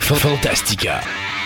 Fantastica.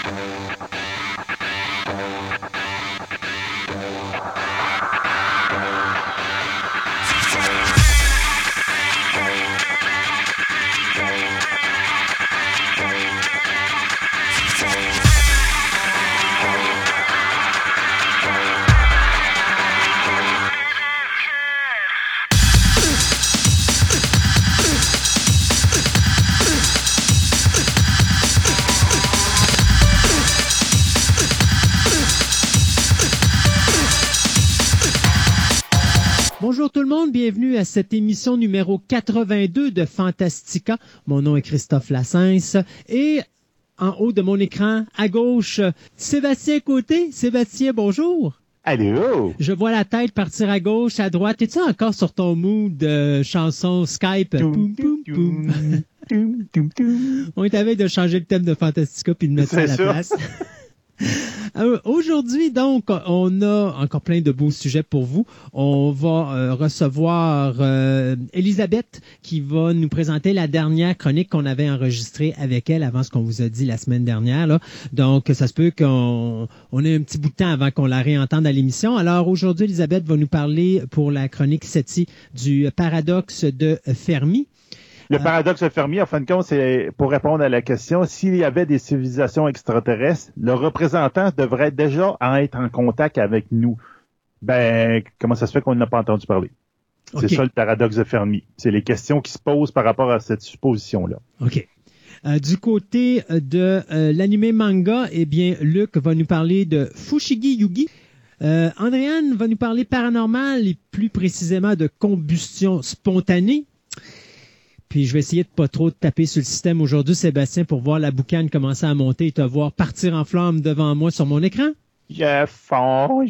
Bonjour tout le monde, bienvenue à cette émission numéro 82 de Fantastica. Mon nom est Christophe Lassens et en haut de mon écran, à gauche, Sébastien Côté. Sébastien, bonjour. Allô? Je vois la tête partir à gauche, à droite. Es-tu encore sur ton mood de chanson Skype? Poum, poum, poum. On est à veille de changer le thème de Fantastica puis de mettre ça à la place. Aujourd'hui, donc, on a encore plein de beaux sujets pour vous. On va recevoir Elisabeth qui va nous présenter la dernière chronique qu'on avait enregistrée avec elle avant ce qu'on vous a dit la semaine dernière, là. Donc, ça se peut qu'on ait un petit bout de temps avant qu'on la réentende à l'émission. Alors, aujourd'hui, Elisabeth va nous parler pour la chronique SETI du paradoxe de Fermi. Le paradoxe de Fermi, en fin de compte, c'est pour répondre à la question, s'il y avait des civilisations extraterrestres, le représentant devrait déjà être en contact avec nous. Ben, comment ça se fait qu'on n'a pas entendu parler? Okay. C'est ça le paradoxe de Fermi. C'est les questions qui se posent par rapport à cette supposition-là. OK. Du côté de l'anime manga, eh bien, Luc va nous parler de Fushigi Yugi. Andréane va nous parler paranormal et plus précisément de combustion spontanée. Puis je vais essayer de pas trop te taper sur le système aujourd'hui, Sébastien, pour voir la boucane commencer à monter et te voir partir en flamme devant moi sur mon écran. Je fonds.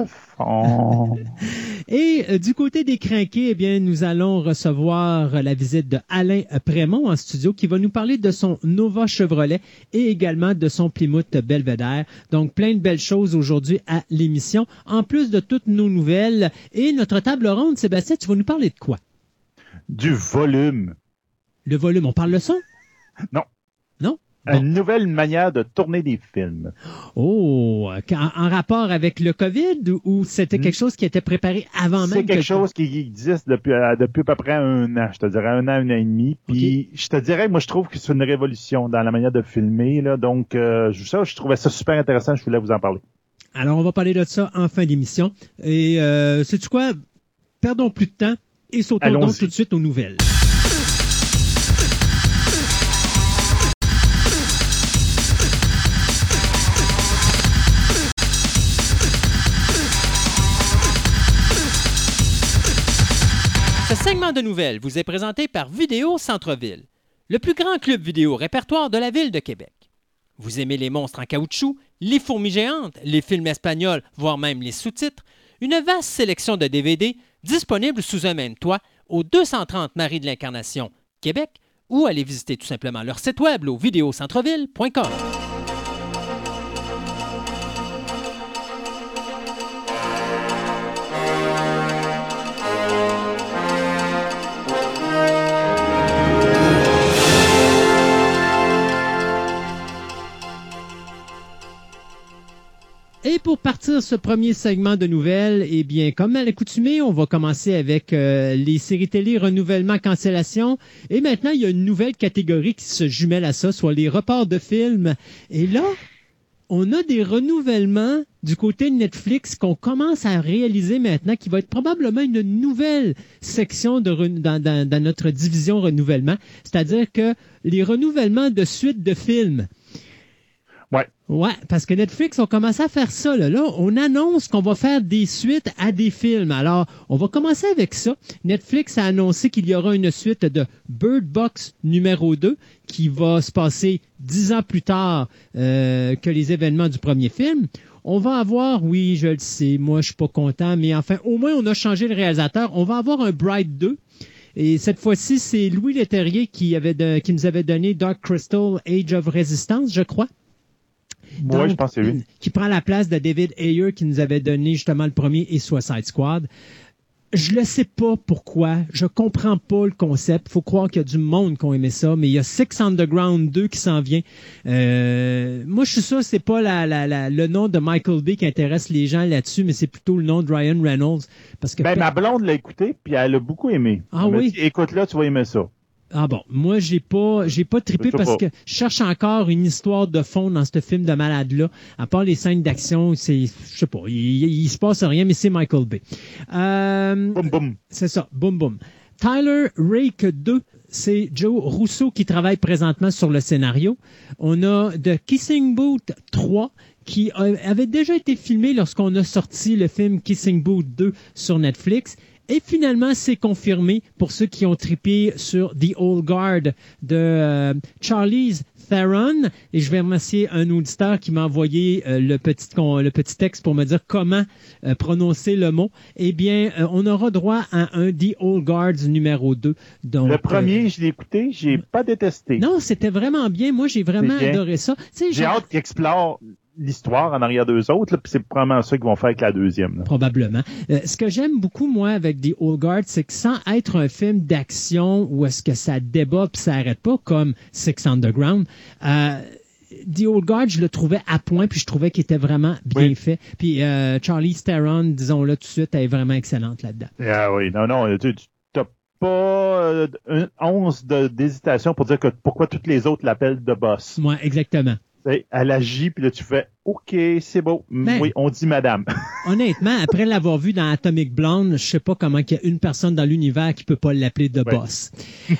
Et du côté des crinqués, eh bien, nous allons recevoir la visite de Alain Prémont en studio qui va nous parler de son Nova Chevrolet et également de son Plymouth Belvedere. Donc, plein de belles choses aujourd'hui à l'émission, en plus de toutes nos nouvelles. Et notre table ronde, Sébastien, tu vas nous parler de quoi? Du volume. Le volume, on parle de son? Non. Non? Bon. Une nouvelle manière de tourner des films. Oh, en rapport avec le COVID ou c'était quelque chose qui était préparé avant même? C'est quelque chose qui existe depuis à peu près 1 an, je te dirais 1 an et demi. Puis Je te dirais, moi je trouve que c'est une révolution dans la manière de filmer. Là. Donc je trouvais ça super intéressant, je voulais vous en parler. Alors on va parler de ça en fin d'émission. Et sais-tu quoi? Perdons plus de temps et sautons donc tout de suite aux nouvelles. Ce segment de nouvelles vous est présenté par Vidéo Centre-Ville, le plus grand club vidéo répertoire de la ville de Québec. Vous aimez les monstres en caoutchouc, les fourmis géantes, les films espagnols, voire même les sous-titres, une vaste sélection de DVD disponible sous un même toit au 230 Marie de l'Incarnation, Québec, ou allez visiter tout simplement leur site web au videocentreville.com. Et pour partir ce premier segment de nouvelles, eh bien, comme à l'accoutumée, on va commencer avec les séries télé renouvellement cancellation. Et maintenant, il y a une nouvelle catégorie qui se jumelle à ça, soit les reports de films. Et là, on a des renouvellements du côté de Netflix qu'on commence à réaliser maintenant, qui va être probablement une nouvelle section dans notre division renouvellement. C'est-à-dire que les renouvellements de suites de films. Ouais, parce que Netflix ont commencé à faire ça. Là, on annonce qu'on va faire des suites à des films. Alors, on va commencer avec ça. Netflix a annoncé qu'il y aura une suite de Bird Box numéro 2 qui va se passer 10 ans plus tard que les événements du premier film. On va avoir, oui, je le sais, moi je suis pas content, mais enfin, au moins on a changé le réalisateur. On va avoir un Bright 2. Et cette fois-ci, c'est Louis Leterrier qui nous avait donné Dark Crystal Age of Resistance, je crois. Oui, je pense que c'est lui. Qui prend la place de David Ayer qui nous avait donné justement le premier et Suicide Squad. Je le sais pas pourquoi. Je comprends pas le concept. Faut croire qu'il y a du monde qui ont aimé ça, mais il y a Six Underground 2 qui s'en vient. Moi, je suis sûr que c'est pas le nom de Michael Bay qui intéresse les gens là-dessus, mais c'est plutôt le nom de Ryan Reynolds. Parce que ma blonde l'a écouté, puis elle a beaucoup aimé. Ah oui? Écoute-là, tu vas aimer ça. Ah bon, moi j'ai pas trippé parce que je cherche encore une histoire de fond dans ce film de malade-là. À part les scènes d'action, je sais pas, il se passe rien, mais c'est Michael Bay. Boum, boum. C'est ça, boum, boum. Tyler Rake 2, c'est Joe Russo qui travaille présentement sur le scénario. On a The Kissing Booth 3, qui avait déjà été filmé lorsqu'on a sorti le film Kissing Booth 2 sur Netflix. Et finalement, c'est confirmé pour ceux qui ont trippé sur The Old Guard de Charlize Theron. Et je vais remercier un auditeur qui m'a envoyé le petit texte pour me dire comment prononcer le mot. Eh bien, on aura droit à un The Old Guards numéro 2. Donc, le premier, je l'ai écouté, j'ai pas détesté. Non, c'était vraiment bien. Moi, j'ai vraiment adoré ça. J'ai hâte qu'il explore l'histoire en arrière d'eux autres, puis c'est probablement ça qu'ils vont faire avec la deuxième. Là. Probablement. Ce que j'aime beaucoup, moi, avec The Old Guard, c'est que sans être un film d'action où est-ce que ça débat puis ça arrête pas, comme Six Underground, The Old Guard, je le trouvais à point, puis je trouvais qu'il était vraiment bien fait. Puis Charlize Theron, disons-le tout de suite, elle est vraiment excellente là-dedans. Ah oui, non, tu n'as pas une once d'hésitation pour dire que pourquoi toutes les autres l'appellent The Boss. Oui, exactement. Elle agit, puis là, tu fais « OK, c'est beau. Oui, on dit madame. » Honnêtement, après l'avoir vu dans Atomic Blonde, je sais pas comment il y a une personne dans l'univers qui peut pas l'appeler The Boss.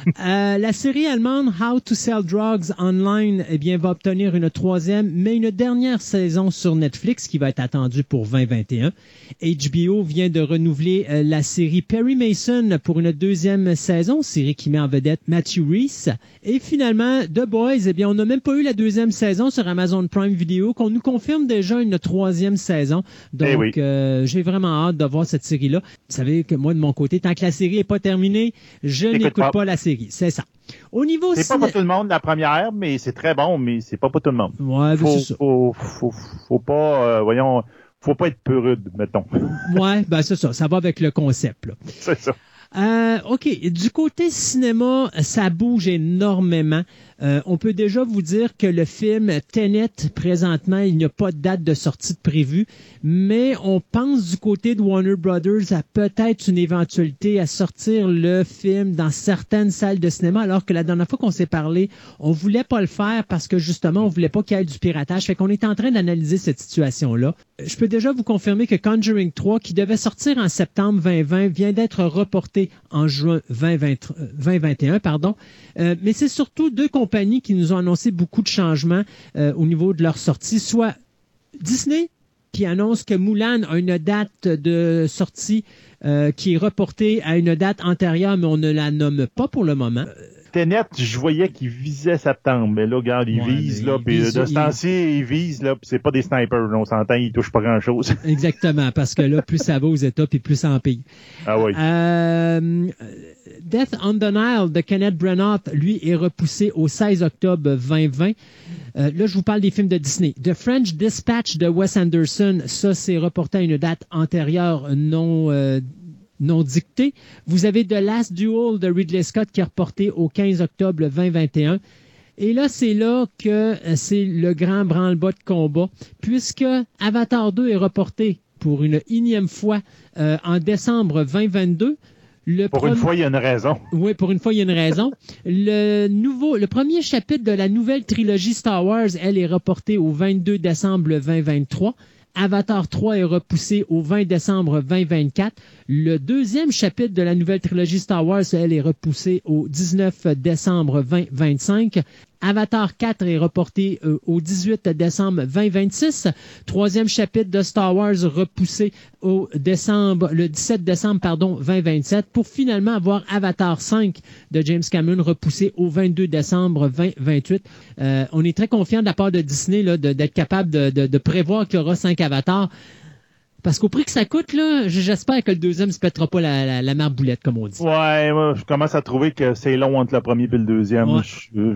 La série allemande How to Sell Drugs Online, eh bien, va obtenir une troisième, mais une dernière saison sur Netflix qui va être attendue pour 2021. HBO vient de renouveler la série Perry Mason pour une deuxième saison, série qui met en vedette Matthew Rhys. Et finalement, The Boys, eh bien, on n'a même pas eu la deuxième saison sur Amazon Prime Video, qu'on nous confirme déjà une troisième saison. Donc, j'ai vraiment hâte de voir cette série-là. Vous savez que moi, de mon côté, tant que la série n'est pas terminée, je n'écoute pas la série. C'est ça. Au niveau c'est pas pour tout le monde la première, mais c'est très bon, mais c'est pas pour tout le monde. Ouais, c'est ça. Faut pas, faut pas être prude, mettons. Ouais, ben c'est ça. Ça va avec le concept, là. C'est ça. OK. Du côté cinéma, ça bouge énormément. On peut déjà vous dire que le film Tenet, présentement, il n'y a pas de date de sortie de prévue, mais on pense du côté de Warner Brothers à peut-être une éventualité à sortir le film dans certaines salles de cinéma, alors que la dernière fois qu'on s'est parlé, on voulait pas le faire parce que justement, on voulait pas qu'il y ait du piratage. Fait qu'on est en train d'analyser cette situation-là. Je peux déjà vous confirmer que Conjuring 3, qui devait sortir en septembre 2020, vient d'être reporté en juin 2021, pardon. Mais c'est surtout deux compagnies qui nous ont annoncé beaucoup de changements au niveau de leur sortie, soit Disney, qui annonce que Mulan a une date de sortie qui est reportée à une date antérieure, mais on ne la nomme pas pour le moment. Tenet, je voyais qu'il visait septembre, mais là, regarde, il vise, là, puis de ce temps-ci, il vise, là, puis c'est pas des snipers, là, on s'entend, il touche pas grand-chose. Exactement, parce que là, plus ça va aux États, puis plus ça en paye. Ah oui. Death on the Nile de Kenneth Branagh, lui, est repoussé au 16 octobre 2020. Là, je vous parle des films de Disney. The French Dispatch de Wes Anderson, ça, c'est reporté à une date antérieure non dictée. Vous avez The Last Duel de Ridley Scott qui est reporté au 15 octobre 2021. Et là, c'est là que c'est le grand branle-bas de combat, puisque Avatar 2 est reporté pour une énième fois en décembre 2022. Une fois, il y a une raison. Oui, pour une fois, il y a une raison. Le premier chapitre de la nouvelle trilogie Star Wars, elle est reportée au 22 décembre 2023. Avatar 3 est repoussé au 20 décembre 2024. Le deuxième chapitre de la nouvelle trilogie Star Wars, elle est repoussée au 19 décembre 2025. Avatar 4 est reporté au 18 décembre 2026. Troisième chapitre de Star Wars repoussé le 17 décembre 2027 pour finalement avoir Avatar 5 de James Cameron repoussé au 22 décembre 2028. On est très confiant de la part de Disney là, d'être capable de prévoir qu'il y aura 5 Avatars. Parce qu'au prix que ça coûte, là, j'espère que le deuxième se pètera pas la marboulette, comme on dit. Ouais, moi, je commence à trouver que c'est long entre le premier et le deuxième. Ouais.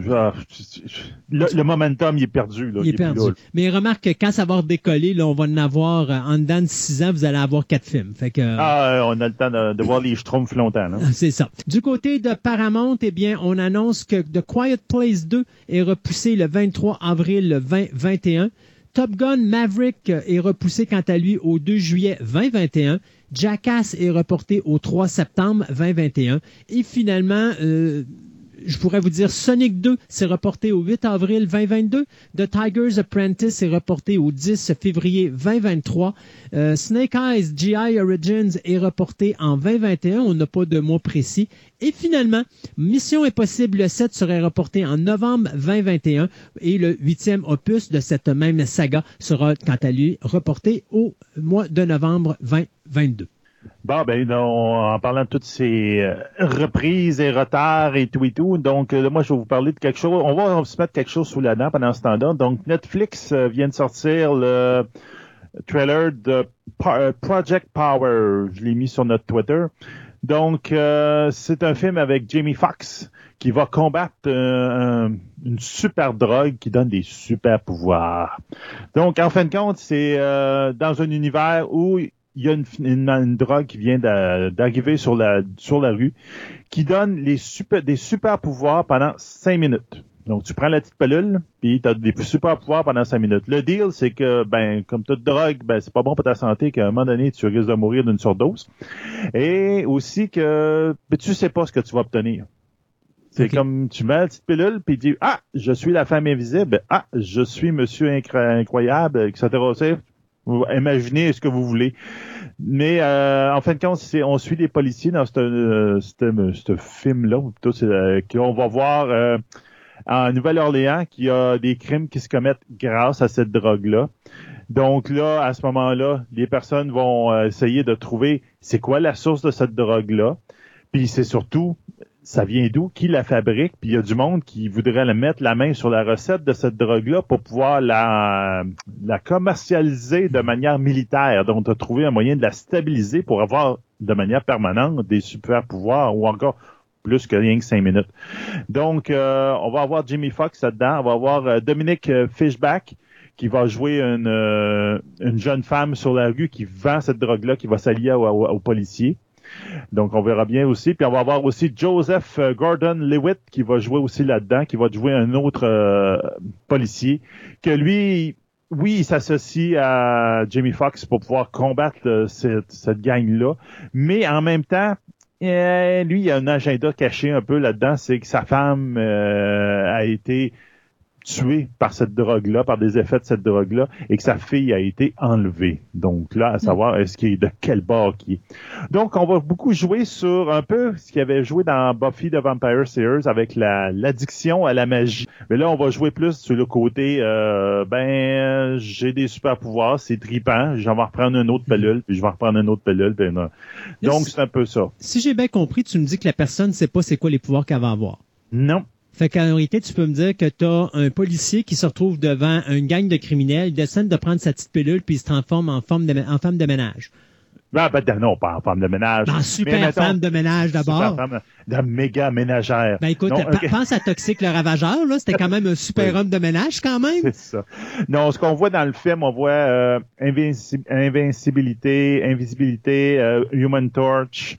Le momentum, il est perdu. Là. Il est perdu. Mais remarque que quand ça va redécoller, là, on va en avoir, en dedans de 6 ans, vous allez avoir 4 films. Fait que, on a le temps de voir les Schtroumpfs longtemps. Là. C'est ça. Du côté de Paramount, eh bien, on annonce que The Quiet Place 2 est repoussé le 23 avril 2021. Top Gun Maverick est repoussé quant à lui au 2 juillet 2021. Jackass est reporté au 3 septembre 2021. Et finalement, je pourrais vous dire Sonic 2 s'est reporté au 8 avril 2022. The Tiger's Apprentice est reporté au 10 février 2023. Snake Eyes GI Origins est reporté en 2021. On n'a pas de mois précis. Et finalement, Mission Impossible 7 serait reporté en novembre 2021. Et le 8e opus de cette même saga sera, quant à lui, reporté au mois de novembre 2022. Bon, ben, en parlant de toutes ces reprises et retards et tout, donc moi, je vais vous parler de quelque chose. On va se mettre quelque chose sous la dent pendant ce temps-là. Donc, Netflix vient de sortir le trailer de Project Power. Je l'ai mis sur notre Twitter. Donc, c'est un film avec Jamie Foxx qui va combattre une super drogue qui donne des super pouvoirs. Donc, en fin de compte, c'est dans un univers où il y a une drogue qui vient d'arriver sur la rue qui donne des super pouvoirs pendant 5 minutes. Donc, tu prends la petite pilule, puis tu as des super pouvoirs pendant 5 minutes. Le deal, c'est que, comme toute drogue, c'est pas bon pour ta santé, qu'à un moment donné, tu risques de mourir d'une surdose. Et aussi que tu sais pas ce que tu vas obtenir. C'est comme, tu mets la petite pilule, puis tu dis, je suis la femme invisible, je suis monsieur incroyable, etc. Imaginez ce que vous voulez. Mais en fin de compte, on suit les policiers dans ce film-là. On va voir en Nouvelle-Orléans qu'il y a des crimes qui se commettent grâce à cette drogue-là. Donc là, à ce moment-là, les personnes vont essayer de trouver c'est quoi la source de cette drogue-là. Puis c'est surtout, ça vient d'où, qui la fabrique, puis il y a du monde qui voudrait mettre la main sur la recette de cette drogue-là pour pouvoir la commercialiser de manière militaire. Donc, on a trouvé un moyen de la stabiliser pour avoir de manière permanente des super pouvoirs ou encore plus que rien que 5 minutes. Donc, on va avoir Jamie Foxx là-dedans, on va avoir Dominic Fishback qui va jouer une jeune femme sur la rue qui vend cette drogue-là, qui va s'allier aux policiers. Donc, on verra bien aussi. Puis, on va avoir aussi Joseph Gordon-Levitt qui va jouer aussi là-dedans, qui va jouer un autre policier, que lui, oui, il s'associe à Jamie Foxx pour pouvoir combattre cette gang-là. Mais en même temps, lui, il y a un agenda caché un peu là-dedans, c'est que sa femme a été tué par cette drogue-là, par des effets de cette drogue-là, et que sa fille a été enlevée. Donc là, à savoir, est-ce qu'il est de quel bord qui est. Donc, on va beaucoup jouer sur un peu ce qu'il avait joué dans Buffy the Vampire Slayer avec l'addiction à la magie. Mais là, on va jouer plus sur le côté, j'ai des super pouvoirs, c'est trippant, j'en vais reprendre une autre pilule, puis je vais reprendre une autre pilule. Puis, donc, c'est un peu ça. Si j'ai bien compris, tu me dis que la personne ne sait pas c'est quoi les pouvoirs qu'elle va avoir. Non. Fait qu'en réalité, tu peux me dire que tu as un policier qui se retrouve devant une gang de criminels, il décide de prendre sa petite pilule puis il se transforme en femme de ménage. Non, pas en femme de ménage. En super femme de ménage d'abord. Super femme de méga ménagère. Écoute, pense à Toxic le Ravageur, là, c'était quand même un super homme de ménage quand même. C'est ça. Non, ce qu'on voit dans le film, on voit invisibilité, Human Torch,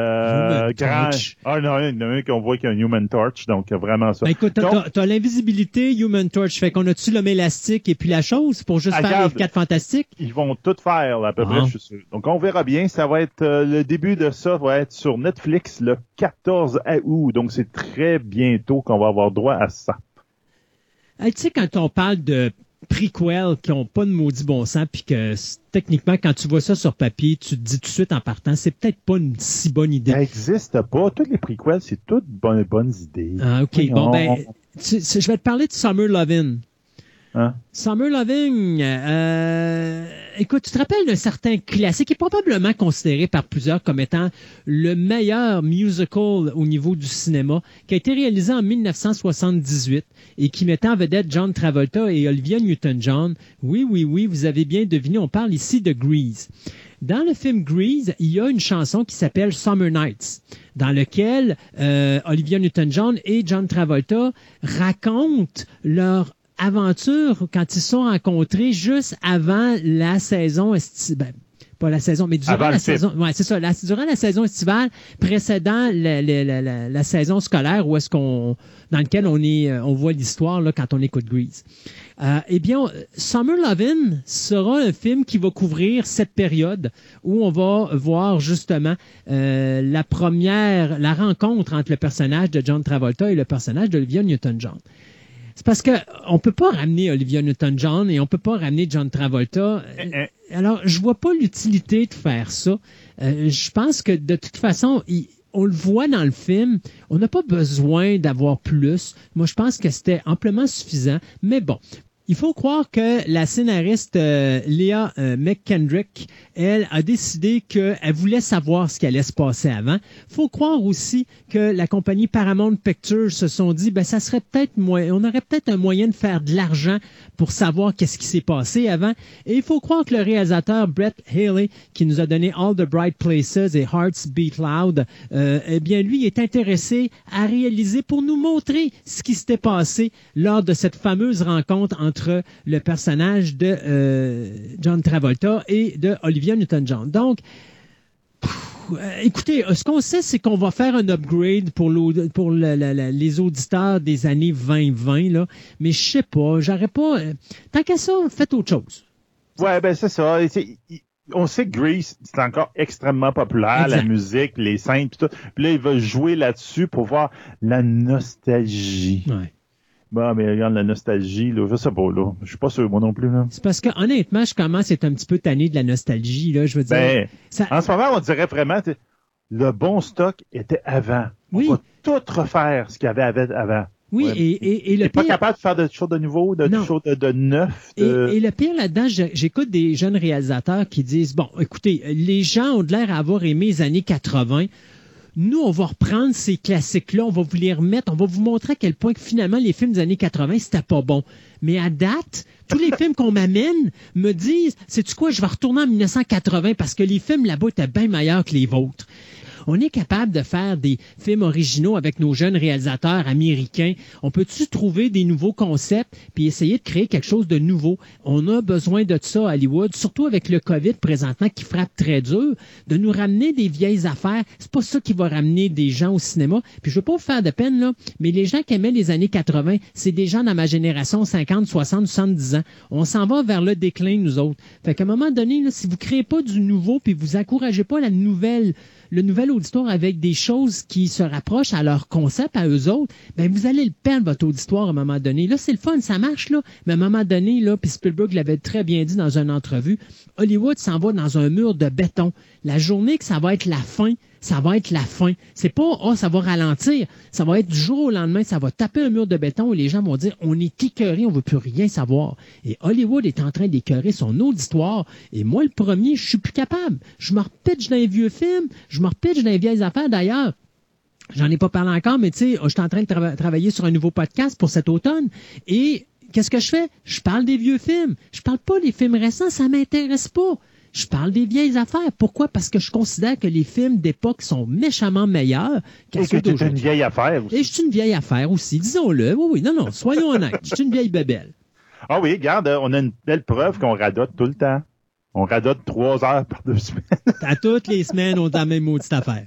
Torch. Non, il y en a un qu'on voit qu'il y a un Human Torch, donc vraiment ça. Écoute, t'as l'invisibilité, Human Torch, fait qu'on a-tu l'homme élastique et puis la chose pour juste faire les 4 fantastiques? Ils vont tout faire, là, à peu près, je suis sûr. Donc, on verra bien. Ça va être le début de ça va être sur Netflix le 14 août. Donc, c'est très bientôt qu'on va avoir droit à ça. Tu sais, quand on parle de prequels qui n'ont pas de maudit bon sens, puis que techniquement, quand tu vois ça sur papier, tu te dis tout de suite en partant, c'est peut-être pas une si bonne idée. Ça n'existe pas. Toutes les prequels, c'est toutes bonnes idées. OK. Bon, je vais te parler de Summer Lovin'. Hein? Summer Loving, écoute, tu te rappelles d'un certain classique qui est probablement considéré par plusieurs comme étant le meilleur musical au niveau du cinéma, qui a été réalisé en 1978 et qui mettait en vedette John Travolta et Olivia Newton-John. Oui, vous avez bien deviné, on parle ici de Grease. Dans le film Grease, il y a une chanson qui s'appelle Summer Nights, dans lequel Olivia Newton-John et John Travolta racontent leur aventure quand ils se sont rencontrés juste avant la saison estivale. Pas la saison, mais durant la saison. Ouais, c'est ça. Durant la saison estivale précédant la saison scolaire, où est-ce qu'on, dans lequel on voit l'histoire là quand on écoute Grease. Eh bien, Summer Lovin' sera un film qui va couvrir cette période où on va voir justement la rencontre entre le personnage de John Travolta et le personnage d'Olivia Newton-John. C'est parce que on peut pas ramener Olivia Newton-John et on peut pas ramener John Travolta. Alors, je vois pas l'utilité de faire ça. Je pense que de toute façon, on le voit dans le film. On n'a pas besoin d'avoir plus. Moi, je pense que c'était amplement suffisant. Mais bon. Il faut croire que la scénariste Leah McKendrick, elle, a décidé qu'elle voulait savoir ce qui allait se passer avant. Il faut croire aussi que la compagnie Paramount Pictures se sont dit, ça serait peut-être on aurait peut-être un moyen de faire de l'argent pour savoir qu'est-ce qui s'est passé avant. Et il faut croire que le réalisateur Brett Haley, qui nous a donné All the Bright Places et Hearts Beat Loud, eh bien, lui est intéressé à réaliser pour nous montrer ce qui s'était passé lors de cette fameuse rencontre entre le personnage de John Travolta et de Olivia Newton-John. Donc, écoutez, ce qu'on sait, c'est qu'on va faire un upgrade pour les auditeurs des années 2020, là, mais je sais pas, j'aurais pas... tant qu'à ça, faites autre chose. Ouais, c'est ça. On sait que Grease, c'est encore extrêmement populaire, exact. La musique, les scènes, tout. Puis là, il va jouer là-dessus pour voir la nostalgie. Ouais. Bon, mais regarde la nostalgie, là, je sais pas, là. Je suis pas sûr, moi non plus, là. C'est parce que, honnêtement, je commence à être un petit peu tanné de la nostalgie, là, je veux dire. En ce moment, on dirait vraiment, le bon stock était avant. Oui. On va tout refaire ce qu'il y avait avant. Oui, ouais. et le pire... pas capable de faire de choses de nouveau, de choses de neuf. Et le pire là-dedans, j'écoute des jeunes réalisateurs qui disent, bon, écoutez, les gens ont de l'air à avoir aimé les années 80. Nous, on va reprendre ces classiques-là, on va vous les remettre, on va vous montrer à quel point que finalement les films des années 80, c'était pas bon. Mais à date, tous les films qu'on m'amène me disent, sais-tu quoi, je vais retourner en 1980 parce que les films là-bas étaient bien meilleurs que les vôtres. On est capable de faire des films originaux avec nos jeunes réalisateurs américains. On peut-tu trouver des nouveaux concepts puis essayer de créer quelque chose de nouveau? On a besoin de ça à Hollywood, surtout avec le COVID présentement qui frappe très dur, de nous ramener des vieilles affaires. C'est pas ça qui va ramener des gens au cinéma. Puis je veux pas vous faire de peine, là, mais les gens qui aimaient les années 80, c'est des gens dans ma génération 50, 60, 70 ans. On s'en va vers le déclin, nous autres. Fait qu'à un moment donné, là, si vous créez pas du nouveau puis vous encouragez pas le nouvel auditoire avec des choses qui se rapprochent à leur concept, à eux autres, vous allez le perdre, votre auditoire, à un moment donné. Là, c'est le fun, ça marche, là. Mais à un moment donné, là, puis Spielberg l'avait très bien dit dans une entrevue, Hollywood s'en va dans un mur de béton. La journée que ça va être la fin, ça va être la fin. C'est pas, ça va ralentir. Ça va être du jour au lendemain, ça va taper un mur de béton et les gens vont dire, on est écœurés, on veut plus rien savoir. Et Hollywood est en train d'écœurer son auditoire. Et moi, le premier, je suis plus capable. Je me repitche dans les vieux films, je me repitche dans les vieilles affaires. D'ailleurs, j'en ai pas parlé encore, mais tu sais, je suis en train de travailler sur un nouveau podcast pour cet automne. Et qu'est-ce que je fais? Je parle des vieux films. Je parle pas des films récents, ça m'intéresse pas. Je parle des vieilles affaires. Pourquoi? Parce que je considère que les films d'époque sont méchamment meilleurs qu'à ceux d'aujourd'hui. Et que tu es une vieille affaire aussi. Et je suis une vieille affaire aussi, disons-le. Oui, non, soyons honnêtes. Je suis une vieille bébelle. Ah oui, regarde, on a une belle preuve qu'on radote tout le temps. On radote 3 heures par 2 semaines. À toutes les semaines, on a la même maudite affaire.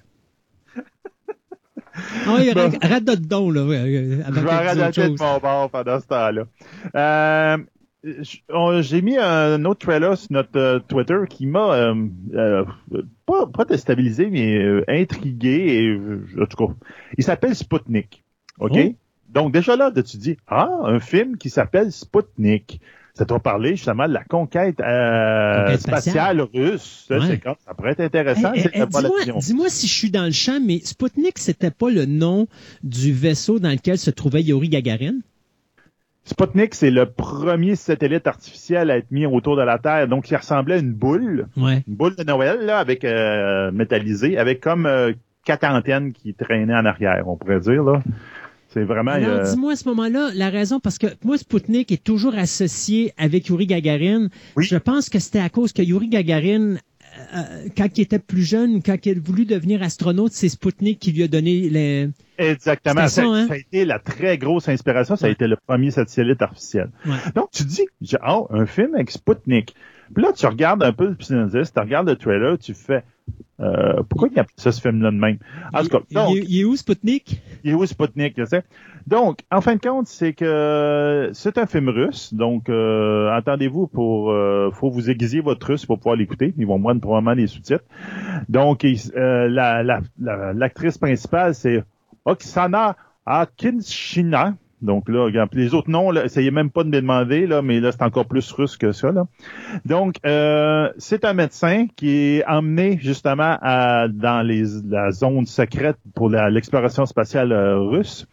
Ah oui, radote donc, là. Oui, je vais radoter de mon bord pendant ce temps-là. J'ai mis un autre trailer sur notre Twitter qui m'a pas déstabilisé, mais intrigué. En tout cas, il s'appelle Sputnik. OK? Oh. Donc déjà là, tu dis, un film qui s'appelle Sputnik. Ça doit parler justement de la conquête spatiale russe. Ouais. Ça pourrait être intéressant. Dis-moi si je suis dans le champ, mais Sputnik, c'était pas le nom du vaisseau dans lequel se trouvait Yuri Gagarin? Sputnik, c'est le premier satellite artificiel à être mis autour de la Terre. Donc, il ressemblait à une boule de Noël, là, avec métallisée, avec comme 4 antennes qui traînaient en arrière, on pourrait dire, là. C'est vraiment... Alors, dis-moi à ce moment-là, la raison, parce que moi, Sputnik est toujours associé avec Yuri Gagarin. Oui. Je pense que c'était à cause que Yuri Gagarin, quand il était plus jeune, quand il a voulu devenir astronaute, c'est Sputnik qui lui a donné les... Exactement. Ça, hein? Ça a été la très grosse inspiration. Ça a été le premier satellite artificiel. Ouais. Donc, tu dis, un film avec Sputnik. Puis là, tu regardes un peu le synopsis, tu regardes le trailer, tu fais... pourquoi il y a ce film-là de même? En tout cas, donc, il est où, Sputnik? Il est où Sputnik, tu sais? Donc, en fin de compte, c'est que c'est un film russe. Donc, attendez-vous faut vous aiguiser votre russe pour pouvoir l'écouter. Ils vont prendre probablement les sous-titres. Donc, l'actrice principale, c'est Oksana Akinshina. Donc là, regarde, les autres noms, là, essayez même pas de me demander, là, mais là, c'est encore plus russe que ça, là. Donc, c'est un médecin qui est emmené justement dans la zone secrète pour l'exploration spatiale russe.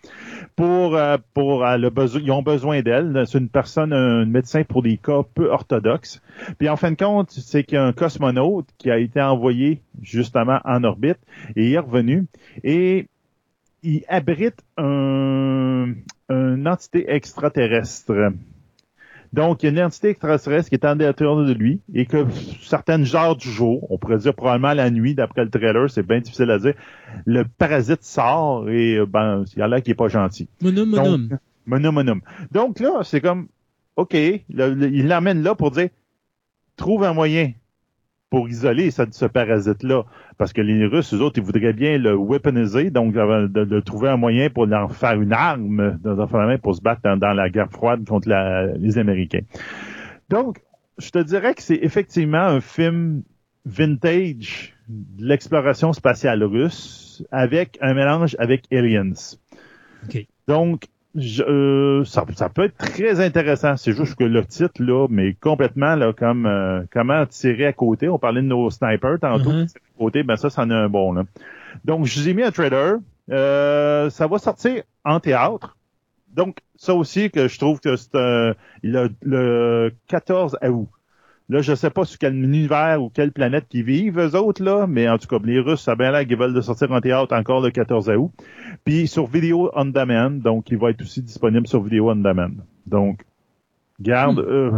Ils ont besoin d'elle. C'est un médecin pour des cas peu orthodoxes. Puis en fin de compte, c'est qu'il y a un cosmonaute qui a été envoyé justement en orbite et il est revenu. Et il abrite une entité extraterrestre. Donc, il y a une entité extraterrestre qui est en dehors de lui et que certaines heures du jour, on pourrait dire probablement la nuit, d'après le trailer, c'est bien difficile à dire, le parasite sort et il y a là qui est pas gentil. Monum. Donc là, c'est comme, OK, il l'emmène là pour dire, trouve un moyen pour isoler ce parasite-là. Parce que les Russes, eux autres, ils voudraient bien le weaponiser, donc de trouver un moyen pour en faire une arme pour se battre dans la guerre froide contre les Américains. Donc, je te dirais que c'est effectivement un film vintage de l'exploration spatiale russe avec un mélange avec Aliens. Okay. Donc, ça peut être très intéressant. C'est juste que le titre, là, mais complètement, là, comme comment tirer à côté. On parlait de nos snipers tantôt. À côté, ça en a un bon, là. Donc, je vous ai mis un trailer. Ça va sortir en théâtre. Donc, ça aussi, que je trouve que c'est le 14 août. Là, je sais pas sur quel univers ou quelle planète qu'ils vivent, eux autres, là, mais en tout cas, les Russes, ça a bien l'air qu'ils veulent le sortir en théâtre encore le 14 août. Puis sur Vidéo On Demand, donc il va être aussi disponible sur Vidéo On Demand. Donc, garde,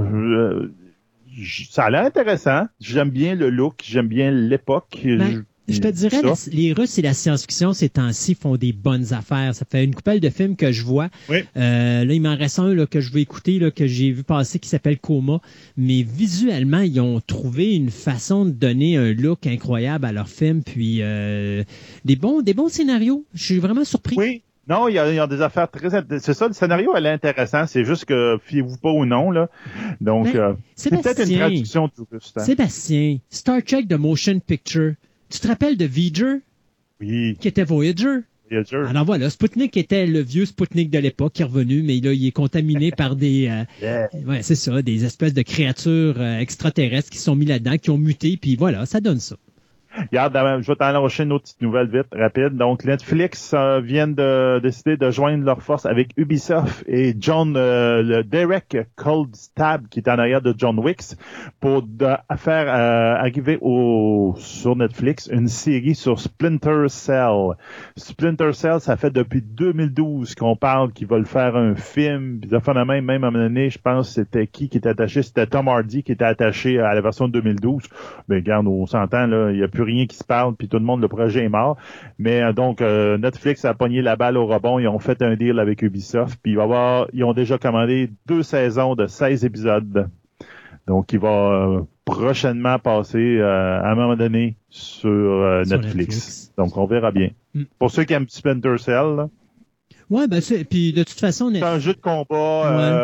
ça a l'air intéressant. J'aime bien le look, j'aime bien l'époque. Je te dirais, les Russes et la science-fiction, ces temps-ci, font des bonnes affaires. Ça fait une couple de films que je vois. Oui. Là, il m'en reste un là, que je veux écouter, là, que j'ai vu passer, qui s'appelle Coma. Mais visuellement, ils ont trouvé une façon de donner un look incroyable à leur film. Puis des bons scénarios. Je suis vraiment surpris. Oui. Non, il y a des affaires très... C'est ça, le scénario, elle est intéressant. C'est juste que, fiez-vous pas ou non, là. Donc, c'est peut-être une traduction du russe. Hein. Sébastien, Star Trek The Motion Picture. Tu te rappelles de Voyager? Oui. Qui était Voyager? Alors voilà, Sputnik était le vieux Sputnik de l'époque qui est revenu, mais là, il est contaminé par des... ouais, c'est ça, des espèces de créatures extraterrestres qui sont mis là-dedans, qui ont muté, puis voilà, ça donne ça. Regarde, je vais t'en lâcher une autre petite nouvelle vite, rapide. Donc, Netflix viennent de décider de joindre leurs forces avec Ubisoft et le Derek Kolstad, qui est en arrière de John Wick, pour faire arriver sur Netflix une série sur Splinter Cell. Splinter Cell, ça fait depuis 2012 qu'on parle qu'ils veulent faire un film. Puis, même à un moment donné, je pense c'était qui était attaché? C'était Tom Hardy qui était attaché à la version de 2012. Mais regarde, on s'entend, là, il n'y a plus rien qui se parle, puis tout le monde, le projet est mort. Mais donc, Netflix a pogné la balle au rebond. Ils ont fait un deal avec Ubisoft, puis ils ont déjà commandé 2 saisons de 16 épisodes. Donc, il va prochainement passer, à un moment donné, sur Netflix. Donc, on verra bien. Pour ceux qui aiment Splinter Cell, là, ouais, puis de toute façon... C'est un jeu de combat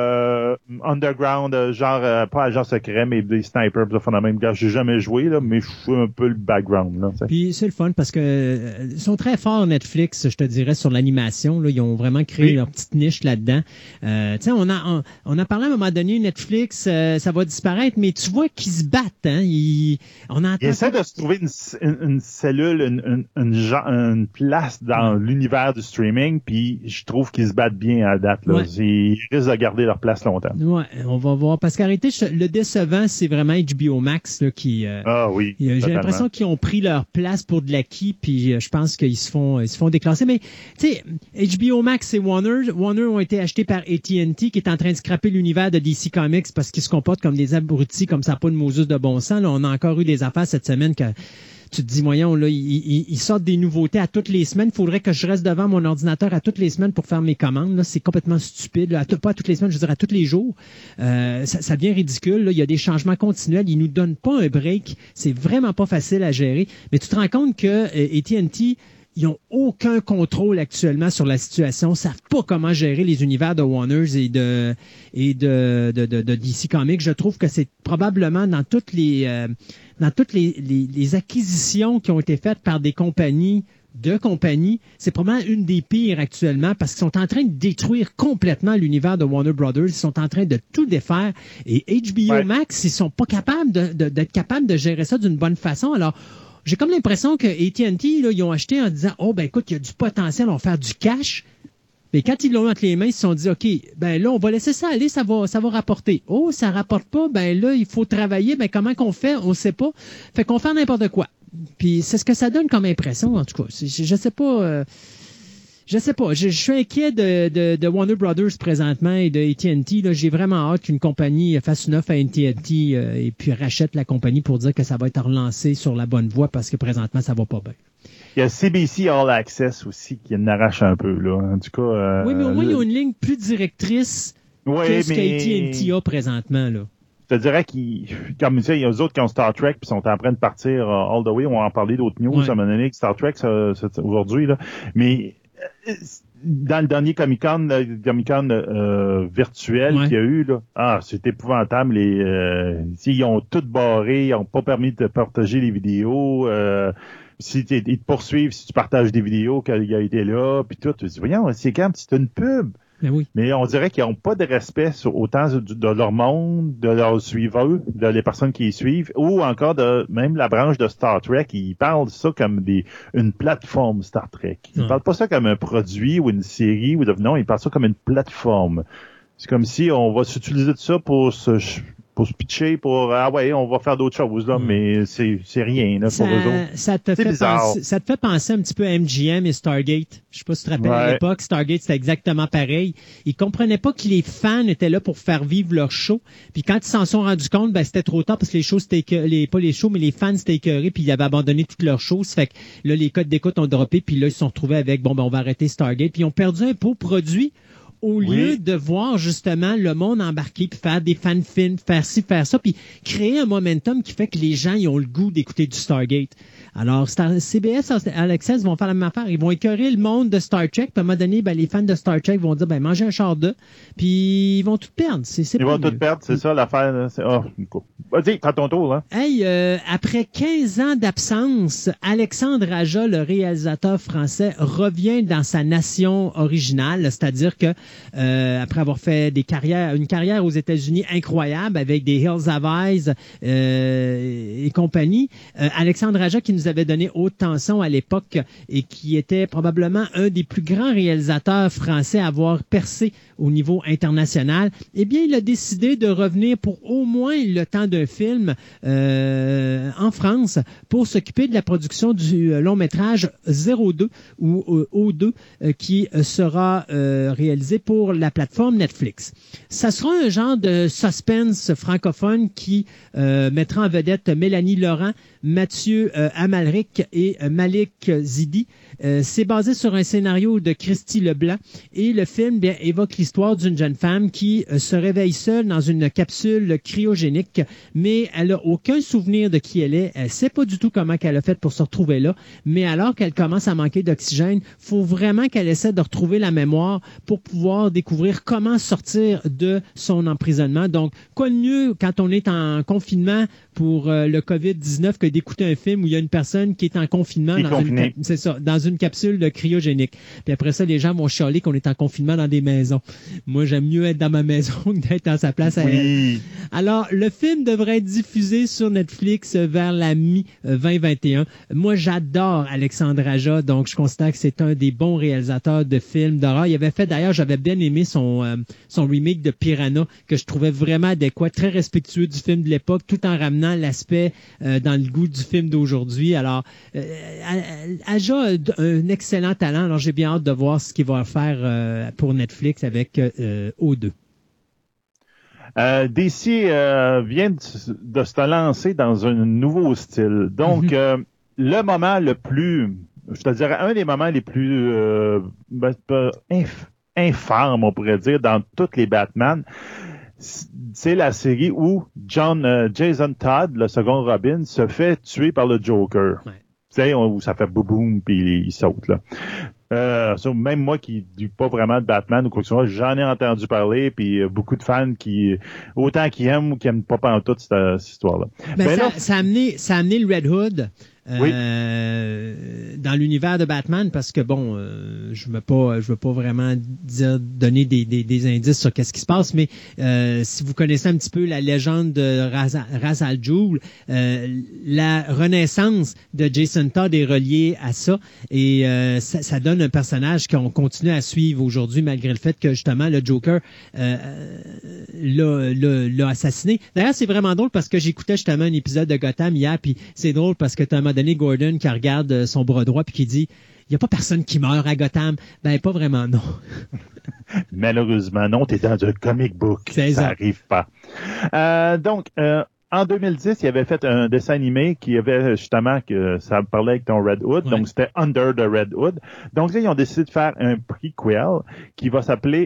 underground, genre, pas agent secret, mais des snipers, ça fait la même gars. J'ai jamais joué, là, mais je suis un peu le background, là. T'sais. Puis c'est le fun parce que ils sont très forts Netflix, je te dirais, sur l'animation. Là, ils ont vraiment créé leur petite niche là-dedans. Tu sais, on a parlé à un moment donné, Netflix, ça va disparaître, mais tu vois qu'ils se battent, hein. Ils essaient de se trouver une cellule, une place dans l'univers du streaming, puis je trouve qu'ils se battent bien à date, là. Ils risquent de garder leur place longtemps. Ouais, on va voir. Parce qu'arrêter, le décevant, c'est vraiment HBO Max, là, qui, oui. J'ai l'impression qu'ils ont pris leur place pour de l'acquis, puis je pense qu'ils se font déclasser. Mais, tu sais, HBO Max et Warner ont été achetés par AT&T, qui est en train de scraper l'univers de DC Comics parce qu'ils se comportent comme des abrutis, comme ça n'a pas de Moses de bon sens. Là, on a encore eu des affaires cette semaine que tu te dis, voyons, là, ils sortent des nouveautés à toutes les semaines. Il faudrait que je reste devant mon ordinateur à toutes les semaines pour faire mes commandes. Là, c'est complètement stupide. Là. Pas à toutes les semaines, je veux dire à tous les jours. Ça devient ridicule. Là. Il y a des changements continuels. Ils nous donnent pas un break. C'est vraiment pas facile à gérer. Mais tu te rends compte que AT&T, ils n'ont aucun contrôle actuellement sur la situation. Ils savent pas comment gérer les univers de Warner et de DC Comics. Je trouve que c'est probablement dans toutes les acquisitions qui ont été faites par des compagnies, c'est probablement une des pires actuellement parce qu'ils sont en train de détruire complètement l'univers de Warner Brothers. Ils sont en train de tout défaire. Et HBO Max, ils sont pas capables d'être capables de gérer ça d'une bonne façon. Alors, j'ai comme l'impression que AT&T, là, ils ont acheté en disant, oh, ben écoute, il y a du potentiel, on va faire du cash. Mais quand ils l'ont entre les mains, ils se sont dit, OK, ben là, on va laisser ça aller, ça va rapporter. Oh, ça rapporte pas, ben là, il faut travailler. Ben comment qu'on fait? On sait pas. Fait qu'on fait n'importe quoi. Puis c'est ce que ça donne comme impression, en tout cas. Je sais pas. Je suis inquiet de Warner Brothers présentement et de AT&T. Là, j'ai vraiment hâte qu'une compagnie fasse une offre à AT&T et puis rachète la compagnie pour dire que ça va être relancé sur la bonne voie parce que présentement, ça va pas bien. Il y a CBC All Access aussi qui n'arrache un peu, là. En tout cas. Oui, mais au moins, ils ont une ligne plus directrice que ce qu'AT&T a présentement, là. Je te dirais comme tu sais, il y a eux autres qui ont Star Trek puis sont en train de partir all the way. On va en parler d'autres news à un moment donné avec Star Trek aujourd'hui, là. Mais dans le dernier Comic-Con virtuel qu'il y a eu, là, c'est épouvantable. Ils ont tout barré, ils n'ont pas permis de partager les vidéos. Ils te poursuivent si tu partages des vidéos qu'il a été là, puis tout. Tu dis, voyons, c'est une pub. Ben oui. Mais on dirait qu'ils n'ont pas de respect autant de leur monde, de leurs suiveurs, de les personnes qui les suivent, ou encore de même la branche de Star Trek. Ils parlent de ça comme une plateforme Star Trek. Ils parlent pas ça comme un produit ou une série. Non, ils parlent ça comme une plateforme. C'est comme si on va s'utiliser de ça pour se pitcher, on va faire d'autres choses, là, mais c'est rien, là, pour eux autres. Ça te fait penser un petit peu à MGM et Stargate. Je sais pas si tu te rappelles à l'époque, Stargate, c'était exactement pareil. Ils comprenaient pas que les fans étaient là pour faire vivre leur show. Puis quand ils s'en sont rendus compte, ben, c'était trop tard parce que les shows, pas les shows, mais les fans s'étaient écœurés puis ils avaient abandonné toutes leurs choses. Fait que là, les codes d'écoute ont droppé puis là, ils se sont retrouvés avec, on va arrêter Stargate. Puis ils ont perdu un beau produit. Au lieu de voir justement le monde embarquer puis faire des fan-films, faire ci, faire ça, puis créer un momentum qui fait que les gens ils ont le goût d'écouter du Stargate. Alors, CBS, All Access vont faire la même affaire. Ils vont écœurer le monde de Star Trek, puis à un moment donné, ben, les fans de Star Trek vont dire, ben, mangez un char d'eux, puis ils vont tout perdre. Ils vont tout perdre, c'est ça l'affaire. Vas-y, prends ton tour, là. Hey, après 15 ans d'absence, Alexandre Aja, le réalisateur français, revient dans sa nation originale, c'est-à-dire que après avoir fait une carrière aux États-Unis incroyable avec des Hills Have Eyes et compagnie, Alexandre Aja qui nous avait donné Haute Tension à l'époque et qui était probablement un des plus grands réalisateurs français à avoir percé au niveau international, eh bien, il a décidé de revenir pour au moins le temps d'un film en France pour s'occuper de la production du long-métrage 02 ou O2 qui sera réalisé pour la plateforme Netflix. Ça sera un genre de suspense francophone qui mettra en vedette Mélanie Laurent, Mathieu Amalric et Malik Zidi. C'est basé sur un scénario de Christy Leblanc et le film évoque l'histoire d'une jeune femme qui se réveille seule dans une capsule cryogénique, mais elle n'a aucun souvenir de qui elle est. Elle ne sait pas du tout comment qu'elle a fait pour se retrouver là, mais alors qu'elle commence à manquer d'oxygène, il faut vraiment qu'elle essaie de retrouver la mémoire pour pouvoir pouvoir découvrir comment sortir de son emprisonnement. Donc, quoi de mieux quand on est en confinement pour le COVID-19 que d'écouter un film où il y a une personne qui est en confinement dans une capsule de cryogénique. Puis après ça, les gens vont chialer qu'on est en confinement dans des maisons. Moi, j'aime mieux être dans ma maison que d'être à sa place à elle. Alors, le film devrait être diffusé sur Netflix vers la mi-2021. Moi, j'adore Alexandre Aja, donc je considère que c'est un des bons réalisateurs de films d'horreur. Il avait fait, d'ailleurs, j'avais bien aimé son remake de Piranha, que je trouvais vraiment adéquat, très respectueux du film de l'époque, tout en ramenant l'aspect dans le goût du film d'aujourd'hui. Alors, Aja a un excellent talent, alors j'ai bien hâte de voir ce qu'il va faire pour Netflix avec O2. DC vient de se lancer dans un nouveau style. Donc, le moment le plus, je te dirais, un des moments les plus infâmes, on pourrait dire, dans toutes les Batman, c'est la série où Jason Todd, le second Robin, se fait tuer par le Joker. Ouais. Tu sais, où ça fait boum puis il saute, là. Même moi qui dis pas vraiment de Batman ou quoi que ce soit, j'en ai entendu parler, puis beaucoup de fans qui, autant qui aiment ou qui aiment pas pantoute cette histoire-là. Ça a amené le Red Hood dans l'univers de Batman, parce que bon, je veux pas vraiment donner des indices sur qu'est-ce qui se passe, mais si vous connaissez un petit peu la légende de Ra's al Ghul, la renaissance de Jason Todd est reliée à ça, et ça donne un personnage qu'on continue à suivre aujourd'hui, malgré le fait que justement le Joker l'a assassiné. D'ailleurs, c'est vraiment drôle parce que j'écoutais justement un épisode de Gotham hier, puis c'est drôle parce que tu as un moment donné Gordon qui regarde son bras droit puis qui dit « Il n'y a pas personne qui meurt à Gotham. » Ben, pas vraiment, non. Malheureusement, non. Tu es dans un comic book. Ça n'arrive pas. En 2010, il avait fait un dessin animé qui avait justement que ça parlait avec ton Red Hood. Ouais. Donc, c'était Under the Red Hood. Donc, là, ils ont décidé de faire un prequel qui va s'appeler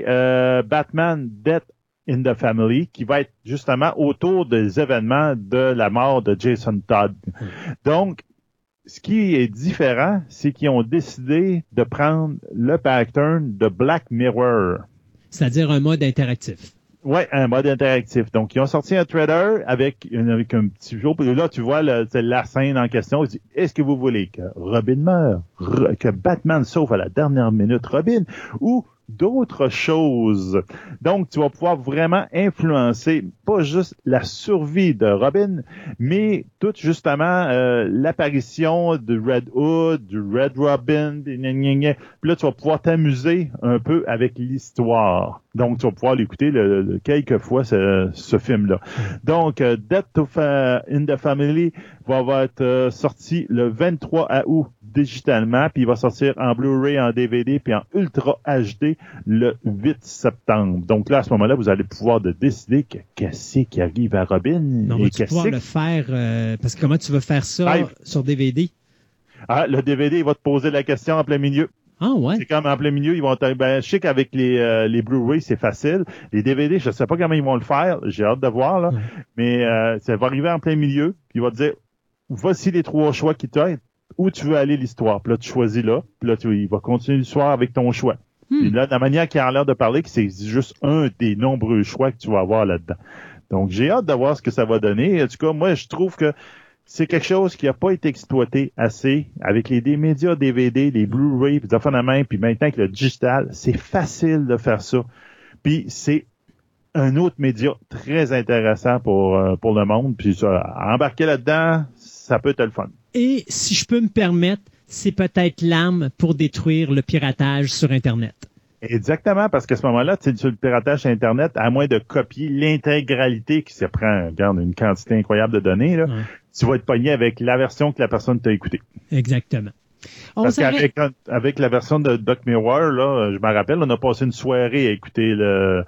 Batman Death in the Family, qui va être justement autour des événements de la mort de Jason Todd. Donc, ce qui est différent, c'est qu'ils ont décidé de prendre le pattern de Black Mirror. C'est-à-dire un mode interactif. Oui, un mode interactif. Donc, ils ont sorti un trailer avec un petit jour. Et là, tu vois la scène en question. Ils disent, est-ce que vous voulez que Robin meure, que Batman sauve à la dernière minute Robin, ou d'autres choses. Donc, tu vas pouvoir vraiment influencer pas juste la survie de Robin, mais tout justement l'apparition du Red Hood, du Red Robin, puis là, tu vas pouvoir t'amuser un peu avec l'histoire. Donc, tu vas pouvoir l'écouter quelques fois ce film-là. Donc, Death in the Family va être sorti le 23 août digitalement, puis il va sortir en Blu-ray, en DVD, puis en Ultra HD le 8 septembre. Donc là, à ce moment-là, vous allez pouvoir décider qu'est-ce qui arrive à Robin. Non, mais tu vas pouvoir le faire, parce que comment tu veux faire ça sur DVD? Ah, le DVD, il va te poser la question en plein milieu. Ah ouais? C'est comme en plein milieu, ils vont je sais qu'avec les Blu-ray, c'est facile. Les DVD, je sais pas comment ils vont le faire. J'ai hâte de voir, là. Mais ça va arriver en plein milieu, puis il va te dire, voici les 3 choix qui t'aident. Où tu veux aller l'histoire. Puis là, tu choisis là. Puis là, il va continuer l'histoire avec ton choix. Puis là, de la manière qu'il a l'air de parler, que c'est juste un des nombreux choix que tu vas avoir là-dedans. Donc, j'ai hâte de voir ce que ça va donner. En tout cas, moi, je trouve que c'est quelque chose qui n'a pas été exploité assez avec les médias DVD, les Blu-ray, puis des affaires de main, puis maintenant avec le digital. C'est facile de faire ça. Puis c'est un autre média très intéressant pour le monde. Puis embarquer là-dedans, ça peut être le fun. Et si je peux me permettre, c'est peut-être l'arme pour détruire le piratage sur Internet. Exactement, parce qu'à ce moment-là, tu sais, sur le piratage sur Internet, à moins de copier l'intégralité qui se prend, regarde, une quantité incroyable de données, là, tu vas être pogné avec la version que la personne t'a écoutée. Exactement. Parce qu'avec la version de Black Mirror, là, je me rappelle, on a passé une soirée à écouter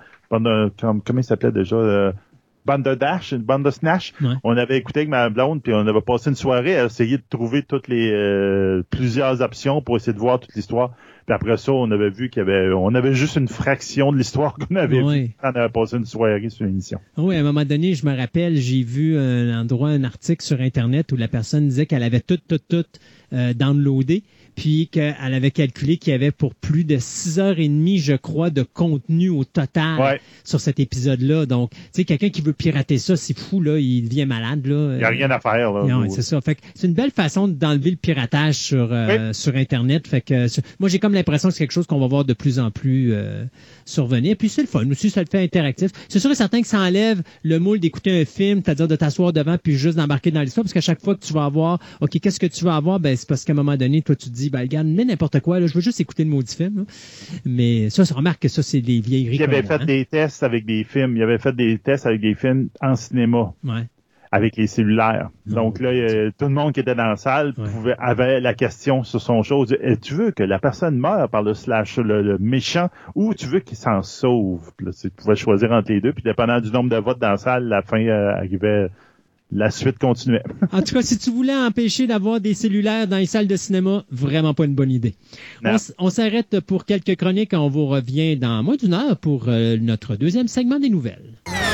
comment il s'appelait déjà, Bandersnatch. Ouais. On avait écouté avec ma blonde, puis on avait passé une soirée à essayer de trouver toutes les plusieurs options pour essayer de voir toute l'histoire. Puis après ça, on avait vu on avait juste une fraction de l'histoire qu'on avait vue. On avait passé une soirée sur l'émission. Oui, à un moment donné, je me rappelle, j'ai vu un article sur Internet où la personne disait qu'elle avait tout downloadé. puis qu'elle avait calculé qu'il y avait pour plus de 6h30, je crois, de contenu au total sur cet épisode-là. Donc, tu sais, quelqu'un qui veut pirater ça, c'est fou, là, il devient malade, là. Il n'y a rien à faire, là. Non, c'est ça. Fait que c'est une belle façon d'enlever le piratage sur Internet. Fait que moi, j'ai comme l'impression que c'est quelque chose qu'on va voir de plus en plus survenir. Puis c'est le fun aussi, ça le fait interactif. C'est sûr et certain que ça enlève le moule d'écouter un film, c'est-à-dire de t'asseoir devant puis juste d'embarquer dans l'histoire, parce qu'à chaque fois que tu vas avoir, OK, qu'est-ce que tu vas avoir? Ben, c'est parce qu'à un moment donné, toi, tu te dis, ben, regarde, mais n'importe quoi, là, je veux juste écouter le maudit film. Là. Mais ça, remarque que ça, c'est des vieilleries. Il avait fait des tests avec des films. Il avait fait des tests avec des films en cinéma. Ouais. Avec les cellulaires. Donc là, tout le monde qui était dans la salle avait la question sur son chose. Tu veux que la personne meure par le slash, le méchant, ou tu veux qu'il s'en sauve? Puis là, tu pouvais choisir entre les deux. Puis dépendant du nombre de votes dans la salle, la fin arrivait, la suite continuait. En tout cas, si tu voulais empêcher d'avoir des cellulaires dans les salles de cinéma, vraiment pas une bonne idée. On s'arrête pour quelques chroniques. On vous revient dans moins d'une heure pour notre deuxième segment des nouvelles.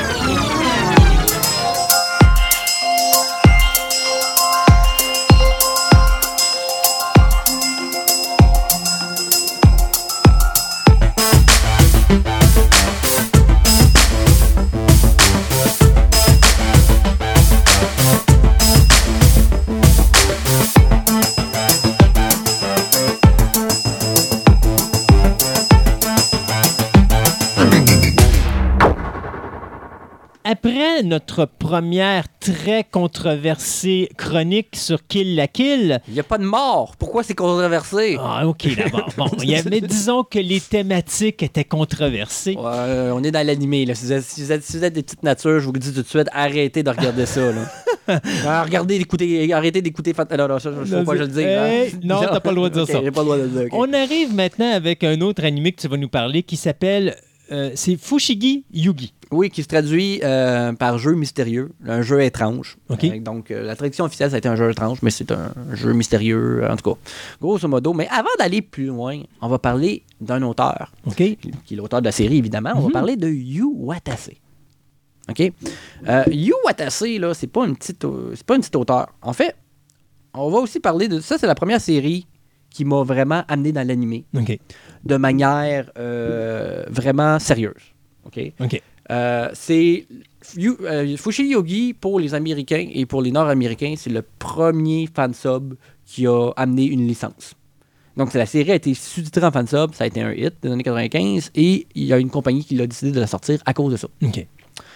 Après notre première très controversée chronique sur Kill la Kill... Il n'y a pas de mort. Pourquoi c'est controversé? Ah, OK, d'abord. Bon, mais disons que les thématiques étaient controversées. Ouais, on est dans l'animé. Là. Si vous êtes des petites natures, je vous le dis tout de suite, arrêtez de regarder ça. Là. Arrêtez d'écouter... Non, ça, je ne faut pas que je le dise. Non, t'as pas le droit de dire ça. J'ai pas le droit de le dire. Okay. On arrive maintenant avec un autre animé que tu vas nous parler qui s'appelle... c'est Fushigi Yugi. Oui, qui se traduit par jeu mystérieux, un jeu étrange. Okay. Donc, la traduction officielle, ça a été un jeu étrange, mais c'est un jeu mystérieux, en tout cas. Grosso modo. Mais avant d'aller plus loin, on va parler d'un auteur, qui est l'auteur de la série, évidemment. On va parler de Yu Watase. OK? Yu Watase, là, c'est pas une petite auteure. En fait, on va aussi parler de... Ça, c'est la première série qui m'a vraiment amené dans l'animé. Okay. De manière vraiment sérieuse. OK? C'est Fushigi Yugi pour les Américains et pour les Nord-Américains, c'est le premier fansub qui a amené une licence. Donc, la série a été sous-titrée en fansub, ça a été un hit des années 95 et il y a une compagnie qui a décidé de la sortir à cause de ça. OK.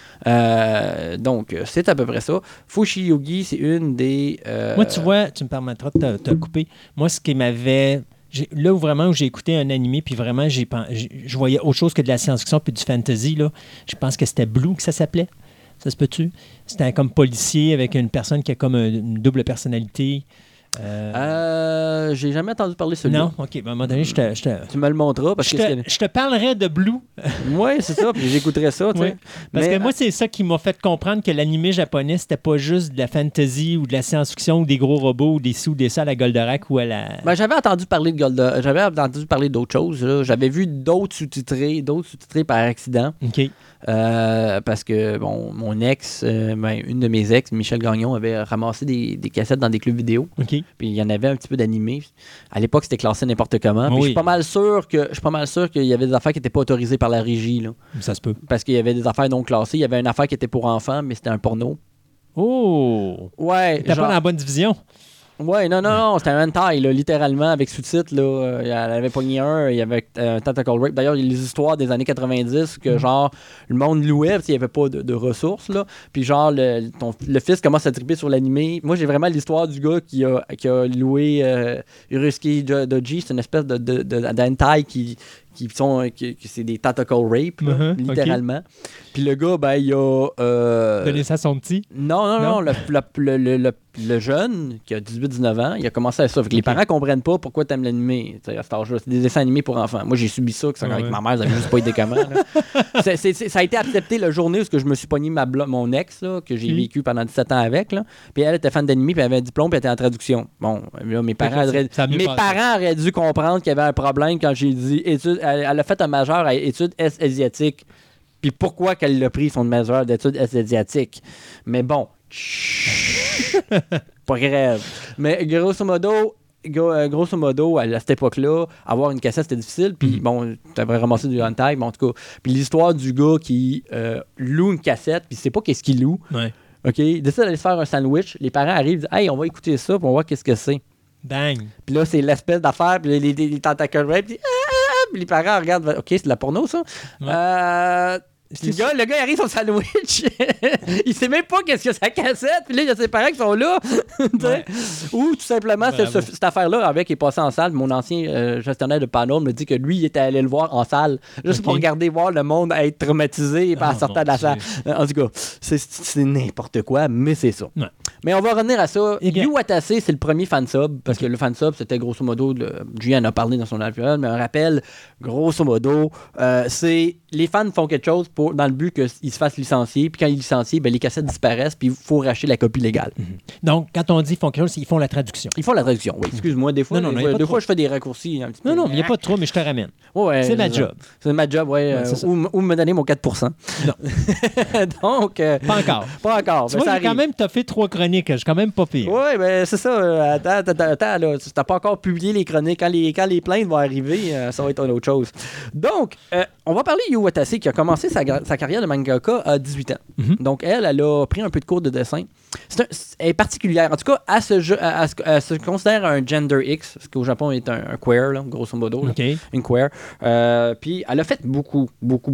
Donc, c'est à peu près ça. Fushigi Yugi, c'est une des... Moi, tu vois, tu me permettras de te couper. Moi, ce qui m'avait... Là où vraiment j'ai écouté un animé, puis vraiment, je voyais autre chose que de la science-fiction puis du fantasy. Là. Je pense que c'était Blue que ça s'appelait. Ça se peut-tu? C'était comme policier avec une personne qui a comme une double personnalité. J'ai jamais entendu parler de celui-là. Non? OK. Ben, à un moment donné, tu me le montreras. Parce je te parlerai de Blue. Oui, c'est ça. Puis j'écouterais ça. Ouais. Parce que moi, c'est ça qui m'a fait comprendre que l'animé japonais, c'était pas juste de la fantasy ou de la science-fiction ou des gros robots ou des sous, des ça à la Goldorak ou à la... Ben, j'avais entendu parler de Goldorak. J'avais entendu parler d'autres choses. Là. J'avais vu d'autres sous-titrés par accident. OK. Parce que, bon, mon ex, une de mes ex, Michel Gagnon, avait ramassé des cassettes dans des clubs vidéo. OK. Puis il y en avait un petit peu d'animé. À l'époque, c'était classé n'importe comment. Puis oui. Je suis pas mal sûr qu'il y avait des affaires qui n'étaient pas autorisées par la régie. Là. Ça se peut. Parce qu'il y avait des affaires non classées. Il y avait une affaire qui était pour enfants, mais c'était un porno. Oh! Ouais. T'es pas dans la bonne division? Ouais, non, c'était un hentai, là, littéralement, avec sous-titres. Là, elle avait pogné il y avait un tentacle rape. D'ailleurs, il y a les histoires des années 90 que, genre, le monde louait, parce qu'il n'y avait pas de ressources, là. Puis, genre, le fils commence à triper sur l'animé. Moi, j'ai vraiment l'histoire du gars qui a loué Uruski Doji. C'est une espèce d'hentai qui c'est des tentacle rape, là, littéralement. Okay. Puis le gars, ben, il a... donné ça à son petit? Non. Le jeune, qui a 18-19 ans, il a commencé à ça. Fait que les parents comprennent pas pourquoi t'aimes l'animé. À cet âge-là, c'est des dessins animés pour enfants. Moi, j'ai subi ça, avec ma mère, ça n'avait juste pas été comment. Ça a été accepté la journée où je me suis pogné mon ex, là, que j'ai vécu pendant 17 ans avec. Là. Puis elle était fan d'animé, puis elle avait un diplôme, puis elle était en traduction. Bon, là, mes parents auraient dû comprendre qu'il y avait un problème quand j'ai dit études. Elle a fait un majeur à études asiatiques. Puis pourquoi qu'elle l'a pris, son majeur d'études asiatiques? Mais bon, pas grave. Mais grosso modo, grosso modo, à cette époque-là, avoir une cassette, c'était difficile. Puis bon, t'avais ramassé du hentai, mais en tout cas. Puis l'histoire du gars qui loue une cassette, puis c'est pas qu'est-ce qu'il loue. Ouais. OK? Il décide d'aller se faire un sandwich. Les parents arrivent, disent hey, on va écouter ça, pour voir qu'est-ce que c'est. Bang. Puis là, c'est l'espèce d'affaire, puis les tentacules, puis les parents regardent, OK, c'est de la porno, ça. Ouais. Le gars, il arrive son sandwich. Il sait même pas qu'est-ce que c'est sa cassette. Puis là, il y a ses parents qui sont là. Ouais. Ou tout simplement, cette affaire-là, avec, est passée en salle. Mon ancien gestionnaire de panneau me dit que lui, il était allé le voir en salle, juste pour regarder voir le monde être traumatisé et pas sortir de la salle. En tout cas, c'est n'importe quoi, mais c'est ça. Ouais. Mais on va revenir à ça. bien. You Watase, c'est le premier fansub, parce que le fansub, c'était grosso modo, Julien en a parlé dans son alvéole, mais un rappel, grosso modo, c'est les fans font quelque chose dans le but qu'ils se fassent licencier, puis quand ils licencient, ben, les cassettes disparaissent, puis il faut racheter la copie légale. Donc, quand on dit font quelque chose, ils font la traduction. Ils font la traduction, oui. Excuse-moi, des fois, des fois je fais des raccourcis un petit peu. Non, il n'y a pas de trop, mais je te ramène. Ouais, c'est ma job. C'est ma job, oui. Ou me donner mon 4%. Non. Donc... pas encore. Pas encore. Tu vois, j'ai quand même fait 3 chroniques. Je suis quand même pas pire. Oui, ben c'est ça. Attends, là. Tu n'as pas encore publié les chroniques. Quand les plaintes vont arriver, ça va être une autre chose. Donc, on va parler de You Watase, qui a commencé sa carrière de mangaka à 18 ans. Donc, elle a pris un peu de cours de dessin. Elle est particulière. En tout cas, elle se considère un gender X, ce qu'au Japon est un queer, là, grosso modo. Là. Okay. Une queer. Puis, elle a fait beaucoup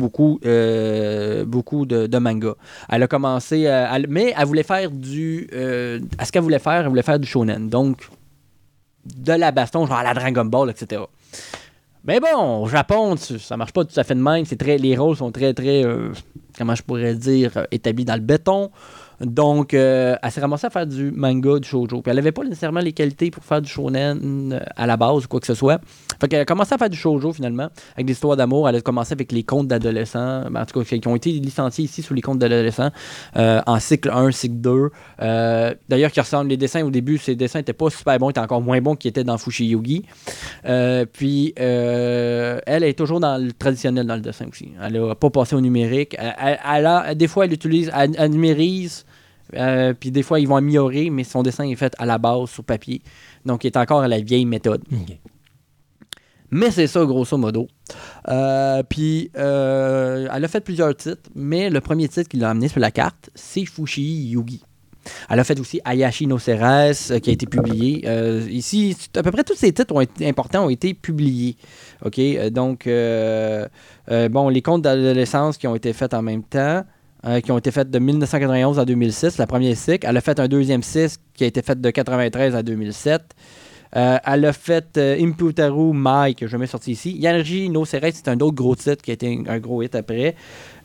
de manga. Elle a commencé, mais elle voulait faire ce qu'elle voulait faire, elle voulait faire du shonen. Donc, de la baston, genre à la Dragon Ball, etc. Mais bon, au Japon, ça marche pas tout à fait de même. Les rôles sont très, comment je pourrais dire, établis dans le béton. Donc, elle s'est ramassée à faire du manga, du shoujo. Puis elle n'avait pas nécessairement les qualités pour faire du shonen à la base ou quoi que ce soit. Fait qu'elle a commencé à faire du shoujo finalement, avec des histoires d'amour. Elle a commencé avec les contes d'adolescents, en tout cas, qui ont été licenciés ici sous les contes d'adolescents, en cycle 1, cycle 2. D'ailleurs, qui ressemblent les dessins au début, ces dessins n'étaient pas super bons, étaient encore moins bons qu'ils étaient dans Fushi Yugi. Puis, elle est toujours dans le traditionnel dans le dessin aussi. Elle n'a pas passé au numérique. Des fois, elle numérise. Puis des fois, ils vont améliorer, mais son dessin est fait à la base, sur papier. Donc, il est encore à la vieille méthode. Okay. Mais c'est ça, grosso modo. Puis, elle a fait plusieurs titres, mais le premier titre qui l'a amené sur la carte, c'est Fushi Yugi. Elle a fait aussi Ayashi no Ceres, qui a été publié. Ici, à peu près tous ces titres importants ont été publiés. OK? Donc, bon, les contes d'adolescence qui ont été faits en même temps, qui ont été faites de 1991 à 2006, la première cycle. Elle a fait un deuxième cycle qui a été fait de 93 à 2007. Elle a fait Imputaru Mai, qui n'a jamais sorti ici. Ayashi no Ceres, c'est un autre gros titre qui a été un gros hit après.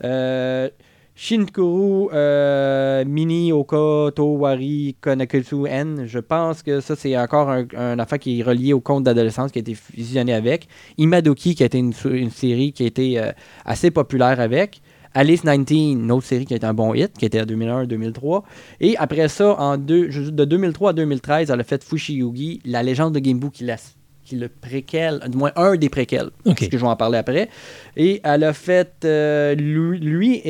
Shinkuru Mini Oka Towari Konakutsu N. Je pense que ça, c'est encore un affaire qui est relié au conte d'adolescence qui a été fusionné avec. Imadoki, qui a été une série qui a été assez populaire avec. Alice 19, une autre série qui a été un bon hit, qui était en 2001-2003. Et après ça, de 2003 à 2013, elle a fait Fushi Yugi, la légende de Gimbu qui le préquel, du moins un des préquels, parce que je vais en parler après. Et elle a fait Lui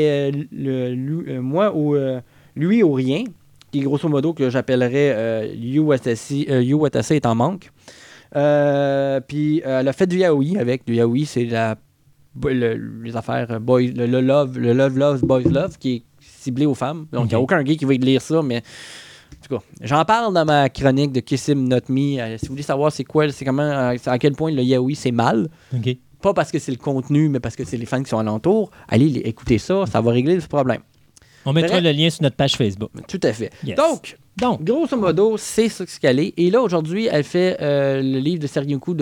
ou Rien, qui grosso modo que j'appellerais You Watase est en manque. Puis elle a fait du yaoi avec. Du yaoi, c'est les affaires le love, boys love, qui est ciblé aux femmes. Donc, il n'y a aucun gay qui va lire ça, mais en tout cas, j'en parle dans ma chronique de Kiss Him Not Me. Si vous voulez savoir c'est comment, à quel point le yaoi, c'est mal. Okay. Pas parce que c'est le contenu, mais parce que c'est les fans qui sont alentour. Allez écouter ça, ça va régler ce problème. On mettra le lien sur notre page Facebook. Tout à fait. Yes. Donc, grosso modo, c'est ce qu'elle est. Et là, aujourd'hui, elle fait le livre de Sergyoku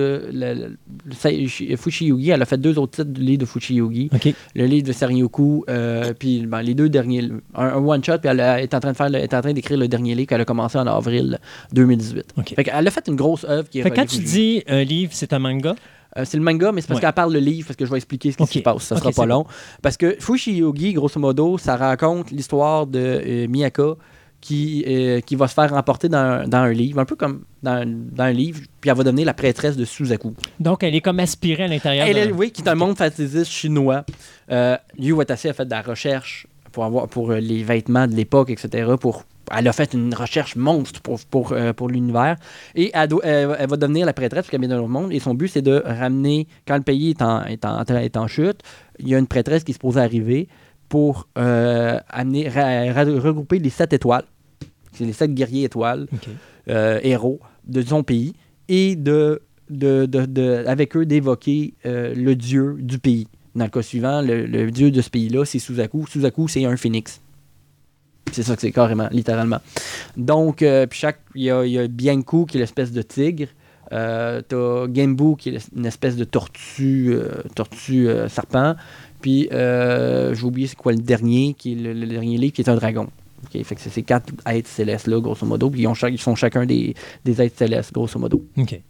Fushi Yugi. Elle a fait 2 autres titres du livre de Fushi Yugi. Okay. Le livre de Sergyoku, puis les 2 derniers, un one-shot, puis elle est en train d'écrire le dernier livre qu'elle a commencé en avril 2018. Okay. Fait qu'elle a fait une grosse œuvre qui est quand tu dis un livre, c'est un manga? C'est le manga, mais c'est parce qu'elle parle le livre, parce que je vais expliquer ce qui se passe. Ça sera pas long. Parce que Fushi Yugi, grosso modo, ça raconte l'histoire de Miyaka qui va se faire remporter dans un livre, un peu comme dans un livre, puis elle va devenir la prêtresse de Suzaku. Donc, elle est comme aspirée à l'intérieur. Oui, qui est un monde fantaisiste chinois. You Watase a fait de la recherche pour les vêtements de l'époque, etc., pour elle a fait une recherche monstre pour l'univers. Et elle va devenir la prêtresse parce qu'elle vient de l'autre monde. Et son but, c'est de ramener, quand le pays est en chute, il y a une prêtresse qui est supposée arriver pour regrouper les 7 étoiles. C'est les 7 guerriers étoiles, héros de son pays. Et avec eux, d'évoquer le dieu du pays. Dans le cas suivant, le dieu de ce pays-là, c'est Suzaku. Suzaku, c'est un phénix. C'est ça que c'est carrément, littéralement. Donc, puis il y a Bianku, qui est l'espèce de tigre. T'as Genbu, qui est une espèce de tortue serpent. Puis, j'ai oublié c'est quoi le dernier, qui est le dernier livre, qui est un dragon. Okay, fait que c'est ces 4 êtres célestes-là, grosso modo. Puis ils sont chacun des êtres célestes, grosso modo. OK.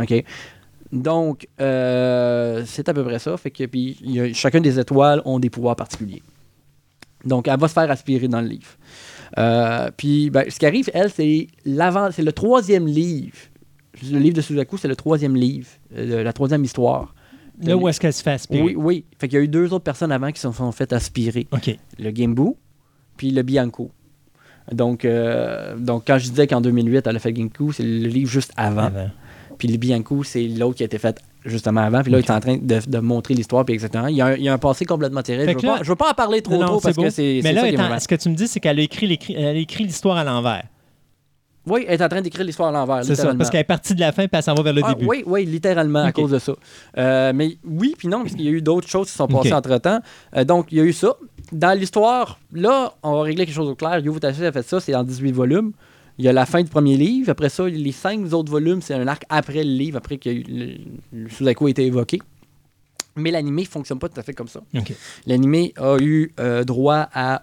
Donc, c'est à peu près ça. Fait que puis, chacun des étoiles ont des pouvoirs particuliers. Donc, elle va se faire aspirer dans le livre. Puis, ce qui arrive, elle, c'est le 3e livre. Le livre de Suzaku, c'est le 3e livre, la 3e histoire. Là où est-ce qu'elle se fait aspirer? Oui. Fait qu'il y a eu 2 autres personnes avant qui se sont fait aspirer. OK. Le Genbu, puis le Bianku. Donc, quand je disais qu'en 2008, elle a fait le Genbu, c'est le livre juste avant. Puis le Bianku, c'est l'autre qui a été fait justement avant. Puis là, il est en train de montrer l'histoire, puis etc. Il y a un passé complètement terrible. Je ne veux pas en parler trop parce que c'est mais là, ça qui est ce que tu me dis, c'est qu'elle a écrit l'histoire à l'envers. Oui, elle est en train d'écrire l'histoire à l'envers. C'est ça, parce qu'elle est partie de la fin, puis elle s'en va vers le début. Oui, littéralement, à cause de ça. Mais oui, puis non, parce qu'il y a eu d'autres choses qui sont passées entre-temps. Donc, il y a eu ça. Dans l'histoire, là, on va régler quelque chose au clair. Yu Futassi a fait ça, c'est en 18 volumes. Il y a la fin du premier livre. Après ça, les 5 autres volumes, c'est un arc après le livre, après que le Suzaku a été évoqué. Mais l'animé ne fonctionne pas tout à fait comme ça. L'animé a eu droit à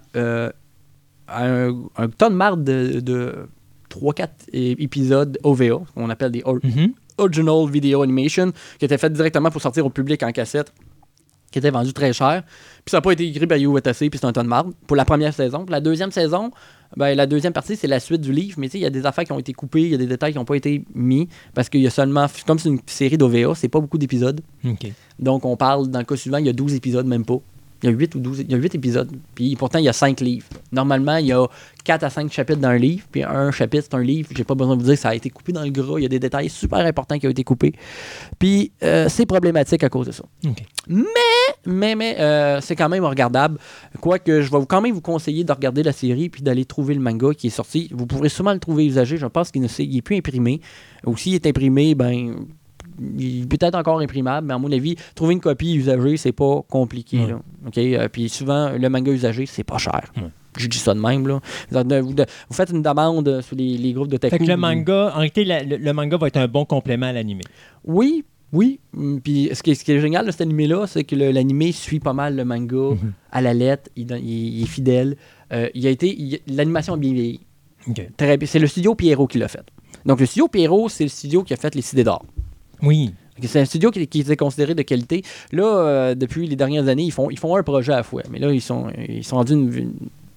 un tas de marde de 3-4 épisodes OVA, qu'on appelle des Original Video Animation, qui étaient faits directement pour sortir au public en cassette, qui étaient vendus très cher. Puis ça n'a pas été écrit par Yu Futassi, puis c'est un tas de marde pour la première saison. Pour la deuxième saison, la deuxième partie, c'est la suite du livre, mais il y a des affaires qui ont été coupées, il y a des détails qui n'ont pas été mis, parce qu'il y a seulement, comme c'est une série d'OVA, c'est pas beaucoup d'épisodes. Donc on parle, dans le cas suivant, il y a 12 épisodes, même pas. Il y a 8 épisodes, puis pourtant il y a 5 livres. Normalement, il y a 4 à 5 chapitres dans un livre, puis un chapitre, c'est un livre. J'ai pas besoin de vous dire que ça a été coupé dans le gras. Il y a des détails super importants qui ont été coupés. Puis c'est problématique à cause de ça. Mais c'est quand même regardable. Quoique, je vais quand même vous conseiller de regarder la série puis d'aller trouver le manga qui est sorti. Vous pourrez sûrement le trouver usagé. Je pense qu'il n'est plus imprimé. Ou s'il est imprimé, il est peut-être encore imprimable, mais à mon avis, trouver une copie usagée, c'est pas compliqué. Là. Puis souvent, le manga usagé, c'est pas cher. Je dis ça de même. Là. Vous faites une demande sur les groupes de Taku. Fait que le manga, en réalité, le manga va être un bon complément à l'animé. Oui. Puis ce qui est génial de cet animé-là, c'est que l'animé suit pas mal le manga à la lettre. Il est fidèle. L'animation a bien vieilli. C'est le studio Pierrot qui l'a fait. Donc le studio Pierrot, c'est le studio qui a fait les Cidés d'or. Oui. C'est un studio qui était considéré de qualité. Là, depuis les dernières années, ils font un projet à la fois. Mais là, ils sont rendus une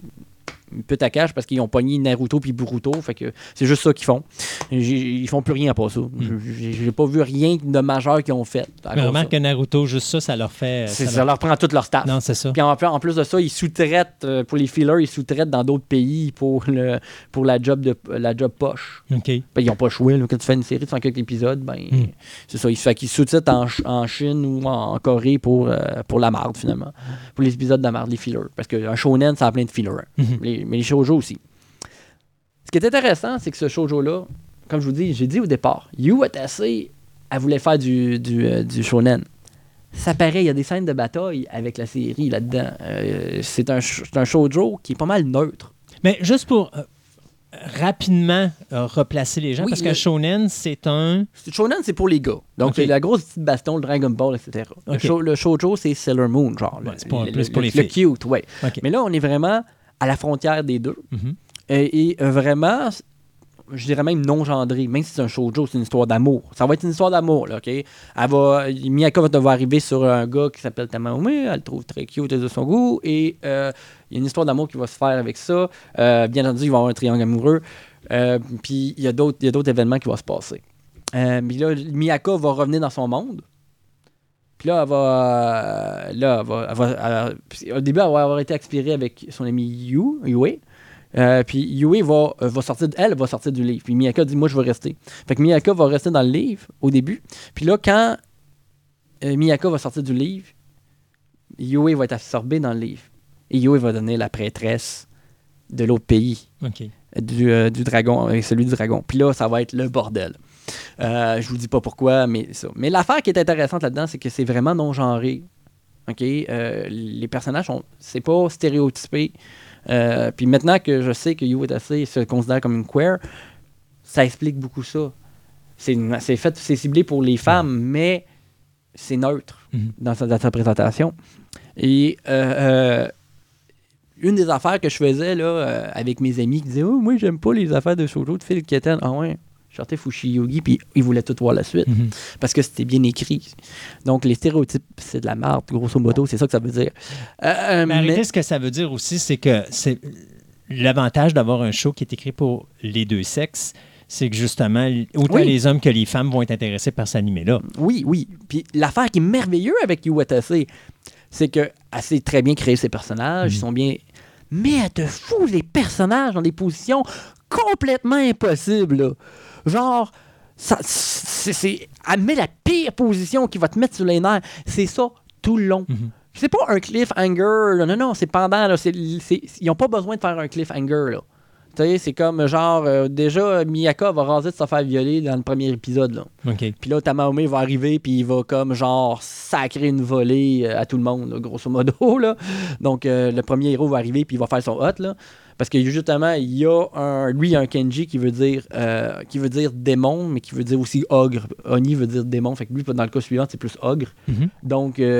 pute à cache parce qu'ils ont pogné Naruto puis Boruto. Fait que c'est juste ça qu'ils font. Ils font plus rien à part ça. J'ai pas vu rien de majeur qu'ils ont fait. Mais remarque que Naruto, juste ça leur fait... Ça leur prend tout leur staff. Non, c'est ça. Puis en plus de ça, ils sous-traitent, pour les fillers, ils sous-traitent dans d'autres pays pour la job poche. Ils n'ont pas joué. Quand tu fais une série de 100 épisodes, c'est ça. Ils sous-traitent en Chine ou en Corée pour la marde, finalement. Pour les épisodes de marde, les fillers. Parce qu'un shonen, ça a plein de fillers. Mais les shoujo aussi. Ce qui est intéressant, c'est que ce shoujo-là, comme je vous dis, j'ai dit au départ, Yu Futassi, elle voulait faire du shonen. Ça paraît, il y a des scènes de bataille avec la série là-dedans. C'est un shoujo qui est pas mal neutre. Mais juste pour rapidement replacer les gens, parce qu'un shonen, c'est un... Shonen, c'est pour les gars. Donc, c'est la grosse petite baston, le Dragon Ball, etc. Le shoujo, c'est Sailor Moon, genre. C'est plus pour les filles. Le cute, oui. Mais là, on est vraiment à la frontière des deux. Et vraiment, je dirais même non-gendré. Même si c'est un shoujo, c'est une histoire d'amour. Ça va être une histoire d'amour, là, OK? Miyako va devoir arriver sur un gars qui s'appelle Tamaomi. Elle le trouve très cute de son goût. Et il y a une histoire d'amour qui va se faire avec ça. Bien entendu, il va y avoir un triangle amoureux. Puis il y a d'autres événements qui vont se passer. Puis là, Miyako va revenir dans son monde. Puis là, au début, elle va avoir été aspirée avec son ami Yue. Puis Yui va sortir, elle va sortir du livre. Puis Miyaka dit, moi, je vais rester. Fait que Miyaka va rester dans le livre au début. Puis là, quand Miyaka va sortir du livre, Yui va être absorbé dans le livre. Et Yui va devenir la prêtresse de l'autre pays. Du dragon, celui du dragon. Puis là, ça va être le bordel. Je vous dis pas pourquoi, mais ça. Mais l'affaire qui est intéressante là-dedans, c'est que c'est vraiment non-genré. OK? Les personnages, c'est pas stéréotypé. Puis maintenant que je sais que Yu Watase se considère comme une queer, ça explique beaucoup ça. C'est ciblé pour les femmes, mais c'est neutre dans sa présentation. Et une des affaires que je faisais là, avec mes amis qui disaient « Oh, moi, j'aime pas les affaires de shoujo de Phil Keten. » Ah ouais, je sortais Fushi-Yogi, puis ils voulaient tout voir la suite. Parce que c'était bien écrit. Donc, les stéréotypes, c'est de la merde, grosso modo, c'est ça que ça veut dire. Mais ce que ça veut dire aussi, c'est que c'est l'avantage d'avoir un show qui est écrit pour les deux sexes, c'est que justement, autant les hommes que les femmes vont être intéressés par cet animé-là. Oui, oui. Puis l'affaire qui est merveilleuse avec Yu Watase, c'est qu'elle sait très bien créer ses personnages, ils sont bien... Mais elle te fout les personnages dans des positions complètement impossibles, là. Genre, elle met la pire position qui va te mettre sur les nerfs. C'est ça tout le long. C'est pas un cliffhanger, là. Non, c'est pendant, là. Ils n'ont pas besoin de faire un cliffhanger, là. Tu sais, c'est comme genre, déjà, Miyaka va raser de se faire violer dans le premier épisode, là. Puis là, Tamahome va arriver, puis il va comme genre sacrer une volée à tout le monde, là, grosso modo, là. Donc, le premier héros va arriver, puis il va faire son hot, là. Parce que justement, il y a un Kenji qui veut dire démon, mais qui veut dire aussi ogre. Oni veut dire démon, fait que lui, dans le cas suivant, c'est plus ogre. Donc, il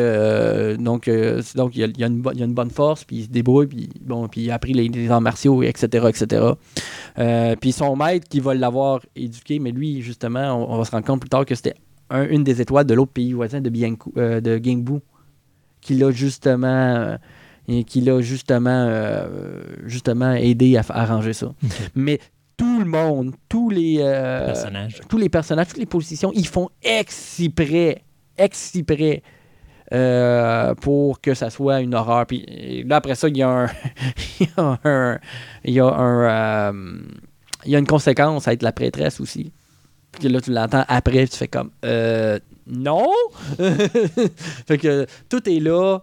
y a une bonne force, puis il se débrouille, puis il a appris les arts martiaux, etc., etc. Puis son maître qui va l'avoir éduqué, mais lui, justement, on va se rendre compte plus tard que c'était une des étoiles de l'autre pays voisin de Gingbu, qui l'a justement... et qui l'a justement aidé à arranger ça. Mais tout le monde, tous les personnages, toutes les positions, ils font exprès pour que ça soit une horreur. Puis là, après ça, il y a une conséquence à être la prêtresse aussi. Puis là, tu l'entends après, tu fais comme non! Fait que tout est là.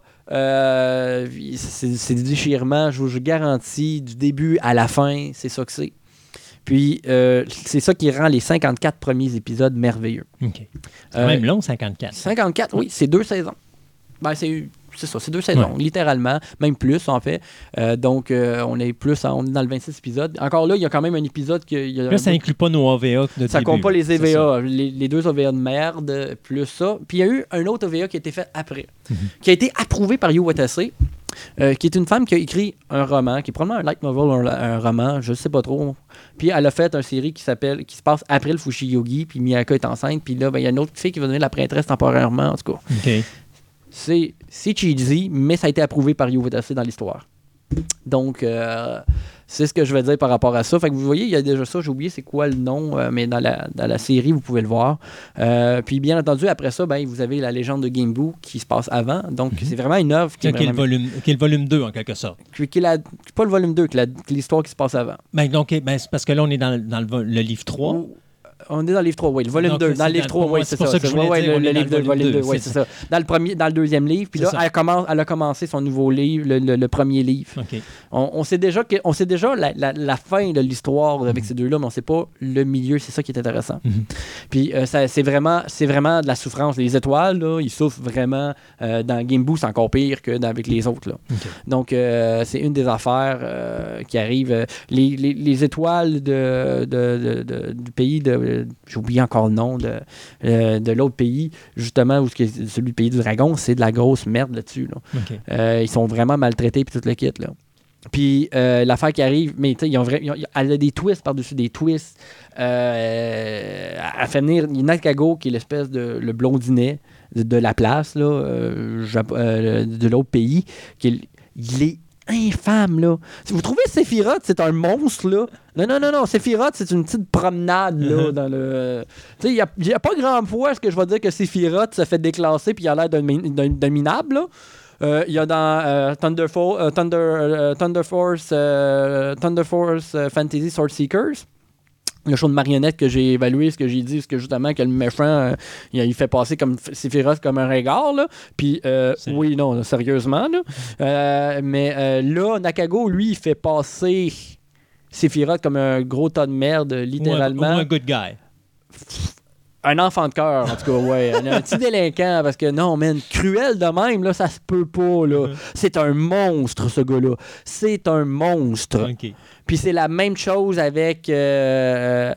C'est du déchirement, je vous garantis, du début à la fin, c'est ça que c'est. Puis, c'est ça qui rend les 54 premiers épisodes merveilleux. C'est quand même long, 54. 54, oui, c'est 2 saisons. Ben, c'est ça, c'est 2 saisons, littéralement, même plus, en fait. Donc, on est dans le 26 épisodes. Encore là, il y a quand même un épisode que... Là, ça n'inclut pas nos OVA de ça début. Compte pas les EVA, les 2 OVA de merde, plus ça. Puis, il y a eu un autre OVA qui a été fait après, qui a été approuvé par Yu Watase, qui est une femme qui a écrit un roman, qui est probablement un light novel, un roman, je sais pas trop. Puis, elle a fait une série qui se passe après le Fushi-Yogi, puis Miyaka est enceinte, puis là, il y a une autre fille qui va devenir la prêtresse temporairement, en tout cas. C'est cheesy, mais ça a été approuvé par Yu Watase dans l'histoire. Donc, c'est ce que je vais dire par rapport à ça. Fait que vous voyez, il y a déjà ça. J'ai oublié c'est quoi le nom, mais dans la série, vous pouvez le voir. Puis, bien entendu, après ça, vous avez la légende de Gingbu qui se passe avant. Donc, c'est vraiment une œuvre qui est le volume 2, en quelque sorte. Pas le volume 2, qui l'histoire qui se passe avant. C'est parce que là, on est dans le livre 3. On est dans le livre 3, oui. Le volume 2. Dans le livre 3, oui, c'est ça. Le livre 2, le volume 2, oui, c'est ça. Dans le deuxième livre. Puis là, elle a commencé son nouveau livre, le premier livre. On sait déjà la fin de l'histoire avec ces deux-là, mais on ne sait pas le milieu. C'est ça qui est intéressant. Puis c'est vraiment de la souffrance. Les étoiles, là, ils souffrent vraiment. Dans Gingbu, c'est encore pire qu'avec les autres. Là. Donc, c'est une des affaires qui arrive. Les étoiles du pays de... J'ai oublié encore le nom de l'autre pays, justement, où celui du pays du dragon, c'est de la grosse merde là-dessus. Là. Ils sont vraiment maltraités, puis tout le kit. Là. Puis l'affaire qui arrive, mais tu sais, elle a des twists par-dessus des twists. Elle fait venir Nakago, qui est l'espèce de le blondinet de la place, là, de l'autre pays, il est infâme, là. Si vous trouvez Sephiroth, c'est un monstre, là. Non. Sephiroth, c'est une petite promenade, là, dans le... Tu sais, il n'y a pas grand fois ce que je vais dire que Sephiroth se fait déclasser puis il a l'air d'un minable, là. Il y a dans Thunder Force Fantasy Sword Seekers. Le show de marionnette que j'ai évalué, ce que j'ai dit, ce que justement que le méchant, il fait passer comme Sephiroth comme un regard, là. Puis, oui, non, sérieusement, là. Mais là, Nakago, lui, il fait passer Sephiroth comme un gros tas de merde, littéralement. Ou un good guy. Un enfant de cœur, en tout cas, ouais. Un petit délinquant, parce que non, man, cruel de même, là, ça se peut pas, là. C'est un monstre, ce gars-là. C'est un monstre. OK. Puis c'est la même chose avec les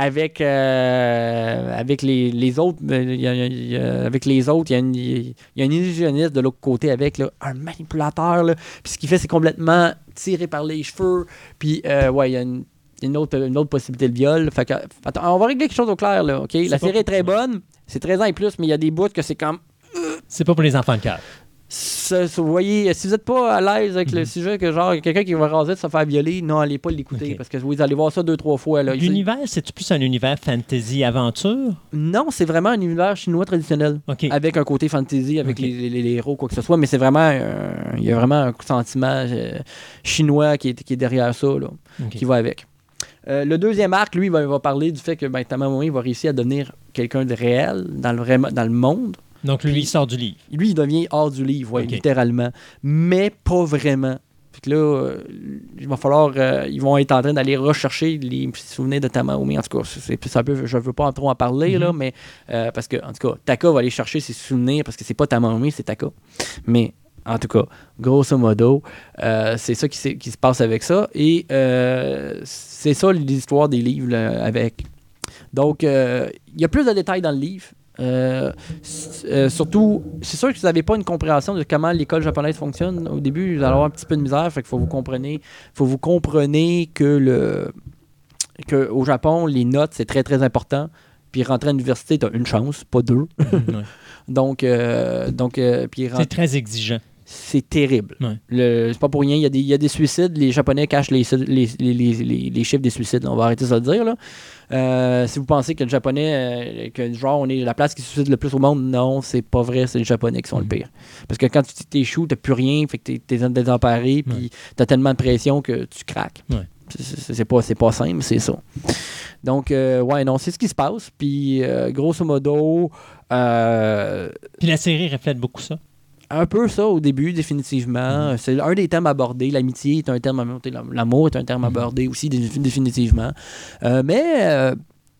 autres. Avec les autres, il y a un illusionniste de l'autre côté avec là, un manipulateur. Là. Puis ce qu'il fait, c'est complètement tiré par les cheveux. Puis, ouais, il y a une autre possibilité de viol. Fait que, on va régler quelque chose au clair. Là, OK? La série est très bonne. C'est 13 ans et plus, mais il y a des bouts que c'est comme... C'est pas pour les enfants de cœur. Vous voyez, si vous n'êtes pas à l'aise avec le sujet, que genre quelqu'un qui va raser de se faire violer, non, allez pas l'écouter, Okay. parce que vous allez voir ça 2-3 fois. Là. L'univers, c'est-tu plus un univers fantasy-aventure? Non, c'est vraiment un univers chinois traditionnel, Okay. avec un côté fantasy, avec Okay. les héros, quoi que ce soit, mais c'est vraiment, il y a vraiment un sentiment chinois qui est derrière ça, là, Okay. qui va avec. Le deuxième arc, lui, va parler du fait que Tamamori va réussir à devenir quelqu'un de réel dans le monde. Donc, lui, il sort du livre. Lui, il devient hors du livre, ouais, Okay. littéralement. Mais pas vraiment. Fait que là, il va falloir... ils vont être en train d'aller rechercher les souvenirs de Tamamori. En tout cas, c'est un peu, je ne veux pas trop en parler, là, mais... parce que, en tout cas, Taka va aller chercher ses souvenirs parce que c'est pas Tamamori, c'est Taka. Mais, en tout cas, grosso modo, c'est ça qui se passe avec ça. Et c'est ça l'histoire des livres là, avec. Donc, il y a plus de détails dans le livre. Surtout, c'est sûr que vous n'avez pas une compréhension de comment l'école japonaise fonctionne. Au début, vous allez avoir un petit peu de misère, fait qu'il faut vous comprenez que au Japon, les notes, c'est très, très important. Puis rentrer à l'université, tu as une chance, pas deux. Ouais. donc puis C'est très exigeant. c'est terrible. Ouais. C'est pas pour rien. Il y a des suicides. Les Japonais cachent les chiffres des suicides. On va arrêter ça de dire. Là. Si vous pensez que le Japonais, que genre, on est la place qui se suicide le plus au monde, non, c'est pas vrai. C'est les Japonais qui sont le pire. Parce que quand tu t'échoues, t'as plus rien, fait que t'es désemparé, puis t'as tellement de pression que tu craques. Ouais. C'est pas simple, c'est ça. Donc, ouais, non, c'est ce qui se passe. Puis, grosso modo... Puis la série reflète beaucoup ça. Un peu ça au début, définitivement. C'est un des thèmes abordés. L'amitié est un terme abordé. L'amour est un terme abordé aussi, définitivement. Mais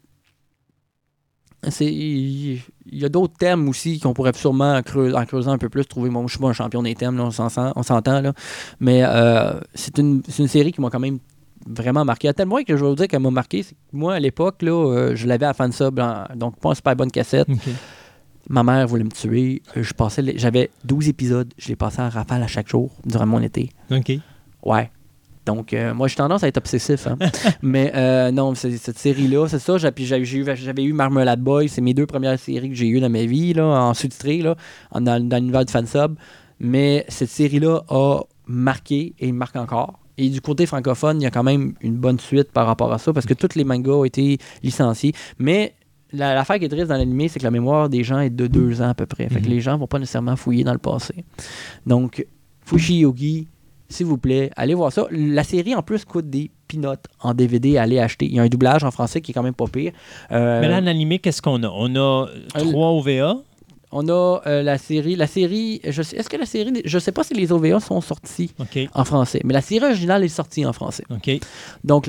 il y a d'autres thèmes aussi qu'on pourrait sûrement, en creusant un peu plus, trouver. Moi, je suis pas un champion des thèmes, là, on s'entend. Là. Mais c'est une série qui m'a quand même vraiment marqué. À tel point que je vais vous dire qu'elle m'a marqué. C'est que moi, à l'époque, là, je l'avais à Fansub, donc pas une super bonne cassette. Okay. Ma mère voulait me tuer. J'avais 12 épisodes. Je les passais en rafale à chaque jour durant mon été. OK. Ouais. Donc, moi, j'ai tendance à être obsessif. Hein. Mais non, cette série-là, c'est ça. J'avais eu Marmalade Boy. C'est mes 2 premières séries que j'ai eues dans ma vie, là, en sous-titré, là, dans l'univers de Fansub. Mais cette série-là a marqué et marque encore. Et du côté francophone, il y a quand même une bonne suite par rapport à ça parce que tous les mangas ont été licenciés. Mais l'affaire qui est triste dans l'animé, c'est que la mémoire des gens est de 2 ans à peu près. Fait que les gens ne vont pas nécessairement fouiller dans le passé. Donc, Fushi-Yogi, s'il vous plaît, allez voir ça. La série, en plus, coûte des peanuts en DVD à aller acheter. Il y a un doublage en français qui est quand même pas pire. Mais là, en animé, qu'est-ce qu'on a? On a 3 OVA. On a la série, est-ce que la série, je sais pas si les OVA sont sortis en français, mais la série originale est sortie en français. OK. Donc,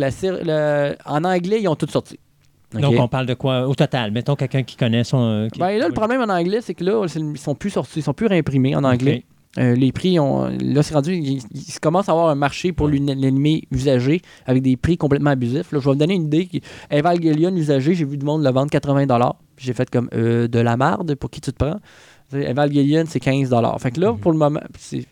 en anglais, ils ont toutes sorti. Okay. Donc, on parle de quoi au total? Mettons quelqu'un qui connaît son... Ben là, le problème en anglais, c'est que là, ils sont plus sortis, ils sont plus réimprimés en anglais. Les prix, là, c'est rendu, il commence à avoir un marché pour l'animé usagé avec des prix complètement abusifs. Là, je vais vous donner une idée. Evangelion usagé, j'ai vu du monde le vendre 80$. J'ai fait comme de la marde, pour qui tu te prends? Evangelion, c'est 15$. Fait que là, pour le moment, c'est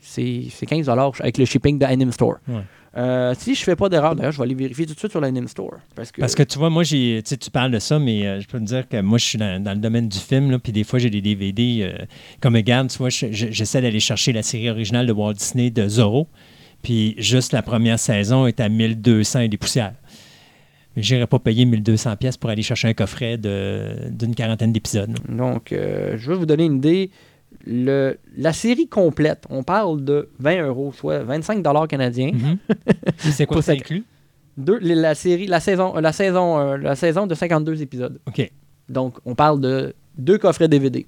15$ avec le shipping de Anime Store. Ouais. Si je fais pas d'erreur, d'ailleurs, je vais aller vérifier tout de suite sur l'Anime Store. Parce que tu vois, moi, tu parles de ça, mais je peux te dire que moi, je suis dans le domaine du film, là, puis des fois, j'ai des DVD. Comme regarde, tu vois, j'essaie d'aller chercher la série originale de Walt Disney de Zorro, puis juste la première saison est à 1200 et des poussières. Mais je n'irais pas payer 1200$ pour aller chercher un coffret d'une 40aine d'épisodes. Donc, je vais vous donner une idée. La série complète, on parle de 20 €, soit 25 $ canadiens. C'est quoi ça inclut? La saison de 52 épisodes. OK. Donc, on parle de 2 coffrets DVD.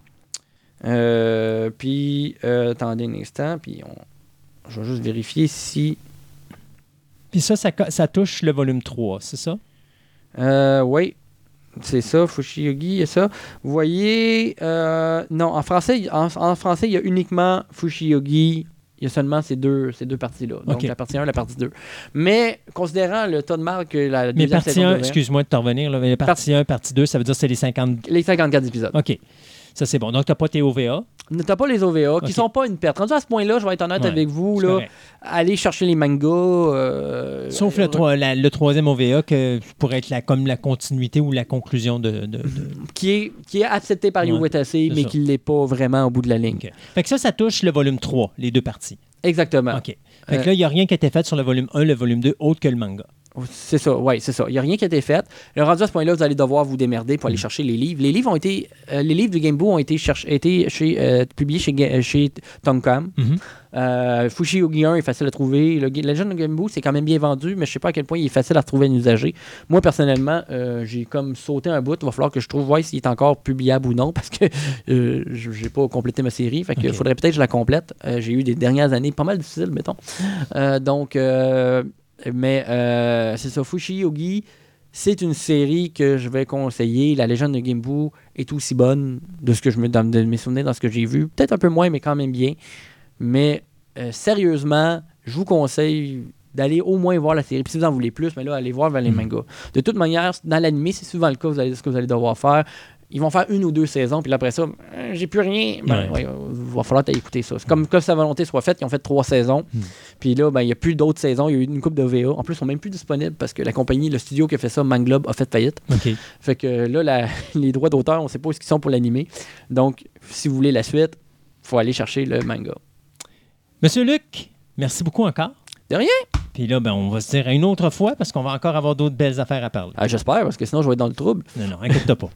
Puis, attendez un instant, puis je vais juste vérifier si... Puis ça touche le volume 3, c'est ça? Oui, c'est ça, Fushigi et ça. Vous voyez, non, en français, il y a uniquement Fushigi. Il y a seulement ces deux parties-là. Donc, la partie 1 et la partie 2. Mais, considérant le tas de marques que la deuxième partie saison 1, excuse-moi de t'en revenir, là, mais partie 1, partie 2, ça veut dire que c'est les 54 épisodes. OK. Ça, c'est bon. Donc, tu n'as pas tes OVA. Tu n'as pas les OVA, qui ne sont pas une perte. Rendu à ce point-là, je vais être honnête avec vous, là, allez chercher les mangas. Sauf le troisième OVA, que pourrait être comme la continuité ou la conclusion de... Qui est accepté par USAC, mais qui ne l'est pas vraiment au bout de la ligne. Okay. Fait que ça touche le volume 3, les 2 parties. Exactement. OK. Fait que là, il n'y a rien qui a été fait sur le volume 1, le volume 2, autre que le manga. C'est ça, oui, c'est ça. Il n'y a rien qui a été fait. Le rendu à ce point-là, vous allez devoir vous démerder pour aller chercher les livres. Les livres les livres du Game Boy ont été publiés chez Tonkam. Fushigi 1 est facile à trouver. Le jeune Game Boy, c'est quand même bien vendu, mais je ne sais pas à quel point il est facile à retrouver un usager. Moi, personnellement, j'ai comme sauté un bout. Il va falloir que je trouve s'il est encore publiable ou non, parce que je n'ai pas complété ma série. Fait que faudrait peut-être que je la complète. J'ai eu des dernières années pas mal difficiles, mettons. Mais c'est ça, Fushigi, c'est une série que je vais conseiller. La légende de Gimbu est aussi bonne de ce que de mes souvenirs dans ce que j'ai vu. Peut-être un peu moins, mais quand même bien. Mais sérieusement, je vous conseille d'aller au moins voir la série. Puis si vous en voulez plus, mais là, allez voir vers les mangas. De toute manière, dans l'anime, c'est souvent le cas, ce que vous allez devoir faire. Ils vont faire 1 ou 2 saisons, puis après ça, j'ai plus rien. Il va falloir écouter ça. C'est comme que sa volonté soit faite. Ils ont fait 3 saisons. Puis là, il n'y a plus d'autres saisons. Il y a eu une couple de VA. En plus, ils sont même plus disponibles parce que la compagnie, le studio qui a fait ça, Manglobe, a fait faillite. Fait que là, les droits d'auteur, on ne sait pas où ils sont pour l'animer. Donc, si vous voulez la suite, il faut aller chercher le manga. Monsieur Luc, merci beaucoup encore. De rien. Puis là, on va se dire à une autre fois parce qu'on va encore avoir d'autres belles affaires à parler. J'espère, parce que sinon, je vais être dans le trouble. Non, inquiète-toi pas.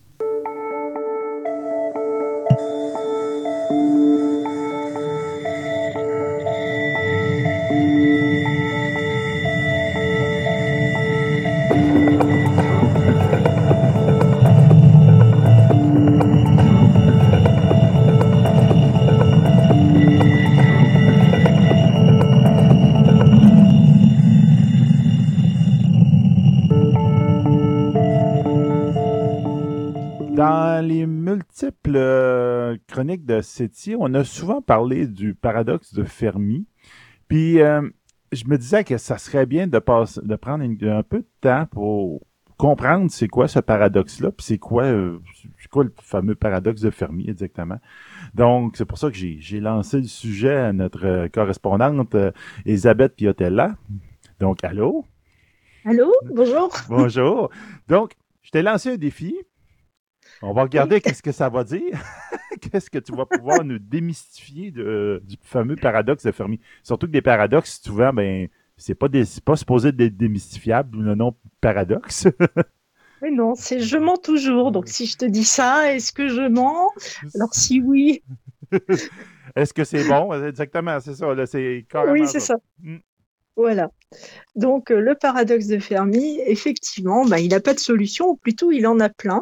Dans les multiples chroniques de SETI, on a souvent parlé du paradoxe de Fermi. Puis, je me disais que ça serait bien de prendre un peu de temps pour comprendre c'est quoi ce paradoxe-là, puis c'est quoi le fameux paradoxe de Fermi exactement. Donc, c'est pour ça que j'ai lancé le sujet à notre correspondante Elisabeth Piotella. Donc, allô? Allô? Bonjour. Bonjour. Donc, je t'ai lancé un défi. On va regarder qu'est-ce que ça va dire. Qu'est-ce que tu vas pouvoir nous démystifier du fameux paradoxe de Fermi. Surtout que des paradoxes, souvent, c'est pas supposé être démystifiable, le nom paradoxe. Mais non, c'est je mens toujours. Donc, si je te dis ça, est-ce que je mens? Alors, si oui. Est-ce que c'est bon? Exactement, c'est ça. Là, c'est carrément oui, c'est ça. Voilà. Donc, le paradoxe de Fermi, effectivement, il n'a pas de solution, ou plutôt, il en a plein.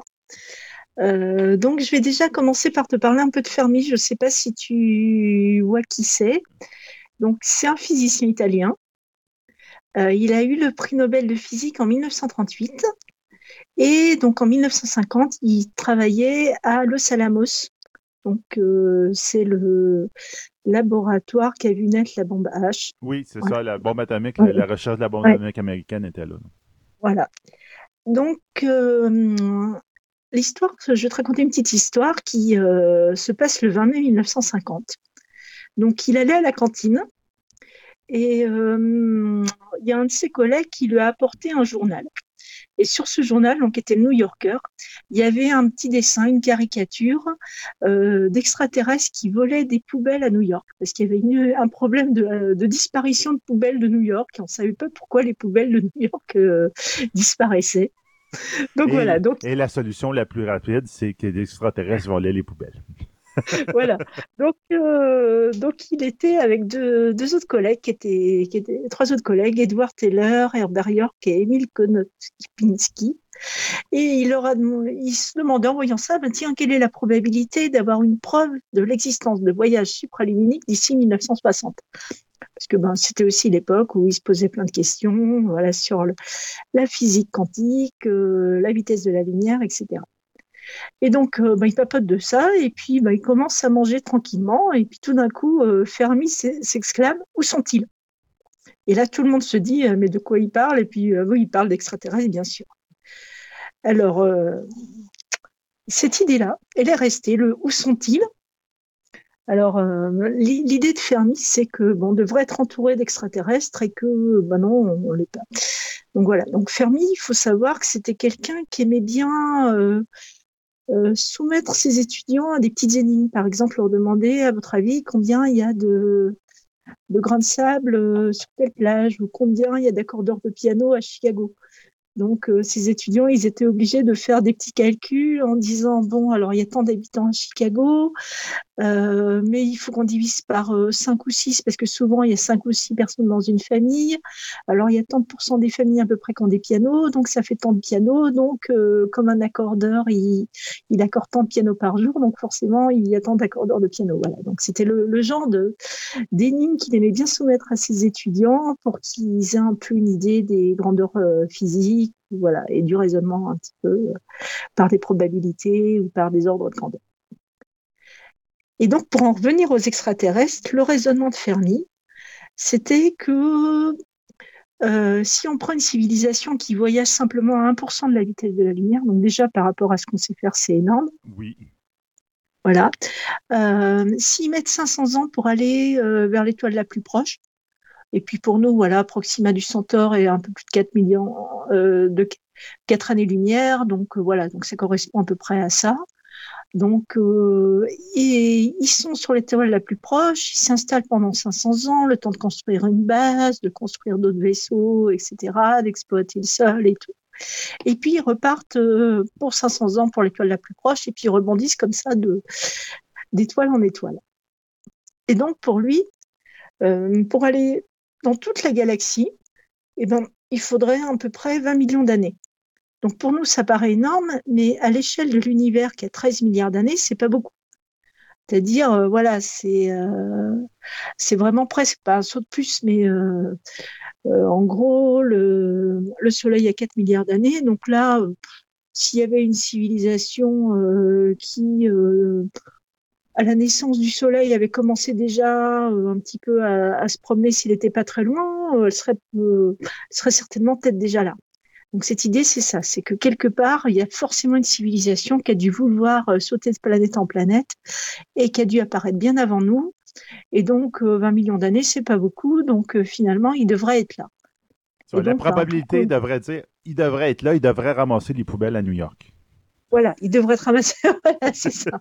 Donc, je vais déjà commencer par te parler un peu de Fermi. Je ne sais pas si tu vois qui c'est. Donc, c'est un physicien italien. Il a eu le prix Nobel de physique en 1938. Et donc, en 1950, il travaillait à Los Alamos. Donc, c'est le laboratoire qui a vu naître la bombe H. Oui, c'est ça, la bombe atomique. La recherche de la bombe atomique américaine était là. Voilà. Donc, l'histoire, je vais te raconter une petite histoire qui se passe le 20 mai 1950. Donc, il allait à la cantine et il y a un de ses collègues qui lui a apporté un journal. Et sur ce journal, donc, qui était le New Yorker, il y avait un petit dessin, une caricature d'extraterrestres qui volaient des poubelles à New York. Parce qu'il y avait un problème de disparition de poubelles de New York. Et on ne savait pas pourquoi les poubelles de New York disparaissaient. Donc, voilà. Et la solution la plus rapide, c'est que les extraterrestres volaient les poubelles. Voilà. Donc, il était avec deux autres collègues trois autres collègues, Edward Taylor, Herbert York et Emil Konopinski. Et il se demandait en voyant ça, tiens, quelle est la probabilité d'avoir une preuve de l'existence de voyages supraluminiques d'ici 1960? Parce que c'était aussi l'époque où il se posait plein de questions, voilà, sur la physique quantique, la vitesse de la lumière, etc. Et donc, il papote de ça, et puis il commence à manger tranquillement, et puis tout d'un coup, Fermi s'exclame, où sont-ils? Et là, tout le monde se dit, mais de quoi il parle? Et puis, oui, il parle d'extraterrestres, bien sûr. Alors, cette idée-là, elle est restée, le où sont-ils? Alors, l'idée de Fermi, c'est que on devrait être entouré d'extraterrestres et que, non, on l'est pas. Donc voilà. Donc Fermi, il faut savoir que c'était quelqu'un qui aimait bien soumettre ses étudiants à des petites énigmes. Par exemple, leur demander, à votre avis, combien il y a de grains de sable sur telle plage, ou combien il y a d'accordeurs de piano à Chicago. Donc, ces étudiants, ils étaient obligés de faire des petits calculs en disant, bon, alors il y a tant d'habitants à Chicago, mais il faut qu'on divise par 5 ou 6, parce que souvent, il y a 5 ou 6 personnes dans une famille. Alors, il y a tant de pourcents des familles à peu près qui ont des pianos, donc ça fait tant de pianos. Donc, comme un accordeur, il accorde tant de pianos par jour, donc forcément, il y a tant d'accordeurs de piano. Voilà. Donc, c'était le genre d'énigmes qu'il aimait bien soumettre à ses étudiants pour qu'ils aient un peu une idée des grandeurs physiques, voilà, et du raisonnement un petit peu par des probabilités ou par des ordres de grandeur. Et donc, pour en revenir aux extraterrestres, le raisonnement de Fermi, c'était que si on prend une civilisation qui voyage simplement à 1% de la vitesse de la lumière, donc déjà par rapport à ce qu'on sait faire, c'est énorme. Oui. Voilà. S'ils mettent 500 ans pour aller vers l'étoile la plus proche, et puis pour nous, voilà, Proxima du Centaure est un peu plus de 4 millions de 4 années-lumière, donc voilà, donc ça correspond à peu près à ça. Donc, et ils sont sur l'étoile la plus proche, ils s'installent pendant 500 ans, le temps de construire une base, de construire d'autres vaisseaux, etc., d'exploiter le sol et tout. Et puis, ils repartent pour 500 ans pour l'étoile la plus proche, et puis ils rebondissent comme ça d'étoile en étoile. Et donc, pour lui, pour aller dans toute la galaxie, il faudrait à peu près 20 millions d'années. Donc pour nous, ça paraît énorme, mais à l'échelle de l'univers qui a 13 milliards d'années, c'est pas beaucoup. C'est-à-dire, voilà, c'est vraiment presque pas un saut de plus, mais en gros, le Soleil a 4 milliards d'années. Donc là, s'il y avait une civilisation qui, à la naissance du Soleil, avait commencé déjà un petit peu à se promener s'il n'était pas très loin, elle serait certainement peut-être déjà là. Donc cette idée, c'est ça, c'est que quelque part, il y a forcément une civilisation qui a dû vouloir sauter de planète en planète et qui a dû apparaître bien avant nous. Et donc 20 millions d'années, c'est pas beaucoup, donc finalement, il devrait être là. La probabilité devrait dire, il devrait être là, il devrait ramasser les poubelles à New York. Voilà, il devrait être ramassé, voilà, c'est ça.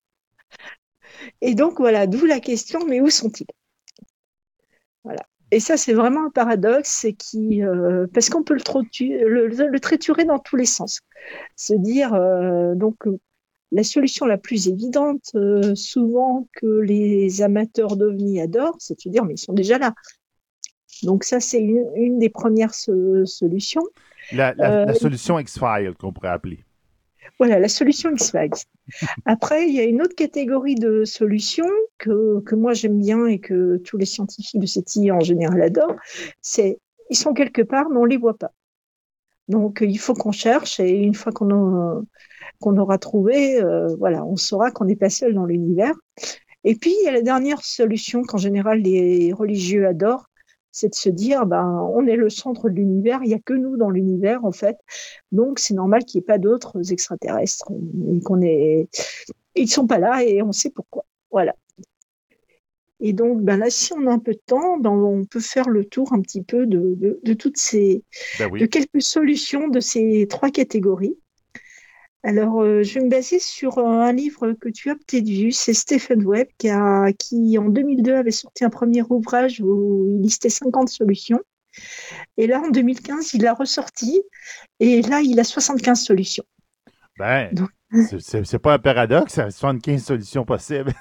Et donc voilà, d'où la question, mais où sont-ils? Voilà. Et ça, c'est vraiment un paradoxe, parce qu'on peut le triturer dans tous les sens. Se dire, donc, la solution la plus évidente, souvent que les amateurs d'OVNI adorent, c'est de se dire, mais ils sont déjà là. Donc ça, c'est une des premières solutions. La solution X-Files qu'on pourrait appeler. Voilà, la solution X-Files. Après, il y a une autre catégorie de solutions que moi j'aime bien et que tous les scientifiques de CETI en général adorent, c'est ils sont quelque part, mais on les voit pas. Donc il faut qu'on cherche, et une fois qu'on aura trouvé, voilà, on saura qu'on n'est pas seul dans l'univers. Et puis il y a la dernière solution qu'en général les religieux adorent, c'est de se dire, on est le centre de l'univers, il n'y a que nous dans l'univers, en fait. Donc, c'est normal qu'il n'y ait pas d'autres extraterrestres. Et ils ne sont pas là et on sait pourquoi. Voilà. Et donc, là, si on a un peu de temps, on peut faire le tour un petit peu de toutes ces... de quelques solutions de ces trois catégories. Alors, je vais me baser sur un livre que tu as peut-être vu, c'est Stephen Webb qui, en 2002, avait sorti un premier ouvrage où il listait 50 solutions. Et là, en 2015, il l'a ressorti, et là, il a 75 solutions. Ben, Donc- c'est pas un paradoxe, il y a 75 solutions possibles.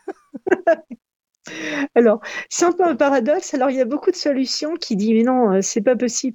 Alors, c'est un peu un paradoxe. Alors, il y a beaucoup de solutions qui disent, mais non, c'est pas possible.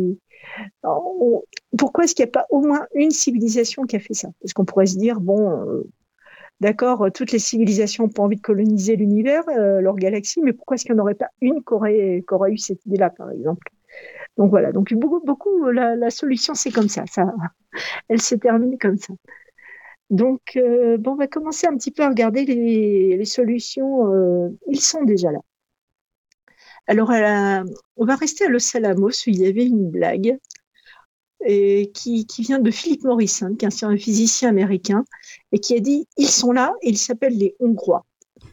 Pourquoi est-ce qu'il n'y a pas au moins une civilisation qui a fait ça? Parce qu'on pourrait se dire, bon, d'accord, toutes les civilisations n'ont pas envie de coloniser l'univers, leur galaxie, mais pourquoi est-ce qu'il n'y en aurait pas une qui aurait eu cette idée-là, par exemple? Donc voilà, donc beaucoup, la solution, c'est comme ça, elle se termine comme ça. Donc, bon, on va commencer un petit peu à regarder les solutions. Ils sont déjà là. Alors, on va rester à Los Alamos où il y avait une blague et qui vient de Philip Morrison, qui est un physicien américain, et qui a dit « Ils sont là et ils s'appellent les Hongrois ».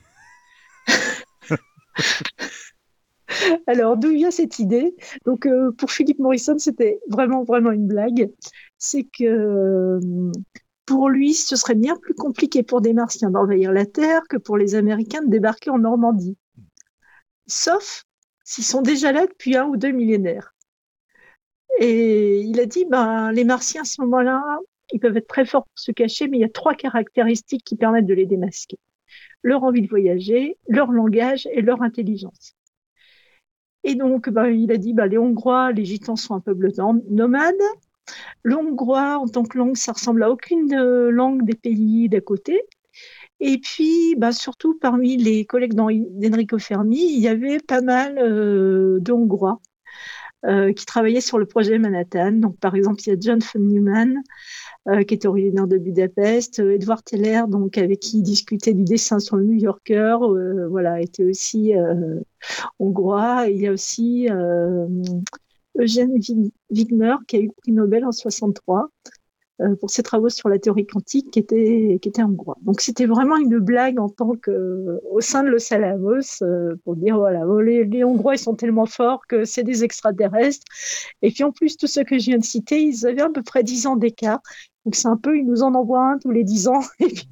Alors, d'où vient cette idée? Donc, pour Philip Morrison, c'était vraiment, vraiment une blague. C'est que pour lui, ce serait bien plus compliqué pour des Martiens d'envahir la Terre que pour les Américains de débarquer en Normandie. Sauf s'ils sont déjà là depuis 1 ou 2 millénaires. Et il a dit, les Martiens, à ce moment-là, ils peuvent être très forts pour se cacher, mais il y a 3 caractéristiques qui permettent de les démasquer. Leur envie de voyager, leur langage et leur intelligence. Et donc, il a dit, les Hongrois, les Gitans sont un peuple nomade. Le hongrois, en tant que langue, ça ressemble à aucune langue des pays d'à côté. Et puis, surtout, parmi les collègues d'Enrico Fermi, il y avait pas mal de Hongrois qui travaillaient sur le projet Manhattan. Donc, par exemple, il y a John von Neumann, qui était originaire de Budapest, Edward Teller, donc, avec qui il discutait du dessin sur le New Yorker, était aussi hongrois. Il y a aussi Eugène Wigner, qui a eu le prix Nobel en 63 pour ses travaux sur la théorie quantique, qui était hongrois. Donc c'était vraiment une blague au sein de Los Alamos, pour dire voilà, les Hongrois ils sont tellement forts que c'est des extraterrestres. Et puis en plus, tous ceux que je viens de citer, ils avaient à peu près 10 ans d'écart. Donc c'est un peu, ils nous en envoient un tous les 10 ans. Et puis...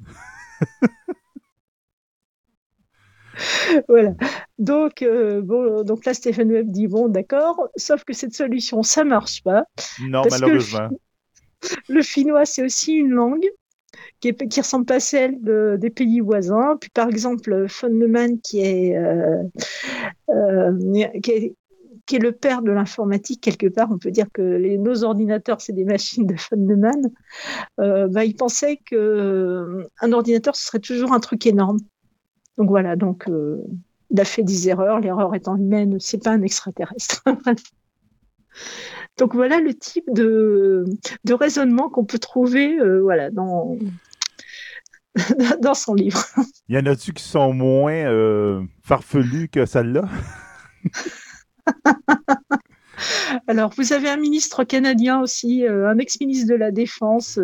Voilà. Donc là, Stephen Webb dit bon, d'accord, sauf que cette solution, ça marche pas. Non, malheureusement. Le finnois, c'est aussi une langue qui ressemble pas à celle des pays voisins. Puis par exemple, von Neumann, qui est le père de l'informatique quelque part, on peut dire que nos ordinateurs, c'est des machines de von Neumann. Il pensait qu'un ordinateur, ce serait toujours un truc énorme. Donc voilà, il a fait des erreurs, l'erreur étant humaine, c'est pas un extraterrestre. Donc voilà le type de raisonnement qu'on peut trouver dans son livre. Il y en a-tu qui sont moins farfelus que celle-là? Alors, vous avez un ministre canadien aussi, un ex-ministre de la Défense,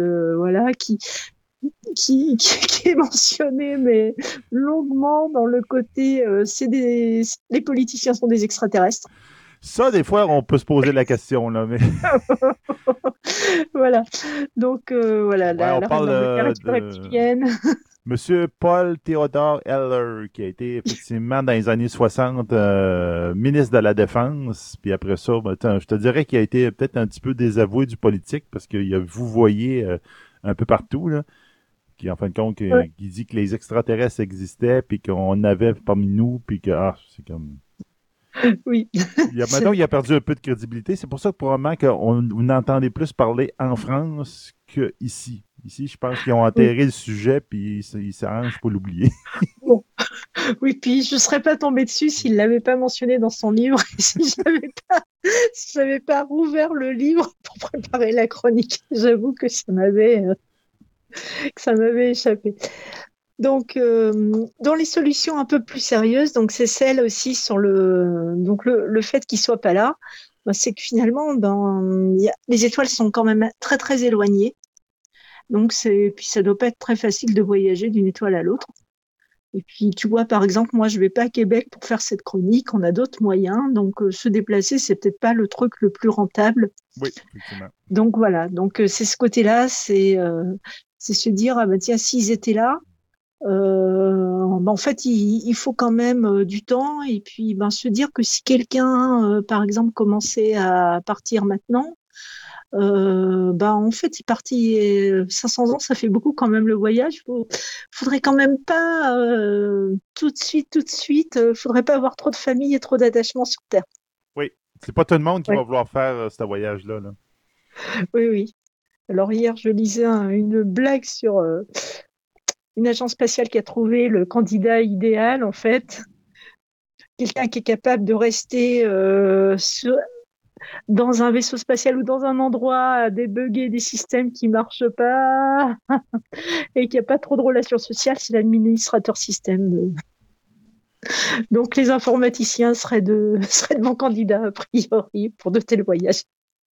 qui est mentionné, mais longuement dans le côté les politiciens sont des extraterrestres. Ça, des fois, on peut se poser la question, là, mais... Voilà. Donc, la parle reptilienne. Monsieur Paul Theodore Heller, qui a été effectivement dans les années 60 ministre de la Défense, puis après ça, je te dirais qu'il a été peut-être un petit peu désavoué du politique, parce qu'il a vouvoyé un peu partout, là, qui en fin de compte, qui dit que les extraterrestres existaient, puis qu'on avait parmi nous, puis que, c'est comme... Oui. Maintenant, il a perdu un peu de crédibilité. C'est pour ça que probablement vous entendez plus parler en France qu'ici. Ici, je pense qu'ils ont enterré le sujet, puis ils s'arrangent pour l'oublier. Bon. Oui, puis je ne serais pas tombée dessus s'il ne l'avait pas mentionné dans son livre, et si je n'avais pas rouvert le livre pour préparer la chronique. J'avoue que ça m'avait échappé. Donc, dans les solutions un peu plus sérieuses, donc c'est celle aussi sur le fait qu'il soit pas là, c'est que finalement, les étoiles sont quand même très très éloignées. Donc puis ça doit pas être très facile de voyager d'une étoile à l'autre. Et puis tu vois, par exemple, moi je vais pas à Québec pour faire cette chronique, on a d'autres moyens, donc se déplacer c'est peut-être pas le truc le plus rentable. Oui, effectivement. Donc voilà, donc c'est ce côté-là, c'est se dire tiens, s'ils étaient là. En fait, il faut quand même du temps et puis se dire que si quelqu'un, par exemple, commençait à partir maintenant, En fait, il est parti 500 ans, ça fait beaucoup quand même le voyage. Faudrait quand même pas tout de suite. Faudrait pas avoir trop de famille et trop d'attachement sur Terre. Oui, c'est pas tout le monde qui Ouais. va vouloir faire ce voyage-là. Là. Oui, oui. Alors hier, je lisais une blague sur une agence spatiale qui a trouvé le candidat idéal, en fait. Quelqu'un qui est capable de rester dans un vaisseau spatial ou dans un endroit à débugger des systèmes qui marchent pas et qui a pas trop de relations sociales, c'est l'administrateur système. Donc les informaticiens seraient de bons candidats a priori pour de tels voyages,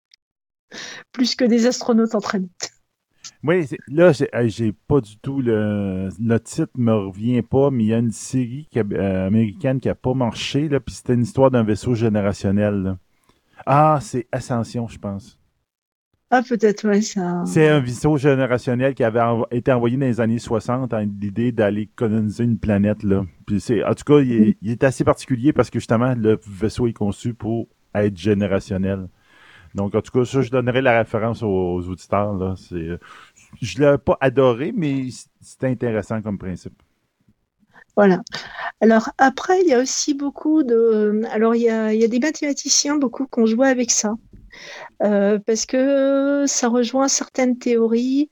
plus que des astronautes entraînés. Oui, là, j'ai pas du tout le titre me revient pas, mais il y a une série américaine qui a pas marché, là, puis c'était une histoire d'un vaisseau générationnel. Là. Ah, c'est Ascension, je pense. Ah, peut-être, ouais, ça. C'est un vaisseau générationnel qui avait été envoyé dans les années 60 avec l'idée d'aller coloniser une planète, là. Puis en tout cas, il est assez particulier parce que justement, le vaisseau est conçu pour être générationnel. Donc, en tout cas, ça, je donnerai la référence aux auditeurs, là. Je l'ai pas adoré, mais c'est intéressant comme principe. Voilà. Alors après, il y a aussi beaucoup de. Alors il y a des mathématiciens beaucoup qui ont joué avec ça. Parce que ça rejoint certaines théories.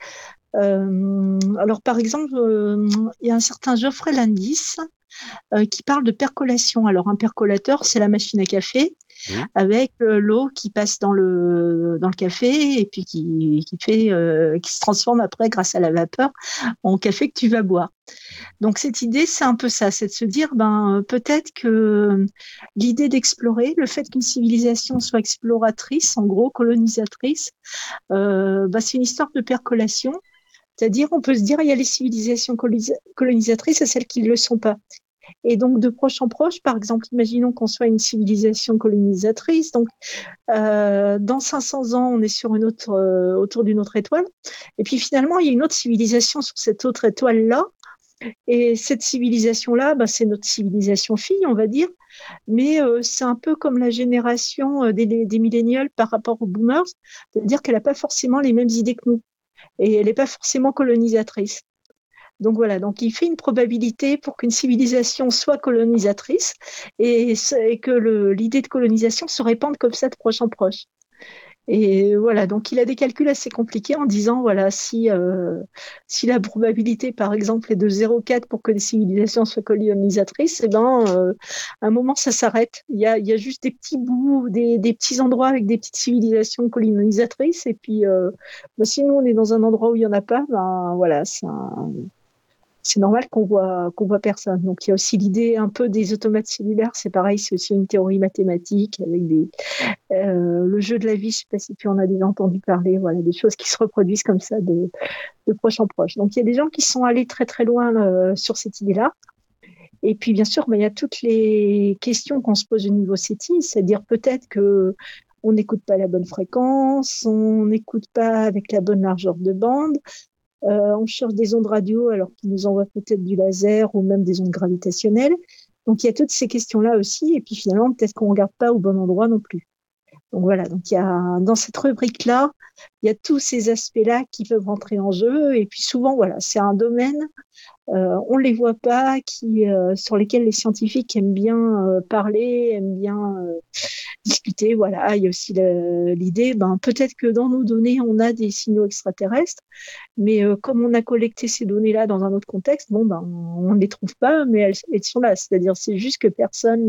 Alors par exemple, il y a un certain Geoffrey Landis qui parle de percolation. Alors un percolateur, c'est la machine à café avec l'eau qui passe dans le café et puis qui se transforme après grâce à la vapeur en café que tu vas boire. Donc cette idée, c'est un peu ça, c'est de se dire, peut-être que l'idée d'explorer, le fait qu'une civilisation soit exploratrice, en gros colonisatrice, c'est une histoire de percolation. C'est-à-dire, on peut se dire, il y a les civilisations colonisatrices et celles qui ne le sont pas. Et donc, de proche en proche, par exemple, imaginons qu'on soit une civilisation colonisatrice. Donc, dans 500 ans, on est sur autour d'une autre étoile. Et puis, finalement, il y a une autre civilisation sur cette autre étoile-là. Et cette civilisation-là, c'est notre civilisation fille, on va dire. Mais c'est un peu comme la génération des millénials par rapport aux boomers. C'est-à-dire qu'elle n'a pas forcément les mêmes idées que nous. Et elle n'est pas forcément colonisatrice. Donc voilà, donc il fait une probabilité pour qu'une civilisation soit colonisatrice et que l'idée de colonisation se répande comme ça de proche en proche. Et voilà, donc il a des calculs assez compliqués en disant, voilà, si la probabilité, par exemple, est de 0,4 pour que les civilisations soient colonisatrices, à un moment, ça s'arrête. Il y a juste des petits bouts, des petits endroits avec des petites civilisations colonisatrices. Et puis, si nous, on est dans un endroit où il n'y en a pas, voilà, c'est normal qu'on voit personne. Donc il y a aussi l'idée un peu des automates cellulaires, c'est pareil, c'est aussi une théorie mathématique avec le jeu de la vie, je ne sais pas si tu en as déjà entendu parler, voilà, des choses qui se reproduisent comme ça de proche en proche. Donc il y a des gens qui sont allés très très loin sur cette idée-là. Et puis bien sûr, il y a toutes les questions qu'on se pose au niveau SETI, c'est-à-dire peut-être que on n'écoute pas la bonne fréquence, on n'écoute pas avec la bonne largeur de bande. On cherche des ondes radio alors qu'ils nous envoient peut-être du laser ou même des ondes gravitationnelles. Donc il y a toutes ces questions-là aussi. Et puis finalement, peut-être qu'on ne regarde pas au bon endroit non plus. Donc voilà, donc il y a dans cette rubrique-là, il y a tous ces aspects-là qui peuvent rentrer en jeu. Et puis souvent, voilà, c'est un domaine, on ne les voit pas, sur lesquels les scientifiques aiment bien parler, aiment bien discuter. Voilà, il y a aussi l'idée, peut-être que dans nos données, on a des signaux extraterrestres, mais comme on a collecté ces données-là dans un autre contexte, on ne les trouve pas, mais elles sont là. C'est-à-dire, c'est juste que personne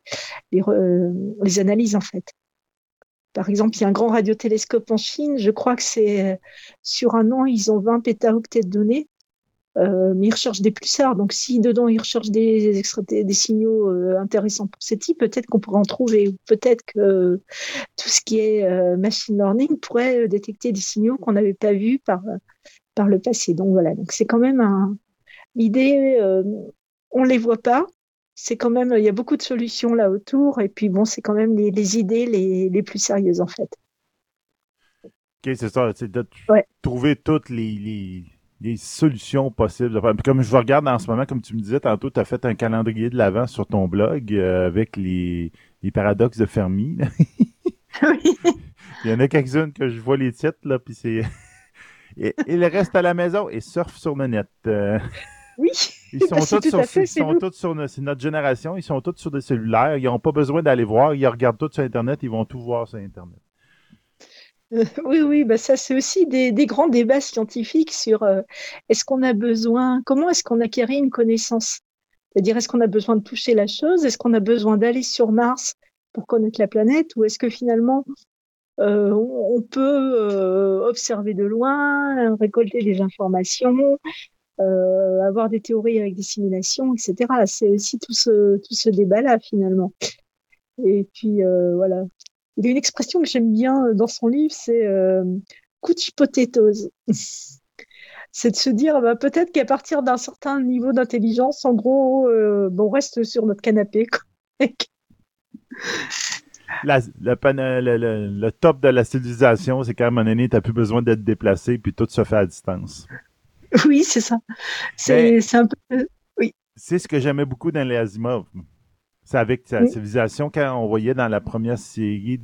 les analyse en fait. Par exemple, il y a un grand radiotélescope en Chine. Je crois que c'est sur un an, ils ont 20 pétaoctets de données. Mais ils recherchent des pulsars. Donc, si dedans, ils recherchent des signaux intéressants pour SETI, peut-être qu'on pourrait en trouver. Ou peut-être que tout ce qui est machine learning pourrait détecter des signaux qu'on n'avait pas vus par le passé. Donc, voilà. Donc, c'est quand même l'idée, on ne les voit pas. C'est quand même, il y a beaucoup de solutions là autour. Et puis, c'est quand même les idées les plus sérieuses, en fait. OK, c'est ça. C'est de trouver toutes les solutions possibles. Comme je regarde en ce moment, comme tu me disais tantôt, tu as fait un calendrier de l'Avent sur ton blog avec les paradoxes de Fermi. Oui. Il y en a quelques-unes que je vois les titres, là, puis c'est... Ils restent à la maison et surfent sur le net. Oui, Ils sont c'est tous tout à fait, c'est nous. c'est notre génération, ils sont tous sur des cellulaires, ils n'ont pas besoin d'aller voir, ils regardent tout sur Internet, ils vont tout voir sur Internet. Oui, bah ça c'est aussi des grands débats scientifiques sur est-ce qu'on a besoin, comment est-ce qu'on acquérit une connaissance? C'est-à-dire, est-ce qu'on a besoin de toucher la chose? Est-ce qu'on a besoin d'aller sur Mars pour connaître la planète? Ou est-ce que finalement, on peut observer de loin, récolter des informations, avoir des théories avec des simulations, etc. C'est aussi tout ce débat-là, finalement. Et puis, voilà. Il y a une expression que j'aime bien dans son livre, c'est couch potatoes. C'est de se dire, bah, peut-être qu'à partir d'un certain niveau d'intelligence, en gros, on reste sur notre canapé. Le top de la civilisation, c'est qu'à un moment donné, tu n'as plus besoin d'être déplacé, puis tout se fait à distance. Oui, c'est ça. Mais C'est un peu... Oui. c'est ce que j'aimais beaucoup dans les Asimov. C'est avec la civilisation, quand on voyait dans la première série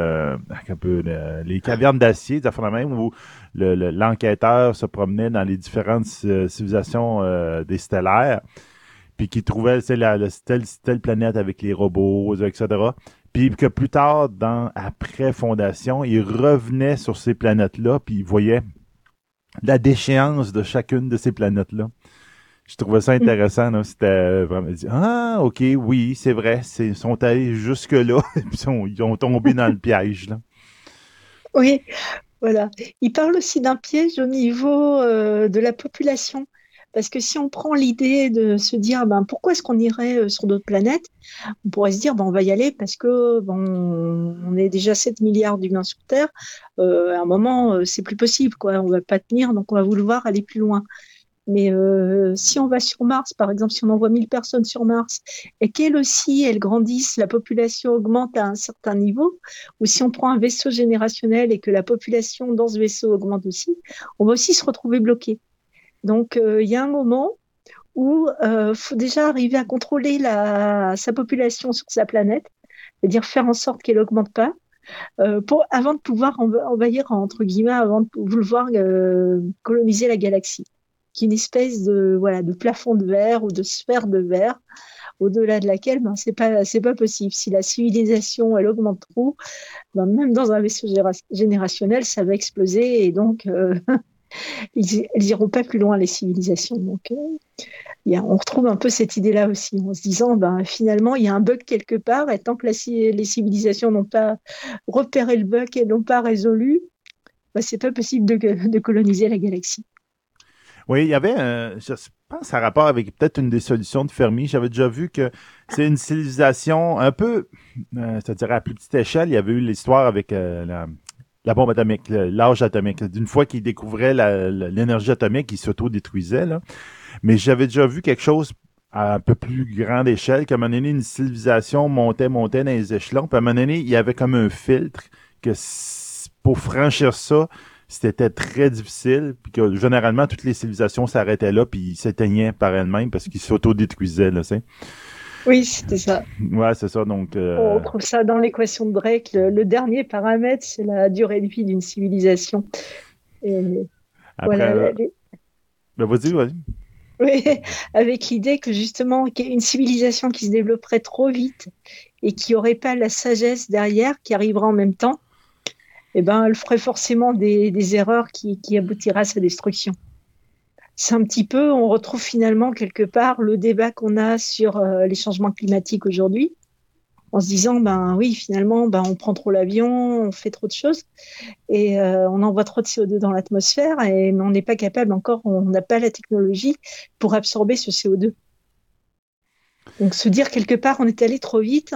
les cavernes d'acier, des affaires de même, où l'enquêteur se promenait dans les différentes civilisations des stellaires, puis qui trouvait telle planète avec les robots, etc. Puis que plus tard, après Fondation, il revenait sur ces planètes-là, puis il voyait la déchéance de chacune de ces planètes-là. Je trouvais ça intéressant. Là. C'était vraiment dit, ah, OK, oui, c'est vrai. Ils sont allés jusque-là, puis ils ont tombé dans le piège. Là. Oui, voilà. Il parle aussi d'un piège au niveau de la population. Parce que si on prend l'idée de se dire pourquoi est-ce qu'on irait sur d'autres planètes, on pourrait se dire on va y aller parce que on est déjà 7 milliards d'humains sur Terre. À un moment, c'est plus possible, quoi. On va pas tenir, donc on va vouloir aller plus loin. Mais si on va sur Mars, par exemple, si on envoie 1000 personnes sur Mars et qu'elles aussi, elles grandissent, la population augmente à un certain niveau, ou si on prend un vaisseau générationnel et que la population dans ce vaisseau augmente aussi, on va aussi se retrouver bloqué. Donc, il y a un moment où faut déjà arriver à contrôler sa population sur sa planète, c'est-à-dire faire en sorte qu'elle n'augmente pas, avant de pouvoir envahir, entre guillemets, avant de vouloir coloniser la galaxie, qui est une espèce de plafond de verre ou de sphère de verre, au-delà de laquelle c'est pas possible. Si la civilisation elle augmente trop, même dans un vaisseau générationnel, ça va exploser et donc elles iront pas plus loin, les civilisations. Donc, on retrouve un peu cette idée-là aussi, en se disant, finalement, il y a un bug quelque part, et tant que les civilisations n'ont pas repéré le bug et n'ont pas résolu, c'est pas possible de coloniser la galaxie. Oui, il y avait, je pense, un rapport avec peut-être une des solutions de Fermi. J'avais déjà vu que c'est une civilisation un peu, c'est-à-dire à plus petite échelle. Il y avait eu l'histoire avec la bombe atomique, l'âge atomique. D'une fois qu'ils découvraient l'énergie atomique, ils s'auto-détruisaient. Là. Mais j'avais déjà vu quelque chose à un peu plus grande échelle, qu'à un moment donné, une civilisation montait dans les échelons. Puis à un moment donné, il y avait comme un filtre que pour franchir ça, c'était très difficile. Puis que généralement, toutes les civilisations s'arrêtaient là, puis ils s'éteignaient par elles-mêmes parce qu'ils s'auto-détruisaient. Là, c'est. Oui, c'était ça. Ouais, c'est ça. Donc, on trouve ça dans l'équation de Drake. Le dernier paramètre, c'est la durée de vie d'une civilisation. Et après, voilà, vas-y. Oui, avec l'idée que justement, une civilisation qui se développerait trop vite et qui n'aurait pas la sagesse derrière, qui arrivera en même temps, elle ferait forcément des erreurs qui aboutiraient à sa destruction. C'est un petit peu, on retrouve finalement quelque part le débat qu'on a sur les changements climatiques aujourd'hui, en se disant, oui, finalement, on prend trop l'avion, on fait trop de choses, et on envoie trop de CO2 dans l'atmosphère, mais on n'est pas capable encore, on n'a pas la technologie pour absorber ce CO2. Donc se dire quelque part, on est allé trop vite,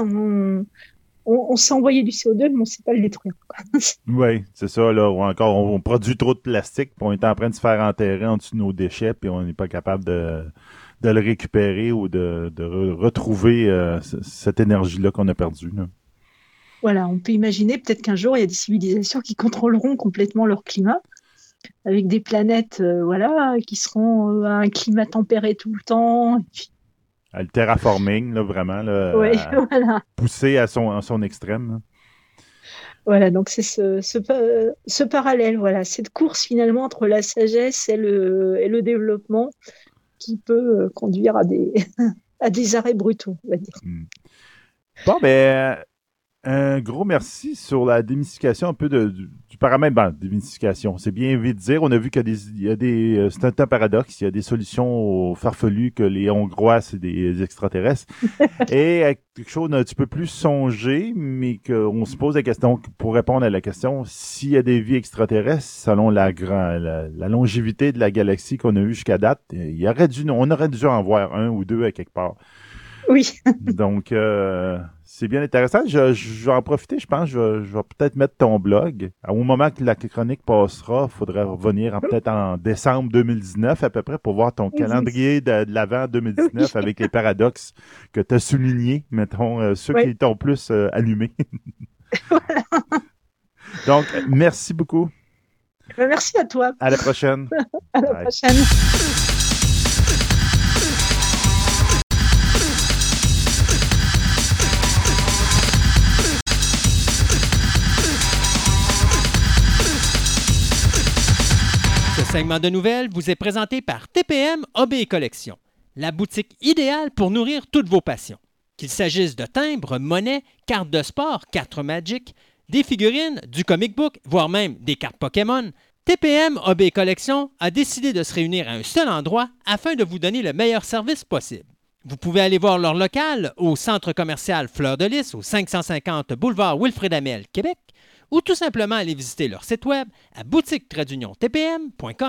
on s'est envoyé du CO2, mais on ne sait pas le détruire. Oui, c'est ça. Là, ou encore, on produit trop de plastique, puis on est en train de se faire enterrer en dessous de nos déchets, puis on n'est pas capable de le récupérer ou de retrouver cette énergie-là qu'on a perdue. Là. Voilà, on peut imaginer peut-être qu'un jour, il y a des civilisations qui contrôleront complètement leur climat, avec des planètes qui seront à un climat tempéré tout le temps. Et puis... Le terraforming, là, vraiment, là, oui, voilà. poussé à son extrême. Là. Voilà, donc c'est ce parallèle, voilà, cette course finalement entre la sagesse et le développement qui peut conduire à des, à des arrêts brutaux, on va dire. Bon, ben, un gros merci sur la démystification un peu du paramètre. Ben, démystification, c'est bien vite de dire. On a vu qu'il y a des c'est un paradoxe. Il y a des solutions farfelues que les Hongrois, c'est des extraterrestres. Et quelque chose d'un petit peu plus songé, mais qu'on se pose la question, pour répondre à la question, s'il y a des vies extraterrestres, selon la longévité de la galaxie qu'on a eue jusqu'à date, on aurait dû en voir un ou deux à quelque part. Oui. Donc, c'est bien intéressant. Je vais en profiter, je pense. Je vais peut-être mettre ton blog. Au moment que la chronique passera, il faudrait revenir peut-être en décembre 2019 à peu près pour voir ton calendrier de l'avant 2019 avec les paradoxes que tu as soulignés, mettons, ceux qui t'ont plus allumés. Voilà. Donc, merci beaucoup. Merci à toi. À la prochaine. À la prochaine. Ce segment de nouvelles vous est présenté par TPM Hobby et Collection, la boutique idéale pour nourrir toutes vos passions. Qu'il s'agisse de timbres, monnaies, cartes de sport, cartes Magic, des figurines, du comic book, voire même des cartes Pokémon, TPM Hobby et Collection a décidé de se réunir à un seul endroit afin de vous donner le meilleur service possible. Vous pouvez aller voir leur local au centre commercial Fleur de Lys au 550 boulevard Wilfrid Hamel, Québec, ou tout simplement aller visiter leur site web à boutique-tpm.com.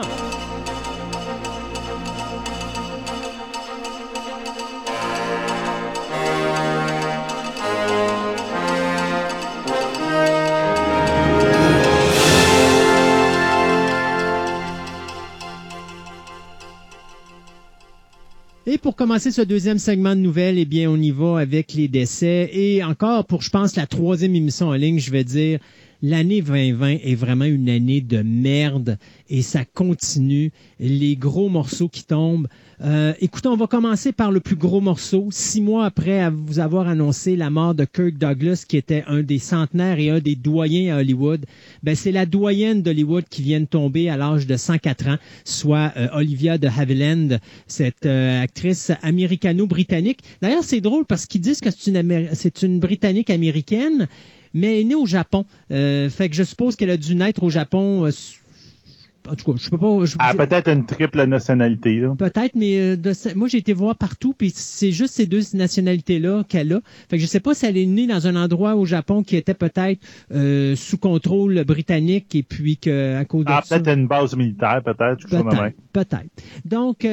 Et pour commencer ce deuxième segment de nouvelles, eh bien, on y va avec les décès. Et encore, pour, je pense, la troisième émission en ligne, je vais dire, l'année 2020 est vraiment une année de merde et ça continue. Les gros morceaux qui tombent. Écoutez, on va commencer par le plus gros morceau. 6 mois après vous avoir annoncé la mort de Kirk Douglas, qui était un des centenaires et un des doyens à Hollywood, ben c'est la doyenne d'Hollywood qui vient de tomber à l'âge de 104 ans, soit Olivia de Havilland, cette actrice américano-britannique. D'ailleurs, c'est drôle parce qu'ils disent que c'est une Britannique américaine, mais elle est née au Japon. Fait que je suppose qu'elle a dû naître au Japon. En tout cas, je peux pas. Peut-être une triple nationalité, là. Peut-être, mais moi j'ai été voir partout, puis c'est juste ces deux nationalités-là qu'elle a. Fait que je sais pas si elle est née dans un endroit au Japon qui était peut-être sous contrôle britannique, et puis qu'à cause de ça. Peut-être une base militaire, peut-être. Peut-être. Donc,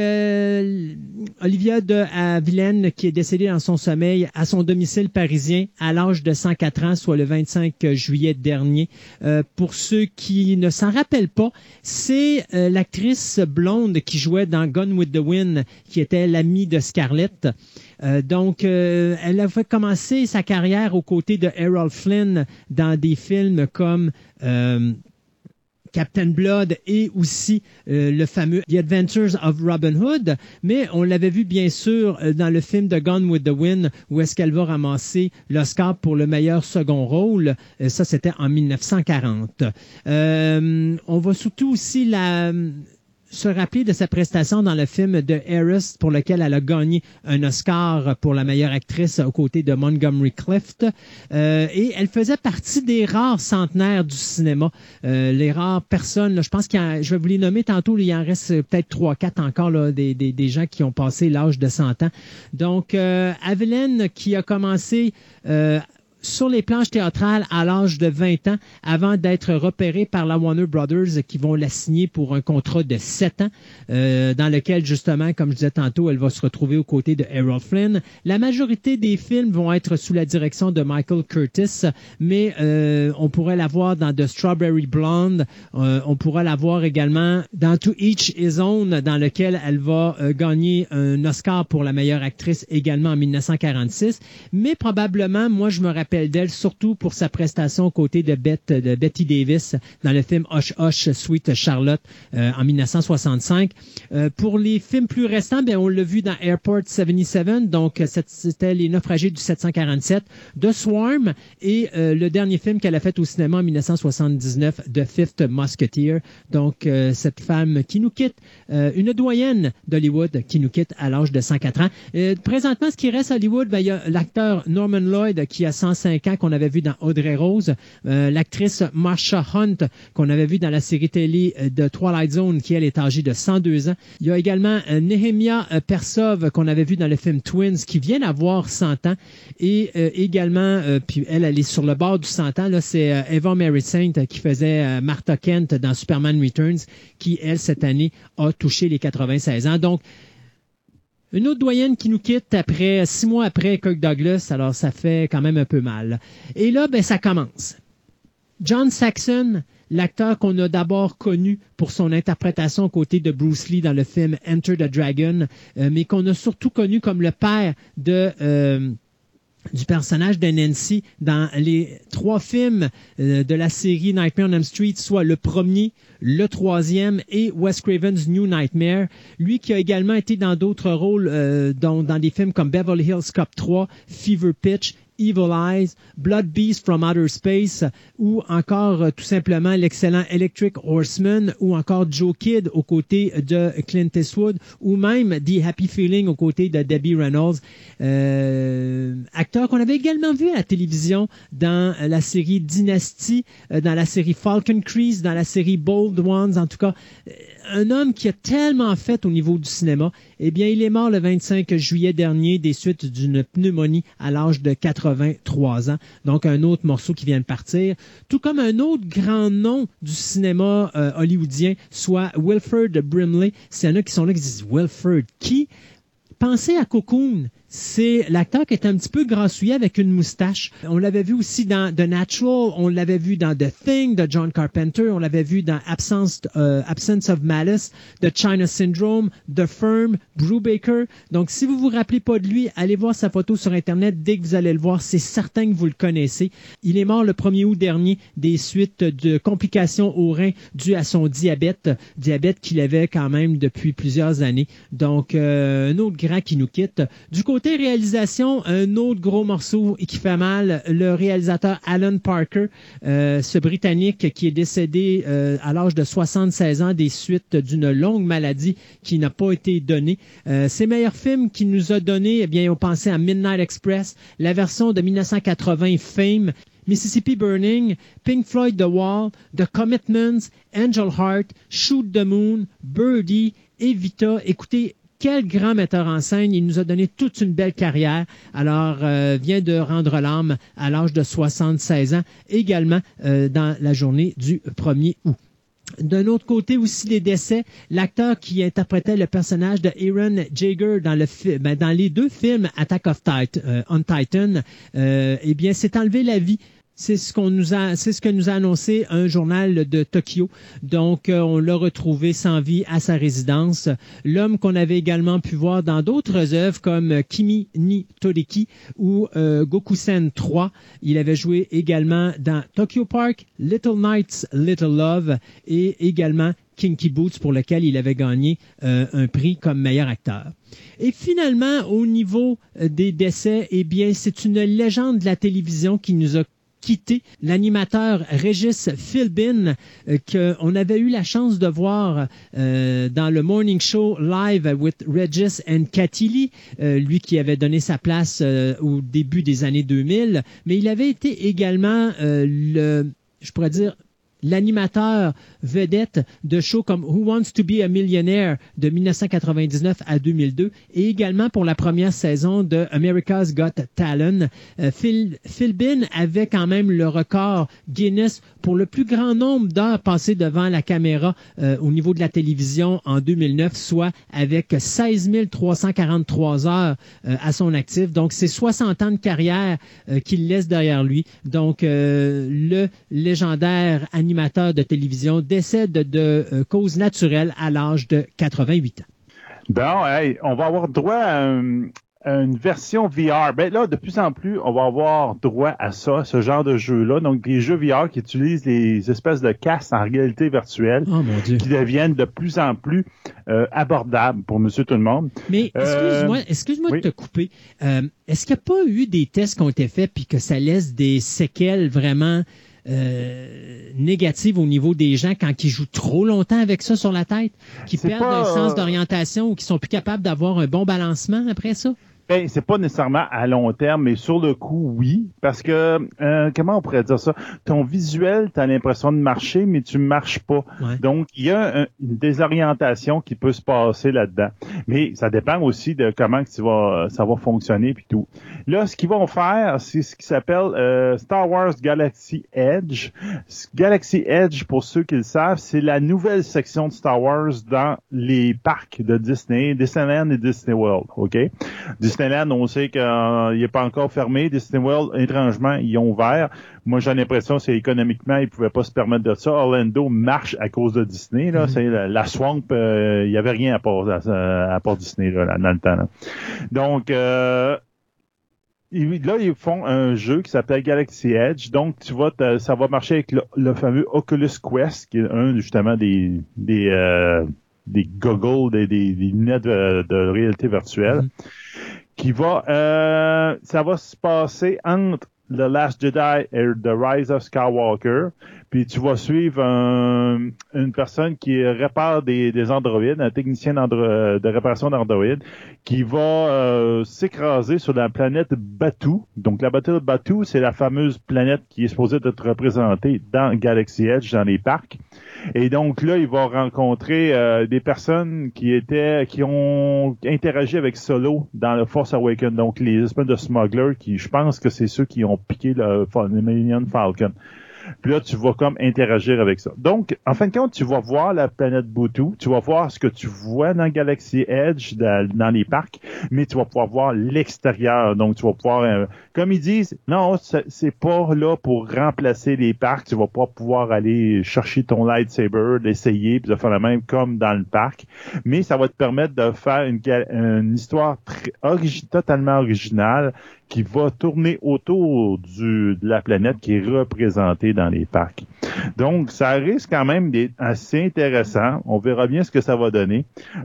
Olivia de Havilland, qui est décédée dans son sommeil à son domicile parisien à l'âge de 104 ans, soit le 25 juillet dernier. Pour ceux qui ne s'en rappellent pas, c'est l'actrice blonde qui jouait dans Gone with the Wind, qui était l'amie de Scarlett. Donc, elle a fait commencer sa carrière aux côtés de Errol Flynn dans des films comme Captain Blood et aussi le fameux The Adventures of Robin Hood, mais on l'avait vu bien sûr dans le film de Gone with the Wind, où est-ce qu'elle va ramasser l'Oscar pour le meilleur second rôle. Ça, c'était en 1940. On va surtout aussi se rappeler de sa prestation dans le film de Heiress, pour lequel elle a gagné un Oscar pour la meilleure actrice aux côtés de Montgomery Clift. Et elle faisait partie des rares centenaires du cinéma. Les rares personnes, là, je pense je vais vous les nommer tantôt, il en reste peut-être 3-4 encore, là, des gens qui ont passé l'âge de 100 ans. Donc, Havilland, qui a commencé sur les planches théâtrales à l'âge de 20 ans, avant d'être repérée par la Warner Brothers, qui vont la signer pour un contrat de 7 ans, dans lequel, justement, comme je disais tantôt, elle va se retrouver aux côtés de Errol Flynn. La majorité des films vont être sous la direction de Michael Curtis, mais on pourrait la voir dans The Strawberry Blonde, on pourrait la voir également dans To Each His Own, dans lequel elle va gagner un Oscar pour la meilleure actrice également en 1946. Mais probablement, moi, je me rappelle rappelle d'elle, surtout pour sa prestation aux côtés de Betty Davis dans le film Hush Hush, Sweet Charlotte en 1965. Pour les films plus récents, on l'a vu dans Airport 77, donc c'était Les Naufragés du 747, The Swarm et le dernier film qu'elle a fait au cinéma en 1979, The Fifth Musketeer. Donc, cette femme qui nous quitte, une doyenne d'Hollywood qui nous quitte à l'âge de 104 ans. Présentement, ce qui reste à Hollywood, il y a l'acteur Norman Lloyd qui a 105 ans, qu'on avait vu dans Audrey Rose, l'actrice Marsha Hunt, qu'on avait vu dans la série télé de Twilight Zone, qui, elle, est âgée de 102 ans. Il y a également Nehemia Persov, qu'on avait vu dans le film Twins, qui vient d'avoir 100 ans. Et également, puis elle est sur le bord du 100 ans, là, c'est Eva Mary Saint qui faisait Martha Kent dans Superman Returns, qui, elle, cette année, a touché les 96 ans. Donc, une autre doyenne qui nous quitte 6 mois après Kirk Douglas, alors ça fait quand même un peu mal. Et là, ça commence. John Saxon, l'acteur qu'on a d'abord connu pour son interprétation aux côtés de Bruce Lee dans le film Enter the Dragon, mais qu'on a surtout connu comme le père du personnage de Nancy dans les 3 films de la série Nightmare on Elm Street, soit le premier, le 3e et Wes Craven's New Nightmare. Lui qui a également été dans d'autres rôles, dans des films comme Beverly Hills Cop 3, Fever Pitch, Evil Eyes, Blood Beast from Outer Space, ou encore tout simplement l'excellent Electric Horseman, ou encore Joe Kidd aux côtés de Clint Eastwood, ou même The Happy Feeling aux côtés de Debbie Reynolds. Acteur qu'on avait également vu à la télévision dans la série Dynasty, dans la série Falcon Crest, dans la série Bold Ones, en tout cas. Un homme qui a tellement fait au niveau du cinéma, il est mort le 25 juillet dernier des suites d'une pneumonie à l'âge de 83 ans. Donc, un autre morceau qui vient de partir. Tout comme un autre grand nom du cinéma hollywoodien, soit Wilford Brimley. S'il y en a qui sont là qui disent « Wilford, qui? » Pensez à Cocoon. C'est l'acteur qui est un petit peu grassouillet avec une moustache. On l'avait vu aussi dans The Natural, on l'avait vu dans The Thing de John Carpenter, on l'avait vu dans Absence of Malice, The China Syndrome, The Firm, Brubaker. Donc, si vous vous rappelez pas de lui, allez voir sa photo sur Internet. Dès que vous allez le voir, c'est certain que vous le connaissez. Il est mort le 1er août dernier des suites de complications au rein dues à son diabète qu'il avait quand même depuis plusieurs années. Donc, un autre grand qui nous quitte. Du côté réalisation, un autre gros morceau qui fait mal, le réalisateur Alan Parker, ce Britannique qui est décédé à l'âge de 76 ans des suites d'une longue maladie qui n'a pas été donnée. Ses meilleurs films qu'il nous a donnés, on pensait à Midnight Express, la version de 1980 Fame, Mississippi Burning, Pink Floyd The Wall, The Commitments, Angel Heart, Shoot the Moon, Birdie, Evita. Écoutez, quel grand metteur en scène. Il nous a donné toute une belle carrière. Alors, vient de rendre l'âme à l'âge de 76 ans, également dans la journée du 1er août. D'un autre côté aussi, les décès, l'acteur qui interprétait le personnage de Aaron Jaeger dans les 2 films Attack on Titan, s'est enlevé la vie. C'est ce que nous a annoncé un journal de Tokyo. Donc, on l'a retrouvé sans vie à sa résidence. L'homme qu'on avait également pu voir dans d'autres œuvres comme Kimi ni Toriki ou Gokusen 3. Il avait joué également dans Tokyo Park, Little Nights, Little Love et également Kinky Boots pour lequel il avait gagné un prix comme meilleur acteur. Et finalement, au niveau des décès, c'est une légende de la télévision qui nous a quitté, l'animateur Regis Philbin, qu'on avait eu la chance de voir dans le Morning Show Live with Regis and Katy Lee, lui qui avait donné sa place au début des années 2000, mais il avait été également l'animateur vedette de shows comme Who Wants to be a Millionaire de 1999 à 2002 et également pour la première saison de America's Got Talent. Philbin avait quand même le record Guinness pour le plus grand nombre d'heures passées devant la caméra au niveau de la télévision en 2009, soit avec 16 343 heures à son actif. Donc, c'est 60 ans de carrière qu'il laisse derrière lui. Donc, le légendaire animateur de télévision décède de cause naturelle à l'âge de 88 ans. Bon, on va avoir droit une version VR. Ben là, de plus en plus, on va avoir droit à ça, ce genre de jeu-là. Donc, des jeux VR qui utilisent les espèces de casques en réalité virtuelle qui deviennent de plus en plus abordables pour monsieur tout le monde. Mais excuse-moi de te couper. Est-ce qu'il n'y a pas eu des tests qui ont été faits puis que ça laisse des séquelles vraiment négatives au niveau des gens quand ils jouent trop longtemps avec ça sur la tête, qui perdent un sens d'orientation ou qui sont plus capables d'avoir un bon balancement après ça? Ben, c'est pas nécessairement à long terme, mais sur le coup, oui. Parce que, comment on pourrait dire ça? Ton visuel, tu as l'impression de marcher, mais tu marches pas. Ouais. Donc, il y a une désorientation qui peut se passer là-dedans. Mais ça dépend aussi de comment ça va fonctionner puis tout. Là, ce qu'ils vont faire, c'est ce qui s'appelle Star Wars Galaxy Edge. Galaxy Edge, pour ceux qui le savent, c'est la nouvelle section de Star Wars dans les parcs de Disney, Disneyland et Disney World, OK? Disneyland, on sait qu'il n'est pas encore fermé. Disney World, étrangement, ils ont ouvert. Moi, j'ai l'impression que c'est économiquement, ils ne pouvaient pas se permettre de ça. Orlando marche à cause de Disney. Là. C'est la Swamp, il n'y avait rien à part Disney là, dans le temps. Là. Donc, là, ils font un jeu qui s'appelle Galaxy Edge. Donc, ça va marcher avec le fameux Oculus Quest, qui est un, justement, des goggles, des lunettes de réalité virtuelle. Ça va se passer entre The Last Jedi et The Rise of Skywalker. Puis tu vas suivre une personne qui répare des androïdes, un technicien de réparation d'androïdes, qui va s'écraser sur la planète Batuu. Donc la planète Batuu, c'est la fameuse planète qui est supposée être représentée dans Galaxy Edge, dans les parcs. Et donc là, il va rencontrer des personnes qui ont interagi avec Solo dans le Force Awakens, donc les espèces de smugglers qui, je pense que c'est ceux qui ont piqué le Millennium Falcon. Puis là, tu vas comme interagir avec ça. Donc, en fin de compte, tu vas voir la planète Batuu, tu vas voir ce que tu vois dans Galaxy Edge, dans les parcs, mais tu vas pouvoir voir l'extérieur. Donc, tu vas pouvoir, comme ils disent, non, c'est pas là pour remplacer les parcs. Tu vas pas pouvoir aller chercher ton lightsaber, l'essayer, puis de faire la même comme dans le parc. Mais ça va te permettre de faire une histoire totalement originale qui va tourner autour de la planète qui est représentée dans les parcs. Donc, ça risque quand même d'être assez intéressant. On verra bien ce que ça va donner.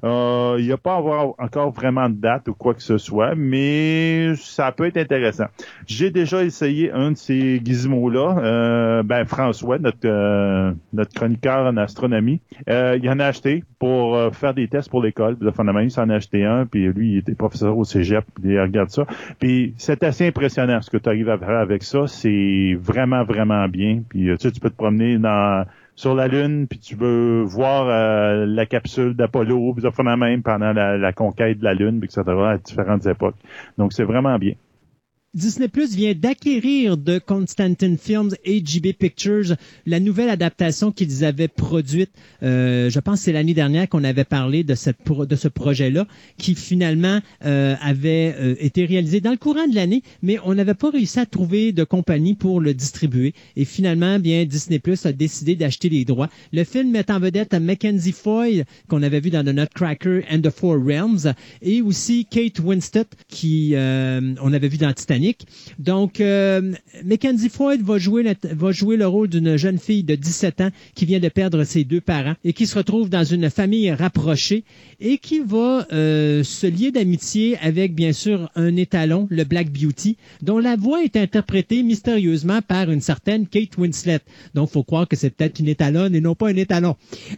Il n'y a pas encore vraiment de date ou quoi que ce soit, mais ça peut être intéressant. J'ai déjà essayé un de ces gizmos-là. François, notre chroniqueur en astronomie, il en a acheté pour faire des tests pour l'école. Puis, il s'en a acheté un, puis lui, il était professeur au cégep, puis il regarde ça. Puis, c'est assez impressionnant ce que tu arrives à faire avec ça. C'est vraiment, vraiment bien. Puis, tu peux te promener sur la Lune, puis tu veux voir la capsule d'Apollo, puis ça fait la même pendant la conquête de la Lune, puis etc., à différentes époques. Donc, c'est vraiment bien. Disney Plus vient d'acquérir de Constantin Films et JB Pictures la nouvelle adaptation qu'ils avaient produite. Je pense que c'est l'année dernière qu'on avait parlé de ce projet-là, qui finalement avait été réalisé dans le courant de l'année, mais on n'avait pas réussi à trouver de compagnie pour le distribuer. Et finalement, bien, Disney Plus a décidé d'acheter les droits. Le film met en vedette Mackenzie Foy, qu'on avait vu dans The Nutcracker and the Four Realms, et aussi Kate Winslet, qui on avait vu dans Titanic. Donc, Mackenzie Foy va jouer le rôle d'une jeune fille de 17 ans qui vient de perdre ses deux parents et qui se retrouve dans une famille rapprochée et qui va se lier d'amitié avec, bien sûr, un étalon, le Black Beauty, dont la voix est interprétée mystérieusement par une certaine Kate Winslet. Donc, il faut croire que c'est peut-être une étalonne et non pas un étalon.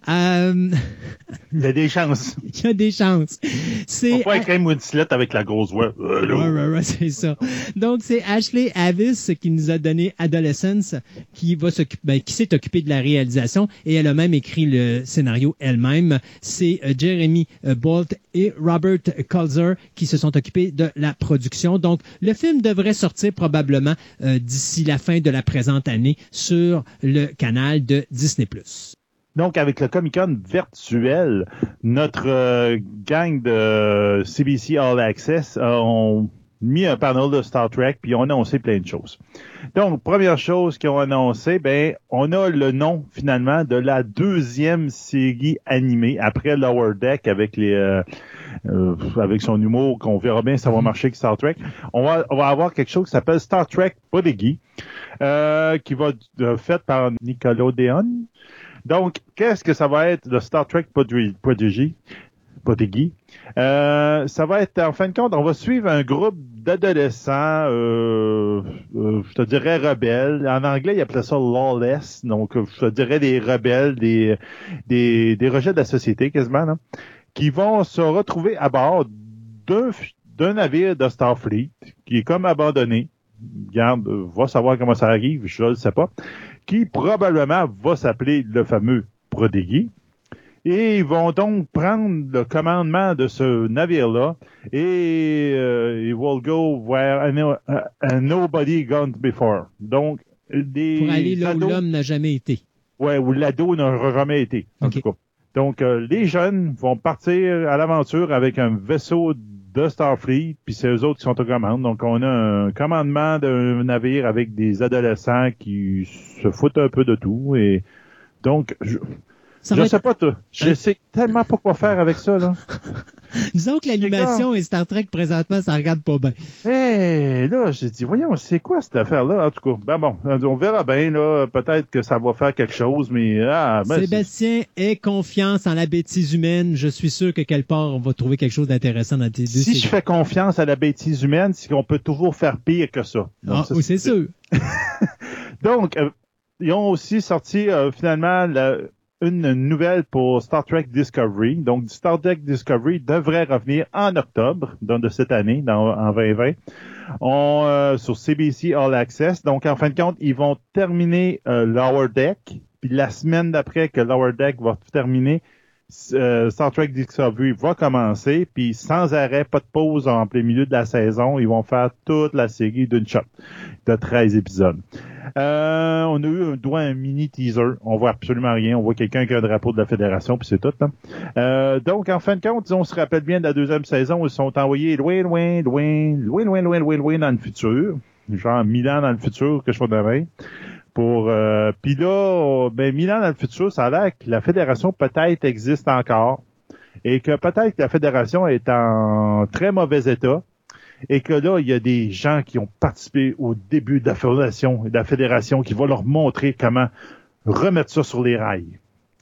Il y a des chances. Il y a des chances. On peut écrire Winslet avec la grosse voix. Ouais, c'est ça. Donc, c'est Ashley Avis qui nous a donné Adolescence, qui s'est occupée de la réalisation et elle a même écrit le scénario elle-même. C'est Jeremy Bolt et Robert Kulzer qui se sont occupés de la production. Donc, le film devrait sortir probablement d'ici la fin de la présente année sur le canal de Disney+. Donc, avec le Comic-Con virtuel, notre gang de CBC All Access mis un panel de Star Trek, puis ils ont annoncé plein de choses. Donc, première chose qu'ils ont annoncé, on a le nom, finalement, de la 2e série animée, après Lower Deck, avec avec son humour, qu'on verra bien si ça va marcher avec Star Trek. On va avoir quelque chose qui s'appelle Star Trek Prodigy, qui va être fait par Nickelodeon. Donc, qu'est-ce que ça va être, le Star Trek Prodigy? Ça va être, en fin de compte, on va suivre un groupe d'adolescents, je te dirais rebelles. En anglais, ils appelaient ça lawless. Donc, je te dirais des rebelles, des rejets de la société, quasiment, là, qui vont se retrouver à bord d'un navire de Starfleet, qui est comme abandonné. Regarde, va savoir comment ça arrive, je ne le sais pas. Qui probablement va s'appeler le fameux Prodigy. Et ils vont donc prendre le commandement de ce navire-là et ils vont go where nobody gone before. Donc, pour aller là où l'homme n'a jamais été. Ouais, où l'ado n'a jamais été, en tout cas. Donc, les jeunes vont partir à l'aventure avec un vaisseau de Starfleet, puis c'est eux autres qui sont aux commandes. Donc, on a un commandement d'un navire avec des adolescents qui se foutent un peu de tout. Et donc, je sais pas, toi. Je sais tellement pas quoi faire avec ça, là. Disons que l'animation et Star Trek, présentement, ça regarde pas bien. Là, j'ai dit, voyons, c'est quoi cette affaire-là? En tout cas, on verra bien, là. Peut-être que ça va faire quelque chose, mais... Sébastien, aie confiance en la bêtise humaine. Je suis sûr que quelque part, on va trouver quelque chose d'intéressant dans tes deux. Si je fais confiance à la bêtise humaine, c'est qu'on peut toujours faire pire que ça. Donc, oui, c'est sûr. Donc, ils ont aussi sorti, finalement, une nouvelle pour Star Trek Discovery. Donc, Star Trek Discovery devrait revenir en octobre de cette année, en 2020, sur CBC All Access. Donc, en fin de compte, ils vont terminer Lower Deck. Puis la semaine d'après que Lower Deck va terminer, Star Trek Discovery va commencer. Puis sans arrêt, pas de pause en plein milieu de la saison. Ils vont faire toute la série d'une shot de 13 épisodes. On a eu un mini teaser. On voit absolument rien. On voit quelqu'un qui a un drapeau de la Fédération, puis c'est tout. Là. Donc, en fin de compte, on se rappelle bien de la 2e saison. Ils sont envoyés loin dans le futur. Genre 1000 ans dans le futur, quelque chose de même. Puis là, 1000 ans dans le futur, ça a l'air que la Fédération peut-être existe encore. Et que peut-être que la Fédération est en très mauvais état. Et que là, il y a des gens qui ont participé au début de la Fédération qui vont leur montrer comment remettre ça sur les rails.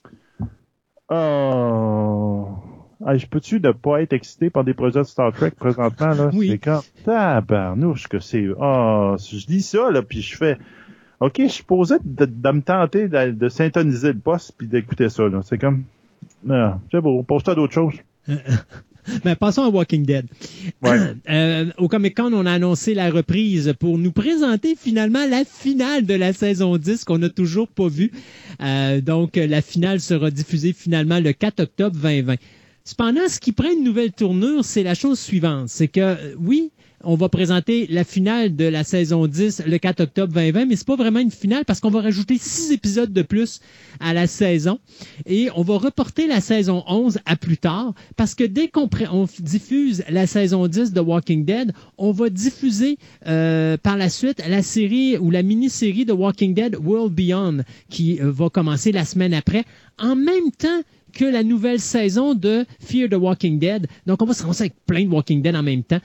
Je peux-tu ne pas être excité par des projets de Star Trek présentement, là? Oui. C'est comme, tabarnouche que c'est... je dis ça, là, puis je fais... OK, je suis posé de me tenter de syntoniser le poste puis d'écouter ça, là. C'est comme... c'est beau, pose-toi d'autres choses. Passons à Walking Dead. Ouais. Au Comic-Con, on a annoncé la reprise pour nous présenter finalement la finale de la saison 10 qu'on n'a toujours pas vue. Donc, la finale sera diffusée finalement le 4 octobre 2020. Cependant, ce qui prend une nouvelle tournure, c'est la chose suivante. C'est que, oui, on va présenter la finale de la saison 10 le 4 octobre 2020, mais c'est pas vraiment une finale parce qu'on va rajouter 6 épisodes de plus à la saison et on va reporter la saison 11 à plus tard parce que dès qu'on diffuse la saison 10 de Walking Dead, on va diffuser par la suite la série ou la mini-série de Walking Dead World Beyond qui va commencer la semaine après en même temps que la nouvelle saison de Fear the Walking Dead. Donc, on va se lancer avec plein de Walking Dead en même temps.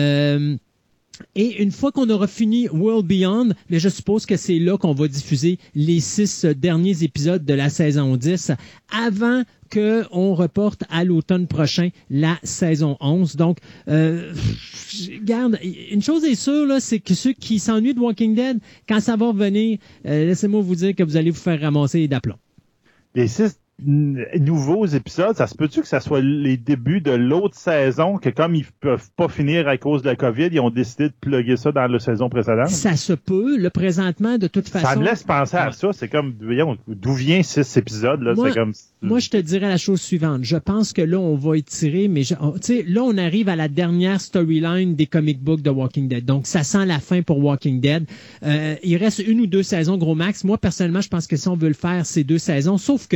Et une fois qu'on aura fini World Beyond, mais je suppose que c'est là qu'on va diffuser les 6 derniers épisodes de la saison 10 avant qu'on reporte à l'automne prochain la saison 11. Donc, regarde, une chose est sûre, là, c'est que ceux qui s'ennuient de Walking Dead, quand ça va revenir, laissez-moi vous dire que vous allez vous faire ramasser les d'aplomb. Les 6 nouveaux épisodes, ça se peut-tu que ça soit les débuts de l'autre saison, que comme ils peuvent pas finir à cause de la COVID, ils ont décidé de plugger ça dans la saison précédente? Ça se peut, le présentement, de toute façon. Ça me laisse penser à ça. C'est comme, voyons, d'où vient 6 épisodes, là? C'est comme... Moi, je te dirais la chose suivante. Je pense que là, on va étirer, mais là, on arrive à la dernière storyline des comic books de Walking Dead. Donc, ça sent la fin pour Walking Dead. Il reste 1 ou 2 saisons, gros max. Moi, personnellement, je pense que si on veut le faire, c'est 2 saisons. Sauf que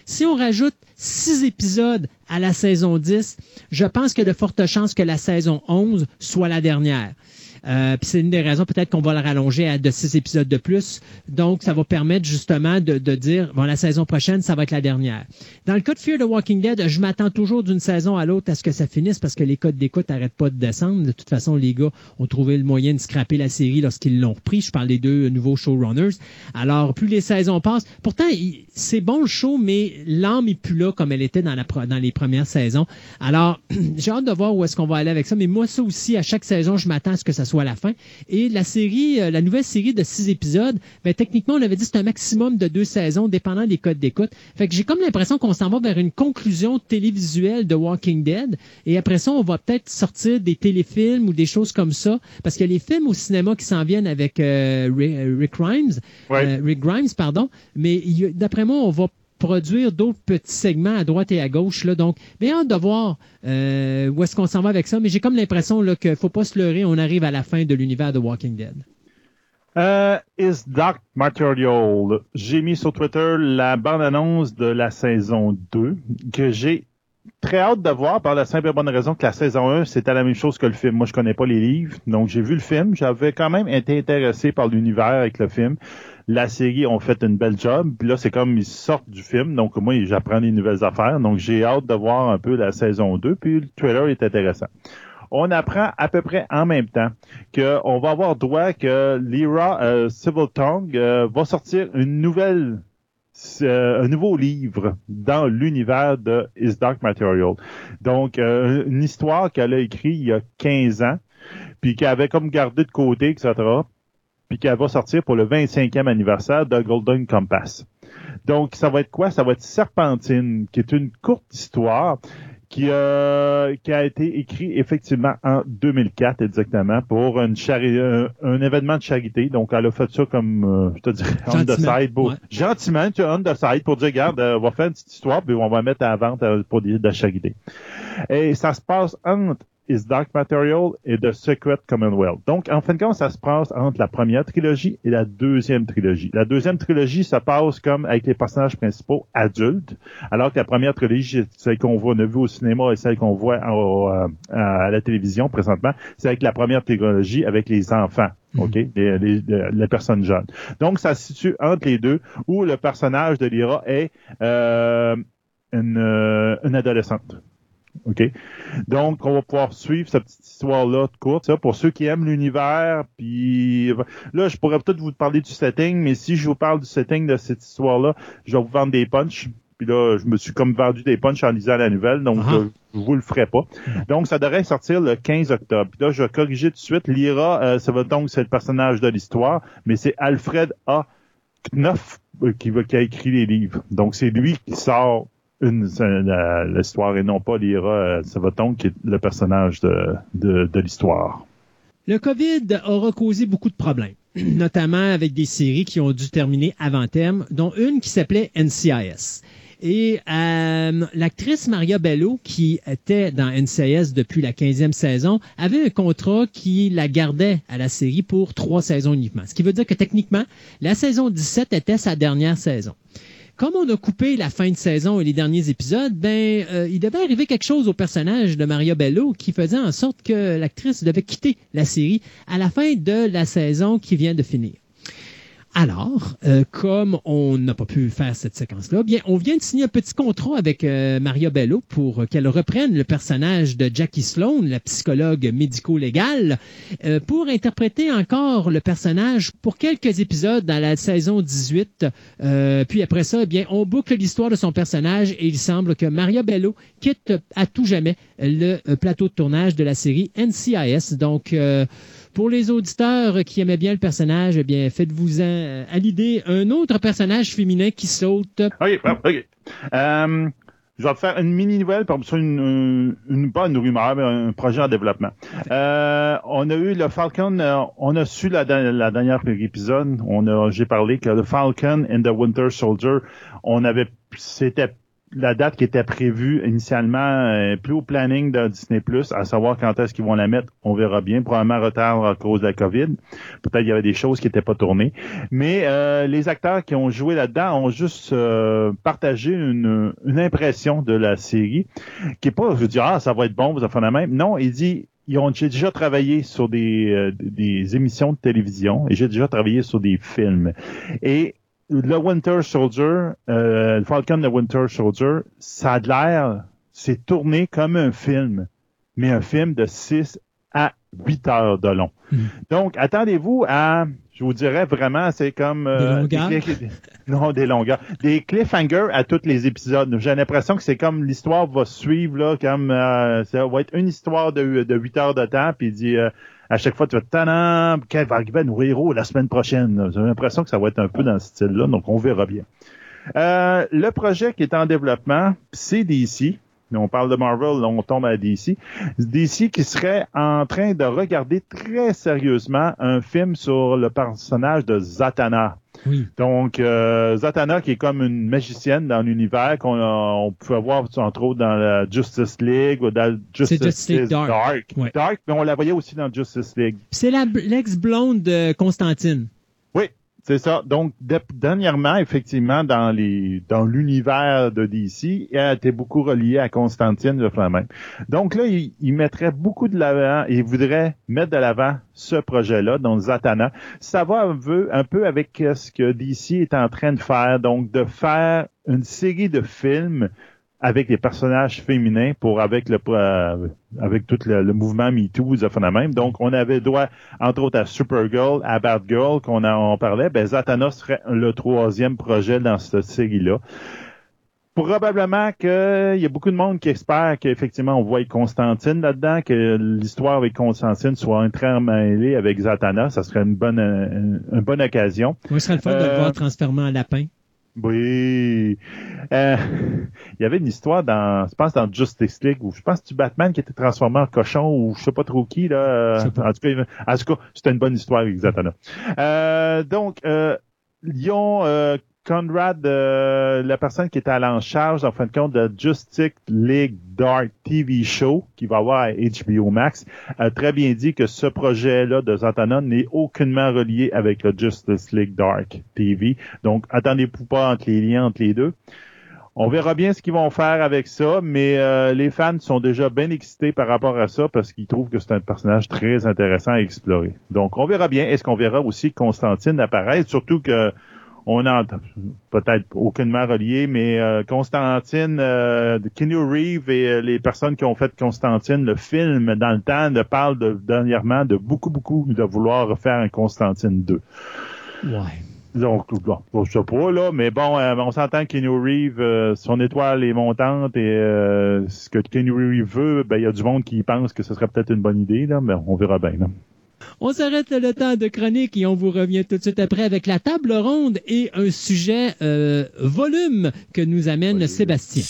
Si on rajoute 6 épisodes à la saison 10, je pense qu'il y a de fortes chances que la saison 11 soit la dernière. Puis c'est une des raisons peut-être qu'on va le rallonger à de 6 épisodes de plus. Donc, ça va permettre justement de dire, bon, la saison prochaine, ça va être la dernière. Dans le cas de Fear the Walking Dead, je m'attends toujours d'une saison à l'autre à ce que ça finisse parce que les codes d'écoute n'arrêtent pas de descendre. De toute façon, les gars ont trouvé le moyen de scraper la série lorsqu'ils l'ont repris. Je parle des 2 nouveaux showrunners. Alors, plus les saisons passent, pourtant, c'est bon le show, mais l'âme est plus là comme elle était dans les premières saisons. Alors, j'ai hâte de voir où est-ce qu'on va aller avec ça. Mais moi, ça aussi, à chaque saison, je m'attends à ce que ça soit à la fin. Et la nouvelle série de 6 épisodes, ben, techniquement, on avait dit que c'est un maximum de 2 saisons, dépendant des codes d'écoute. Fait que j'ai comme l'impression qu'on s'en va vers une conclusion télévisuelle de Walking Dead. Et après ça, on va peut-être sortir des téléfilms ou des choses comme ça. Parce qu'il y a les films au cinéma qui s'en viennent avec Rick Grimes, pardon. Mais d'après moi, on va produire d'autres petits segments à droite et à gauche. Là. Donc, bien hâte de voir où est-ce qu'on s'en va avec ça. Mais j'ai comme l'impression là, qu'il ne faut pas se leurrer. On arrive à la fin de l'univers de Walking Dead. Is Dark Material. J'ai mis sur Twitter la bande-annonce de la saison 2 que j'ai très hâte de voir par la simple et bonne raison que la saison 1, c'était la même chose que le film. Moi, je connais pas les livres, donc j'ai vu le film. J'avais quand même été intéressé par l'univers avec le film. La série ont fait une belle job. Puis là, c'est comme ils sortent du film. Donc, moi, j'apprends des nouvelles affaires. Donc, j'ai hâte de voir un peu la saison 2. Puis le trailer est intéressant. On apprend à peu près en même temps qu'on va avoir droit que Lyra Civil Tongue va sortir un nouveau livre dans l'univers de Is Dark Material. Donc, une histoire qu'elle a écrite il y a 15 ans, puis qu'elle avait comme gardé de côté, etc., puis qu'elle va sortir pour le 25e anniversaire de Golden Compass. Donc, ça va être quoi? Ça va être Serpentine, qui est une courte histoire qui a été écrit effectivement en 2004 exactement pour un événement de charité. Donc, elle a fait ça comme, je te dirais, on the side. Gentiment, tu as on the side pour dire, regarde, on va faire une petite histoire puis on va mettre à la vente pour de la charité. Et ça se passe entre Is Dark Material et The Secret Commonwealth. Donc, en fin de compte, ça se passe entre la première trilogie et la deuxième trilogie. La deuxième trilogie, ça passe comme avec les personnages principaux adultes, alors que la première trilogie, celle qu'on voit, on a vu au cinéma et celle qu'on voit à la télévision présentement, c'est avec la première trilogie avec les enfants. OK? Les personnes jeunes. Donc, ça se situe entre les deux, où le personnage de Lyra est une adolescente. OK? Donc, on va pouvoir suivre cette petite histoire-là de courte. Ça, pour ceux qui aiment l'univers, puis là, je pourrais peut-être vous parler du setting, mais si je vous parle du setting de cette histoire-là, je vais vous vendre des punchs. Puis là, je me suis comme vendu des punchs en lisant la nouvelle, donc je vous le ferai pas. Donc, ça devrait sortir le 15 octobre. Puis là, je vais corriger tout de suite. Lyra, c'est le personnage de l'histoire, mais c'est Alfred A. Knopf qui a écrit les livres. Donc, c'est lui qui sort l'histoire et non pas Lyra Savaton qui est le personnage de l'histoire. Le COVID aura causé beaucoup de problèmes, notamment avec des séries qui ont dû terminer avant terme, dont une qui s'appelait NCIS. Et l'actrice Maria Bello, qui était dans NCIS depuis la 15e saison, avait un contrat qui la gardait à la série pour 3 saisons uniquement. Ce qui veut dire que techniquement, la saison 17 était sa dernière saison. Comme on a coupé la fin de saison et les derniers épisodes, il devait arriver quelque chose au personnage de Maria Bello qui faisait en sorte que l'actrice devait quitter la série à la fin de la saison qui vient de finir. Alors, comme on n'a pas pu faire cette séquence-là, bien, on vient de signer un petit contrat avec Maria Bello pour qu'elle reprenne le personnage de Jackie Sloan, la psychologue médico-légale, pour interpréter encore le personnage pour quelques épisodes dans la saison 18. Puis après ça, bien, on boucle l'histoire de son personnage et il semble que Maria Bello quitte à tout jamais le plateau de tournage de la série NCIS. Donc, pour les auditeurs qui aimaient bien le personnage, eh bien, faites-vous-en à l'idée un autre personnage féminin qui saute. OK. Je vais faire une mini-nouvelle, pas une rumeur, mais un projet en développement. On a eu le Falcon, on a su la dernière épisode, j'ai parlé que le Falcon and the Winter Soldier, c'était la date qui était prévue initialement, plus au planning de Disney+, à savoir quand est-ce qu'ils vont la mettre, on verra bien. Probablement retard à cause de la COVID. Peut-être il y avait des choses qui n'étaient pas tournées. Mais les acteurs qui ont joué là-dedans ont juste partagé une impression de la série qui est pas, je veux dire, ça va être bon, vous en faites la même. Non, j'ai déjà travaillé sur des émissions de télévision et j'ai déjà travaillé sur des films. Et le Winter Soldier, le Falcon de Winter Soldier, ça a l'air, c'est tourné comme un film, mais un film de 6 à 8 heures de long. Donc, attendez-vous à, je vous dirais vraiment, c'est comme... des longueurs. Des cliffhangers à tous les épisodes. J'ai l'impression que c'est comme l'histoire va suivre, là, comme ça va être une histoire de 8 heures de temps, puis il dit... à chaque fois, tu vas tannant, qu'elle va arriver à nos héros la semaine prochaine. J'ai l'impression que ça va être un peu dans ce style-là, donc on verra bien. Le projet qui est en développement, c'est DC. On parle de Marvel, là, on tombe à DC. DC qui serait en train de regarder très sérieusement un film sur le personnage de Zatanna. Oui. Donc, Zatanna, qui est comme une magicienne dans l'univers qu'on peut voir, entre autres, dans la Justice League ou dans Justice League Dark. Ouais. Dark, mais on la voyait aussi dans Justice League. C'est l'ex-blonde de Constantine. Oui, c'est ça. Donc, dernièrement, effectivement, dans l'univers de DC, elle était beaucoup reliée à Constantine le Flamand. Donc là, il mettrait beaucoup de l'avant et il voudrait mettre de l'avant ce projet-là, donc Zatanna. Ça va un peu avec ce que DC est en train de faire, donc de faire une série de films avec des personnages féminins avec tout le mouvement MeToo, de même. Donc, on avait droit, entre autres, à Supergirl, à Batgirl, on parlait. Ben, Zatanna serait le 3e projet dans cette série-là. Probablement qu'il y a beaucoup de monde qui espère qu'effectivement, on voit Constantine là-dedans, que l'histoire avec Constantine soit entremêlée avec Zatanna. Ça serait une bonne occasion. Oui, ce serait le fun de le voir transformer en lapin. Oui. Il y avait une histoire je pense dans Justice League, où je pense que c'est Batman qui était transformé en cochon ou je sais pas trop qui, là. En tout cas, c'était une bonne histoire avec Zatanna. Donc, ils ont Conrad, la personne qui était en charge, en fin de compte, de Justice League Dark TV Show, qui va avoir à HBO Max, a très bien dit que ce projet-là de Zatanna n'est aucunement relié avec le Justice League Dark TV. Donc, attendez-vous pas entre les liens entre les deux. On verra bien ce qu'ils vont faire avec ça, mais les fans sont déjà bien excités par rapport à ça parce qu'ils trouvent que c'est un personnage très intéressant à explorer. Donc, on verra bien. Est-ce qu'on verra aussi Constantine apparaître? Surtout que on a peut-être aucunement relié, mais Constantine, Keanu Reeves et les personnes qui ont fait Constantine, le film dans le temps, parlent dernièrement de beaucoup de vouloir refaire un Constantine 2. Ouais. Donc, bon, je sais pas, là, mais bon, on s'entend que Keanu Reeves, son étoile est montante et ce que Keanu Reeves veut, ben, il y a du monde qui pense que ce serait peut-être une bonne idée, là, mais on verra bien, là. On s'arrête le temps de chronique et on vous revient tout de suite après avec la table ronde et un sujet volume que nous amène Sébastien.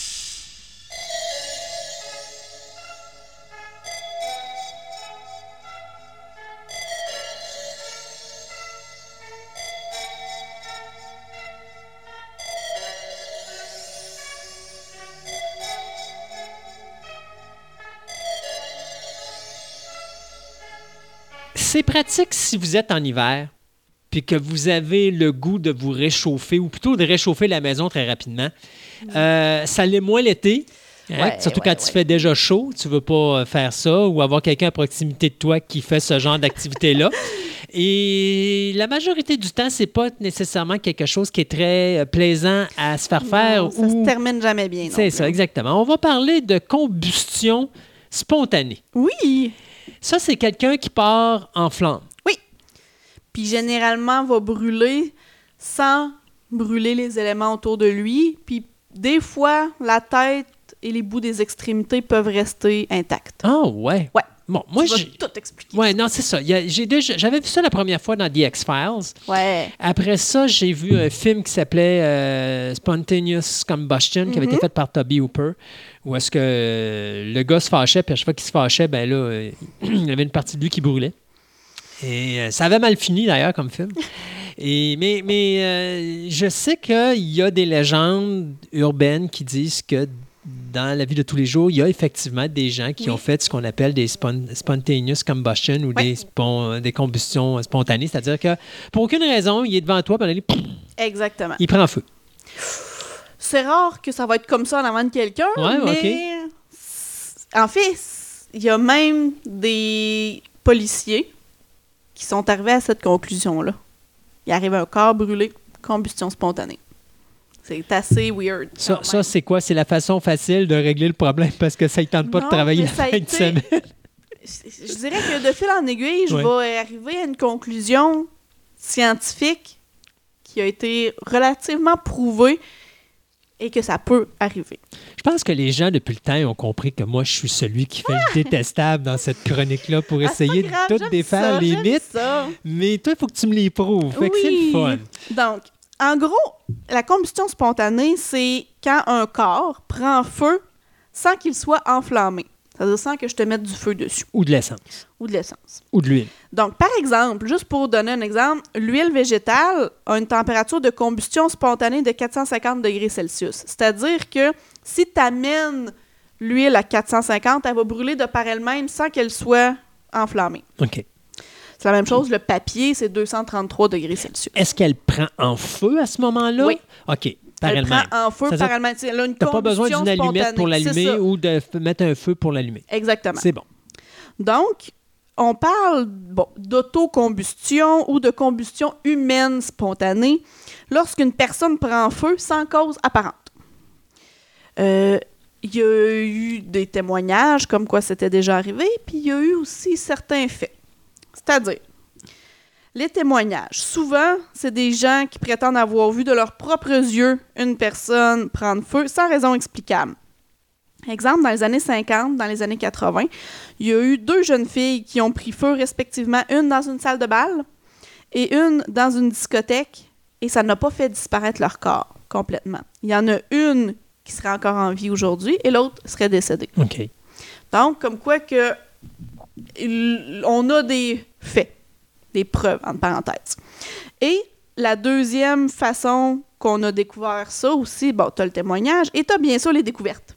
C'est pratique si vous êtes en hiver puis que vous avez le goût de vous réchauffer ou plutôt de réchauffer la maison très rapidement. Ça l'est moins l'été. Hein? Surtout quand il fait déjà chaud, tu ne veux pas faire ça ou avoir quelqu'un à proximité de toi qui fait ce genre d'activité-là. Et la majorité du temps, c'est pas nécessairement quelque chose qui est très plaisant à se faire faire. Non, ça se termine jamais bien. C'est ça, exactement. On va parler de combustion spontanée. Oui. Ça, c'est quelqu'un qui part en flamme. Oui. Puis généralement, va brûler sans brûler les éléments autour de lui. Puis des fois, la tête et les bouts des extrémités peuvent rester intacts. Ah, ouais. Ouais. Bon, moi, je vais tout expliquer. Ouais, non, c'est ça. J'avais vu ça la première fois dans The X-Files. Ouais. Après ça, j'ai vu un film qui s'appelait Spontaneous Combustion, qui avait été fait par Toby Hooper, où est-ce que le gars se fâchait, puis à chaque fois qu'il se fâchait, ben là, il y avait une partie de lui qui brûlait. Et ça avait mal fini, d'ailleurs, comme film. Mais je sais qu'il y a des légendes urbaines qui disent que dans la vie de tous les jours, il y a effectivement des gens qui ont fait ce qu'on appelle des spontaneous combustion ou des combustions spontanées. C'est-à-dire que pour aucune raison, il est devant toi, puis Exactement. Il prend feu. C'est rare que ça va être comme ça en avant de quelqu'un, mais en fait, il y a même des policiers qui sont arrivés à cette conclusion-là. Il arrive un corps brûlé, combustion spontanée. C'est assez weird. Ça c'est quoi? C'est la façon facile de régler le problème parce que ça ne tente pas de travailler la fin de semaine. Je dirais que de fil en aiguille, je vais arriver à une conclusion scientifique qui a été relativement prouvée et que ça peut arriver. Je pense que les gens, depuis le temps, ont compris que moi, je suis celui qui fait le détestable dans cette chronique-là pour essayer de tout défaire les mythes. Mais toi, il faut que tu me les prouves. Fait que c'est le fun. Donc, en gros, la combustion spontanée, c'est quand un corps prend feu sans qu'il soit enflammé. C'est-à-dire sans que je te mette du feu dessus. Ou de l'essence. Ou de l'essence. Ou de l'huile. Donc, par exemple, juste pour donner un exemple, l'huile végétale a une température de combustion spontanée de 450 degrés Celsius. C'est-à-dire que si tu amènes l'huile à 450, elle va brûler de par elle-même sans qu'elle soit enflammée. OK. C'est la même chose, le papier, c'est 233 degrés Celsius. Est-ce qu'elle prend en feu à ce moment-là? Oui. OK. Par elle elle-même. prend en feu par elle-même. Elle a une t'as pas besoin d'une allumette pour l'allumer ou de mettre un feu pour l'allumer. Exactement. C'est bon. Donc, on parle d'autocombustion ou de combustion humaine spontanée lorsqu'une personne prend feu sans cause apparente. Il y a eu des témoignages comme quoi c'était déjà arrivé, puis il y a eu aussi certains faits. C'est-à-dire, les témoignages. Souvent, c'est des gens qui prétendent avoir vu de leurs propres yeux une personne prendre feu sans raison explicable. Exemple, dans les années 50, dans les années 80, il y a eu 2 jeunes filles qui ont pris feu respectivement, une dans une salle de bal et une dans une discothèque, et ça n'a pas fait disparaître leur corps complètement. Il y en a une qui serait encore en vie aujourd'hui et l'autre serait décédée. OK. Donc, comme quoi que on a des faits, des preuves, entre parenthèses. Et la deuxième façon qu'on a découvert ça aussi, bon, tu as le témoignage et tu as bien sûr les découvertes.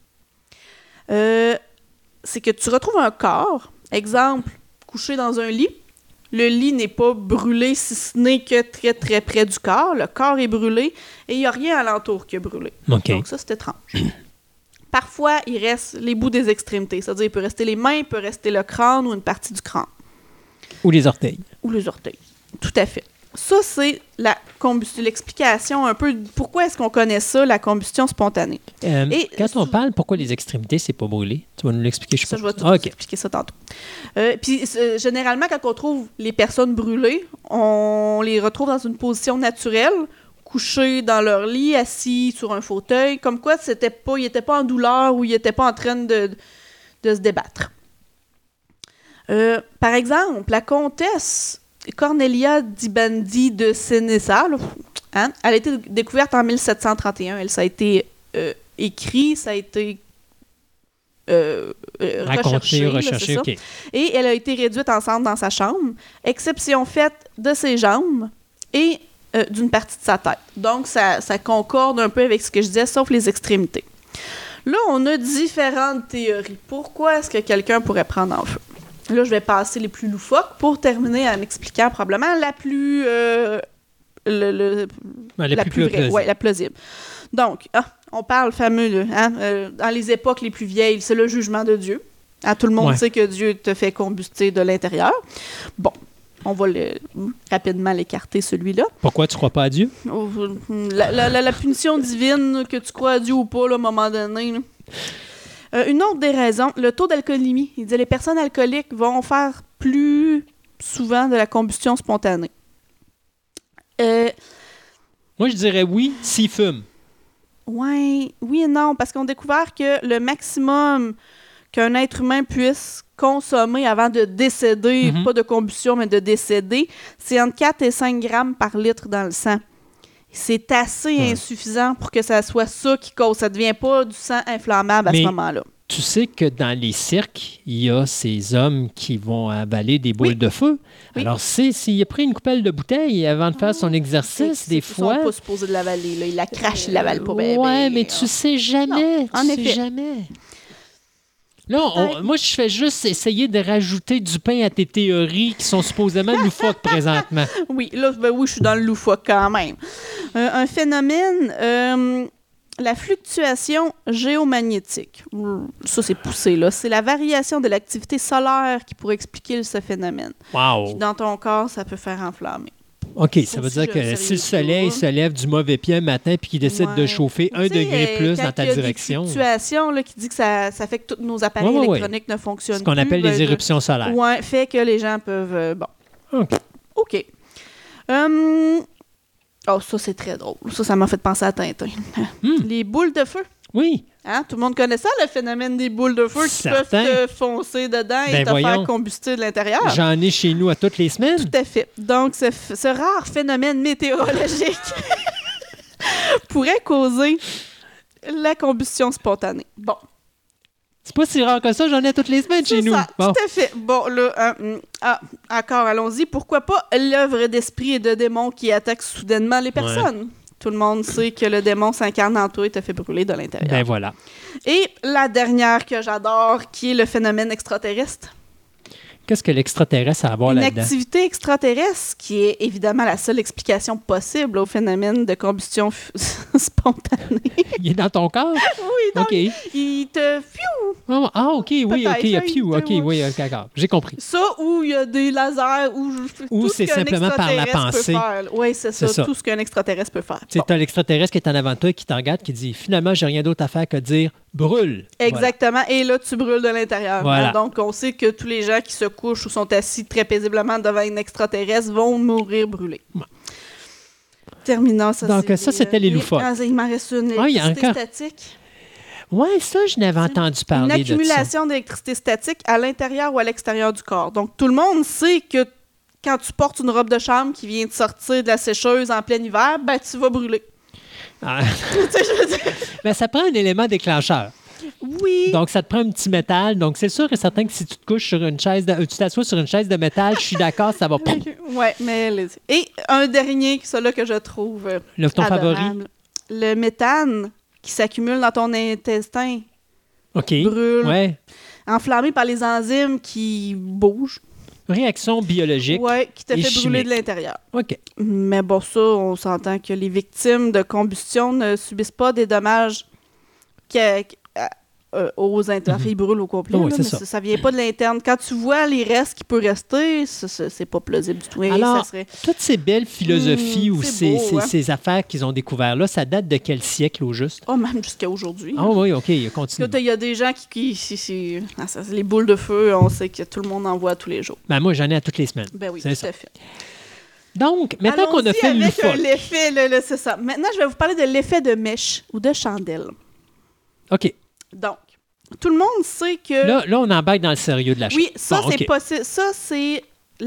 C'est que tu retrouves un corps, exemple, couché dans un lit. Le lit n'est pas brûlé, si ce n'est que très, très près du corps. Le corps est brûlé et il n'y a rien alentour qui est brûlé. Okay. Donc ça, c'est étrange. Parfois, il reste les bouts des extrémités. C'est-à-dire, il peut rester les mains, il peut rester le crâne ou une partie du crâne. Ou les orteils. Ou les orteils. Tout à fait. Ça, c'est la combustion, l'explication un peu de pourquoi est-ce qu'on connaît ça, la combustion spontanée. Et quand on parle, pourquoi les extrémités, c'est pas brûlé? Tu vas nous l'expliquer, je sais pas. Je vais tout expliquer ça tantôt. Puis, généralement, quand on trouve les personnes brûlées, on les retrouve dans une position naturelle, couchés dans leur lit, assis sur un fauteuil, comme quoi ils n'étaient pas en douleur ou ils n'étaient pas en train de se débattre. Par exemple, la comtesse Cornelia di Bandi de Senesa, elle a été découverte en 1731. Ça a été écrit, ça a été recherché, OK. Et elle a été réduite en cendres dans sa chambre, exception faite de ses jambes et d'une partie de sa tête. Donc, ça concorde un peu avec ce que je disais, sauf les extrémités. Là, on a différentes théories. Pourquoi est-ce que quelqu'un pourrait prendre en feu? Là, je vais passer les plus loufoques pour terminer en expliquant probablement la plus... la plus vraie. Oui, la plausible. Donc, on parle fameux, dans les époques les plus vieilles, c'est le jugement de Dieu. Tout le monde sait que Dieu te fait combuster de l'intérieur. Bon, on va rapidement l'écarter, celui-là. Pourquoi tu crois pas à Dieu? La punition divine, que tu crois à Dieu ou pas, là, à un moment donné. Là. Une autre des raisons, le taux d'alcoolémie. Il dit que les personnes alcooliques vont faire plus souvent de la combustion spontanée. Moi, je dirais oui, s'ils fument. Oui et non, parce qu'on a découvert que le maximum qu'un être humain puisse consommer avant de décéder, pas de combustion, mais de décéder, c'est entre 4 et 5 grammes par litre dans le sang. C'est assez insuffisant pour que ça soit ça qui cause. Ça ne devient pas du sang inflammable à ce moment-là. tu sais que dans les cirques, il y a ces hommes qui vont avaler des boules de feu. Oui. Alors, s'il a pris une coupelle de bouteille avant de faire son exercice, des fois... Ils sont pas supposés de l'avaler. Là. Il la crache, il l'avale pas bien. Ouais, mais tu sais jamais. Non, en tu sais effet. jamais. Là, moi, je fais juste essayer de rajouter du pain à tes théories qui sont supposément loufoques présentement. Oui, là, oui, je suis dans le loufoque quand même. Un phénomène, la fluctuation géomagnétique. Ça, c'est poussé, là. C'est la variation de l'activité solaire qui pourrait expliquer ce phénomène. Wow. Puis dans ton corps, ça peut faire enflammer. OK, ça Ça veut aussi, dire que je si le sais soleil pas. se lève du mauvais pied un matin puis qu'il décide de Ouais. chauffer Tu 1 sais, degré plus quand dans ta il y a direction, des fluctuations là, qui dit que ça fait que tous nos appareils Ouais. électroniques ne fonctionnent ce qu'on plus. appelle les éruptions solaires. Oui, fait que les gens peuvent... bon. OK. Oh, ça, c'est très drôle. Ça m'a fait penser à Tintin. Les boules de feu. Oui. Hein? Tout le monde connaît ça, le phénomène des boules de feu qui Certain. peuvent te foncer dedans et Ben te voyons. faire combuster de l'intérieur. J'en ai chez nous à toutes les semaines. Tout à fait. Donc, ce rare phénomène météorologique pourrait causer la combustion spontanée. Bon, C'est pas si rare que ça, j'en ai toutes les semaines chez c'est nous. ça, Bon. tout à fait. Bon, là, encore, allons-y. Pourquoi pas l'œuvre d'esprit et de démons qui attaquent soudainement les personnes? Tout le monde sait que le démon s'incarne en toi et te fait brûler de l'intérieur. Ben voilà. Et la dernière que j'adore, qui est le phénomène extraterrestre. Qu'est-ce que l'extraterrestre a à voir Une là-dedans? activité extraterrestre qui est évidemment la seule explication possible au phénomène de combustion spontanée. Il est dans ton corps? Oui, donc OK. il te... Fiou! Ah, OK, oui, Peut-être, OK. hein, Piou, OK, ouais. oui, d'accord. J'ai compris. Ça, où il y a des lasers, Ou tout ce c'est qu'un simplement par la extraterrestre peut pensée. faire. Oui, c'est ça, C'est ça. tout ce qu'un extraterrestre peut faire. Tu sais, Bon. t'as l'extraterrestre qui est en avant de toi, qui te regarde, qui dit finalement, j'ai rien d'autre à faire que de dire brûle. Exactement. Et là, tu brûles de l'intérieur. Voilà. Hein? Donc, on sait que tous les gens qui se couchent ou sont assis très paisiblement devant un extraterrestre vont mourir brûlés. Ouais. Terminant, ça. Donc, c'est ça, c'était les loufoques. Il m'en reste une. Ah, il y a L'électricité encore- statique. Ouais, ça, je n'avais entendu Une parler de ça. accumulation d'électricité statique à l'intérieur ou à l'extérieur du corps. Donc, tout le monde sait que quand tu portes une robe de chambre qui vient de sortir de la sécheuse en plein hiver, ben, tu vas brûler. Ah. Tu sais, je veux dire. Ben, ça prend un élément déclencheur. Oui. Donc, ça te prend un petit métal. Donc, c'est sûr et certain que si tu te couches sur une chaise, tu t'assois sur une chaise de métal, je suis d'accord, ça va. Ouais, mais allez-y. Et un dernier, celui-là que je trouve Ton favori. adorable. Le méthane qui s'accumule dans ton intestin, OK. brûle, Ouais. enflammé par les enzymes qui bougent, Réaction biologique. ouais, qui te et fait brûler chimique. de l'intérieur. OK. Mais bon, ça, on s'entend que les victimes de combustion ne subissent pas des dommages aux internes. Ils brûlent au complet. Oui, là, c'est mais ça. ça vient pas de l'interne. Quand tu vois les restes qui peuvent rester, c'est pas plausible du tout. Et Alors, ça serait... toutes ces belles philosophies ou c'est ces, beau, ces- hein. ces affaires qu'ils ont découvert là, ça date de quel siècle au juste? Oh, même jusqu'à aujourd'hui. Ah oui, OK, continue. Il y a des gens c'est les boules de feu, on sait que tout le monde en voit tous les jours. Ben, moi, j'en ai à toutes les semaines. Ben oui, C'est tout ça. à fait. Donc, maintenant qu'on a Allons-y fait le avec loufoque. l'effet, c'est ça. Maintenant, je vais vous parler de l'effet de mèche ou de chandelle. OK. Donc, tout le monde sait que... Là, on embarque dans le sérieux de la chose. oui, ça, Bon, c'est OK. possible. Ça, c'est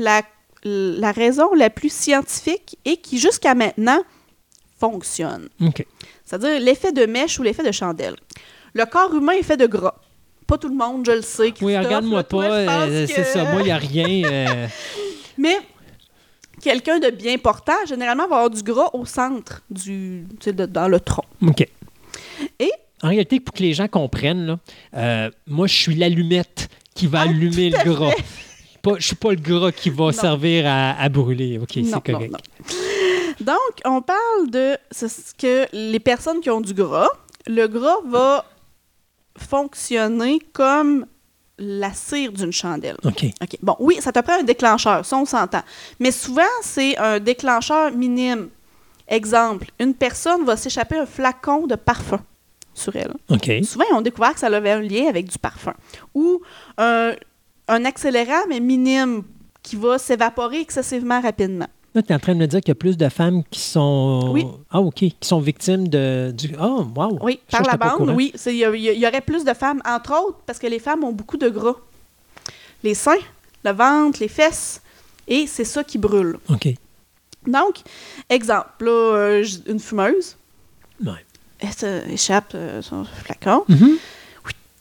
la raison la plus scientifique et qui, jusqu'à maintenant, fonctionne. OK. C'est-à-dire l'effet de mèche ou l'effet de chandelle. Le corps humain est fait de gras. Pas tout le monde, je le sais. Oui, Christophe, regarde-moi là, toi, pas, je pense c'est que- ça. Moi, il n'y a rien. Mais quelqu'un de bien portant, généralement, va avoir du gras au centre, dans le tronc. OK. Et? En réalité, pour que les gens comprennent, là, moi, je suis l'allumette qui va allumer tout à le gras. Je ne suis pas le gras qui va servir à brûler. OK, Non, c'est correct. non. Donc, on parle de ce que les personnes qui ont du gras, le gras va fonctionner comme la cire d'une chandelle. OK. OK. Bon, oui, ça te prend un déclencheur, ça, on s'entend. Mais souvent, c'est un déclencheur minime. Exemple, une personne va s'échapper un flacon de parfum sur elle. OK. Souvent, ils ont découvert que ça avait un lien avec du parfum. Ou un accélérant, mais minime, qui va s'évaporer excessivement rapidement. Là, tu es en train de me dire qu'il y a plus de femmes qui sont... Oui. Ah, OK. Qui sont victimes du... Oh, wow. Oui, Ça, par la j'étais pas au bande, courant. oui. Il y aurait plus de femmes, entre autres, parce que les femmes ont beaucoup de gras. Les seins, le ventre, les fesses, et c'est ça qui brûle. OK. Donc, exemple, là, une fumeuse, Ouais. elle échappe son flacon, Mhm. prend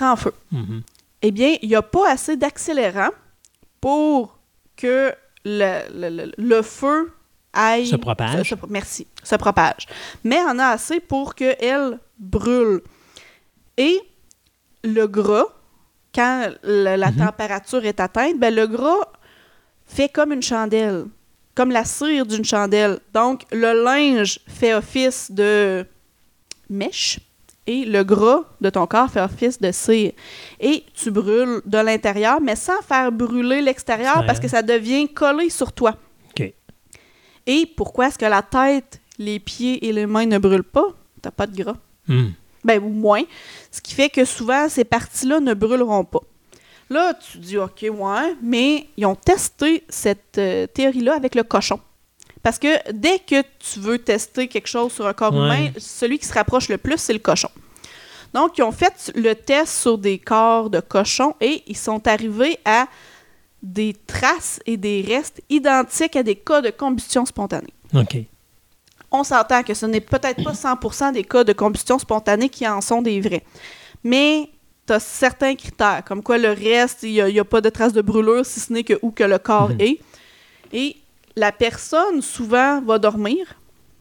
prend feu. Mhm. Eh bien, il n'y a pas assez d'accélérant pour que le feu aille... Se propage. Merci, se propage. Mais on a assez pour qu'elle brûle. Et le gras, quand la température est atteinte, ben le gras fait comme une chandelle, comme la cire d'une chandelle. Donc, le linge fait office de mèche et le gras de ton corps fait office de cire. Et tu brûles de l'intérieur, mais sans faire brûler l'extérieur parce que ça devient collé sur toi. OK. Et pourquoi est-ce que la tête, les pieds et les mains ne brûlent pas? T'as pas de gras. Ben, ou moins. Ce qui fait que souvent, ces parties-là ne brûleront pas. Là, tu dis, OK, ouais, mais ils ont testé cette théorie-là avec le cochon. Parce que dès que tu veux tester quelque chose sur un corps humain, celui qui se rapproche le plus, c'est le cochon. Donc, ils ont fait le test sur des corps de cochons et ils sont arrivés à des traces et des restes identiques à des cas de combustion spontanée. OK. On s'entend que ce n'est peut-être pas 100% des cas de combustion spontanée qui en sont des vrais. Mais tu as certains critères, comme quoi le reste, il n'y a pas de traces de brûlure, si ce n'est que où que le corps est. Et la personne, souvent, va dormir.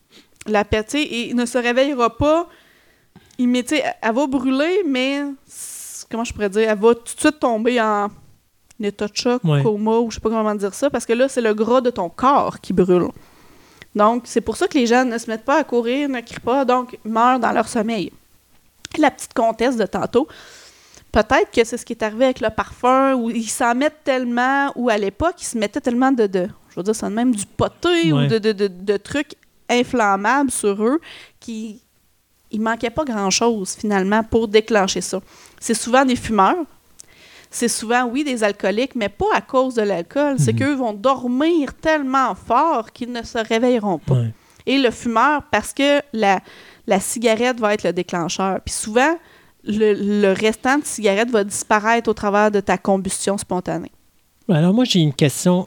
Et ne se réveillera pas. Elle va brûler, mais, comment je pourrais dire, elle va tout de suite tomber en état de choc, coma, ou je sais pas comment dire ça, parce que là, c'est le gras de ton corps qui brûle. Donc, c'est pour ça que les gens ne se mettent pas à courir, ne crient pas, donc meurent dans leur sommeil. La petite comtesse de tantôt, peut-être que c'est ce qui est arrivé avec le parfum, où ils s'en mettent tellement, ou à l'époque, ils se mettaient tellement je veux dire, c'est même du poté ou de trucs inflammables sur eux, il manquait pas grand-chose, finalement, pour déclencher ça. C'est souvent des fumeurs, c'est souvent, oui, des alcooliques, mais pas à cause de l'alcool. C'est qu'eux vont dormir tellement fort qu'ils ne se réveilleront pas. Ouais. Et le fumeur, parce que la cigarette va être le déclencheur. Puis souvent, le restant de cigarette va disparaître au travers de ta combustion spontanée. Alors moi, j'ai une question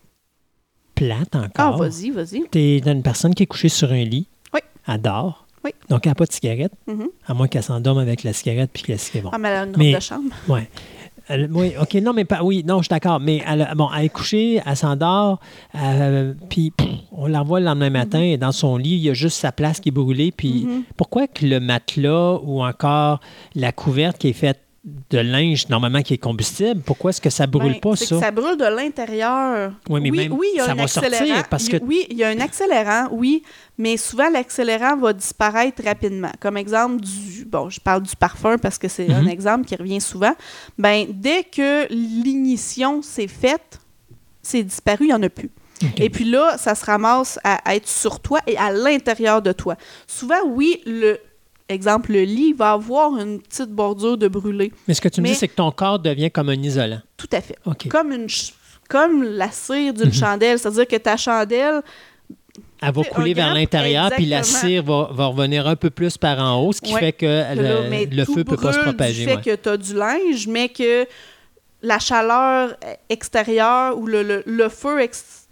plate encore. Ah, vas-y. Tu es une personne qui est couchée sur un lit. Oui. Elle dort. Oui. Donc, elle n'a pas de cigarette. À moins qu'elle s'endorme avec la cigarette puis que la cigarette... Bon. Ah, mais elle a une robe de chambre. Oui. Oui, OK, non, mais pas... Oui, non, je suis d'accord. Mais elle est couchée, elle s'endort, puis on la revoit le lendemain matin, et dans son lit, il y a juste sa place qui est brûlée. Puis pourquoi que le matelas ou encore la couverte qui est faite de linge, normalement, qui est combustible, pourquoi est-ce que ça brûle pas, ça? Que ça brûle de l'intérieur. Oui, mais même, il y a ça un va accélérant. sortir parce que... Oui, il y a un accélérant, oui, mais souvent, l'accélérant va disparaître rapidement. Comme exemple, je parle du parfum parce que c'est un exemple qui revient souvent. Ben, dès que l'ignition s'est faite, c'est disparu, il n'y en a plus. Okay. Et puis là, ça se ramasse à être sur toi et à l'intérieur de toi. Souvent, oui, exemple, le lit va avoir une petite bordure de brûlé. Mais ce que tu me dis, c'est que ton corps devient comme un isolant. Tout à fait. Okay. Comme la cire d'une chandelle. C'est-à-dire que ta chandelle... Elle va couler vers l'intérieur, puis la cire va revenir un peu plus par en haut, ce qui fait que le feu ne peut pas se propager. Du fait que tu as du linge, mais que la chaleur extérieure ou le feu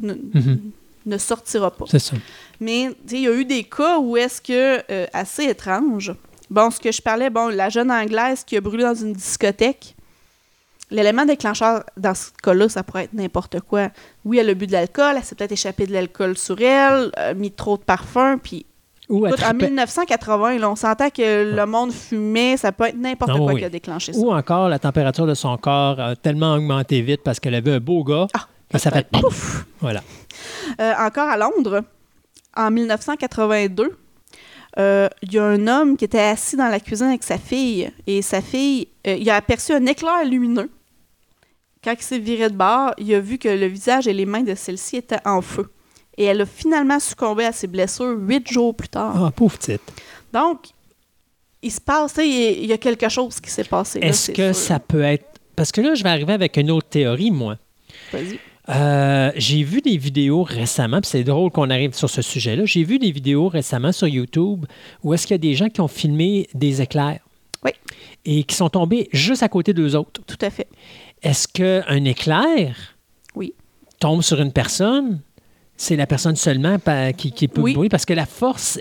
ne sortira pas. C'est ça. Mais il y a eu des cas où est-ce que, assez étrange, ce que je parlais, la jeune Anglaise qui a brûlé dans une discothèque, l'élément déclencheur dans ce cas-là, ça pourrait être n'importe quoi. Oui, elle a bu de l'alcool, elle s'est peut-être échappée de l'alcool sur elle, mis trop de parfum, puis... Écoute, en 1980, là, on s'entend que le monde fumait, ça peut être n'importe quoi qui a déclenché ça. Ou encore, la température de son corps a tellement augmenté vite parce qu'elle avait un beau gars, que ça fait pouf! Voilà. Encore à Londres, en 1982, il y a un homme qui était assis dans la cuisine avec sa fille. Et sa fille, il a aperçu un éclair lumineux. Quand il s'est viré de bord, il a vu que le visage et les mains de celle-ci étaient en feu. Et elle a finalement succombé à ses blessures 8 jours plus tard. Ah, pauvre petite. Donc, il se passe, il y a quelque chose qui s'est passé. Est-ce que ça peut être... Parce que là, je vais arriver avec une autre théorie, moi. Vas-y. J'ai vu des vidéos récemment, puis c'est drôle qu'on arrive sur ce sujet-là. J'ai vu des vidéos récemment sur YouTube où est-ce qu'il y a des gens qui ont filmé des éclairs. Oui. Et qui sont tombés juste à côté d'eux autres. Tout à fait. Est-ce qu'un éclair tombe sur une personne, C'est la personne seulement qui peut brûler, parce que la force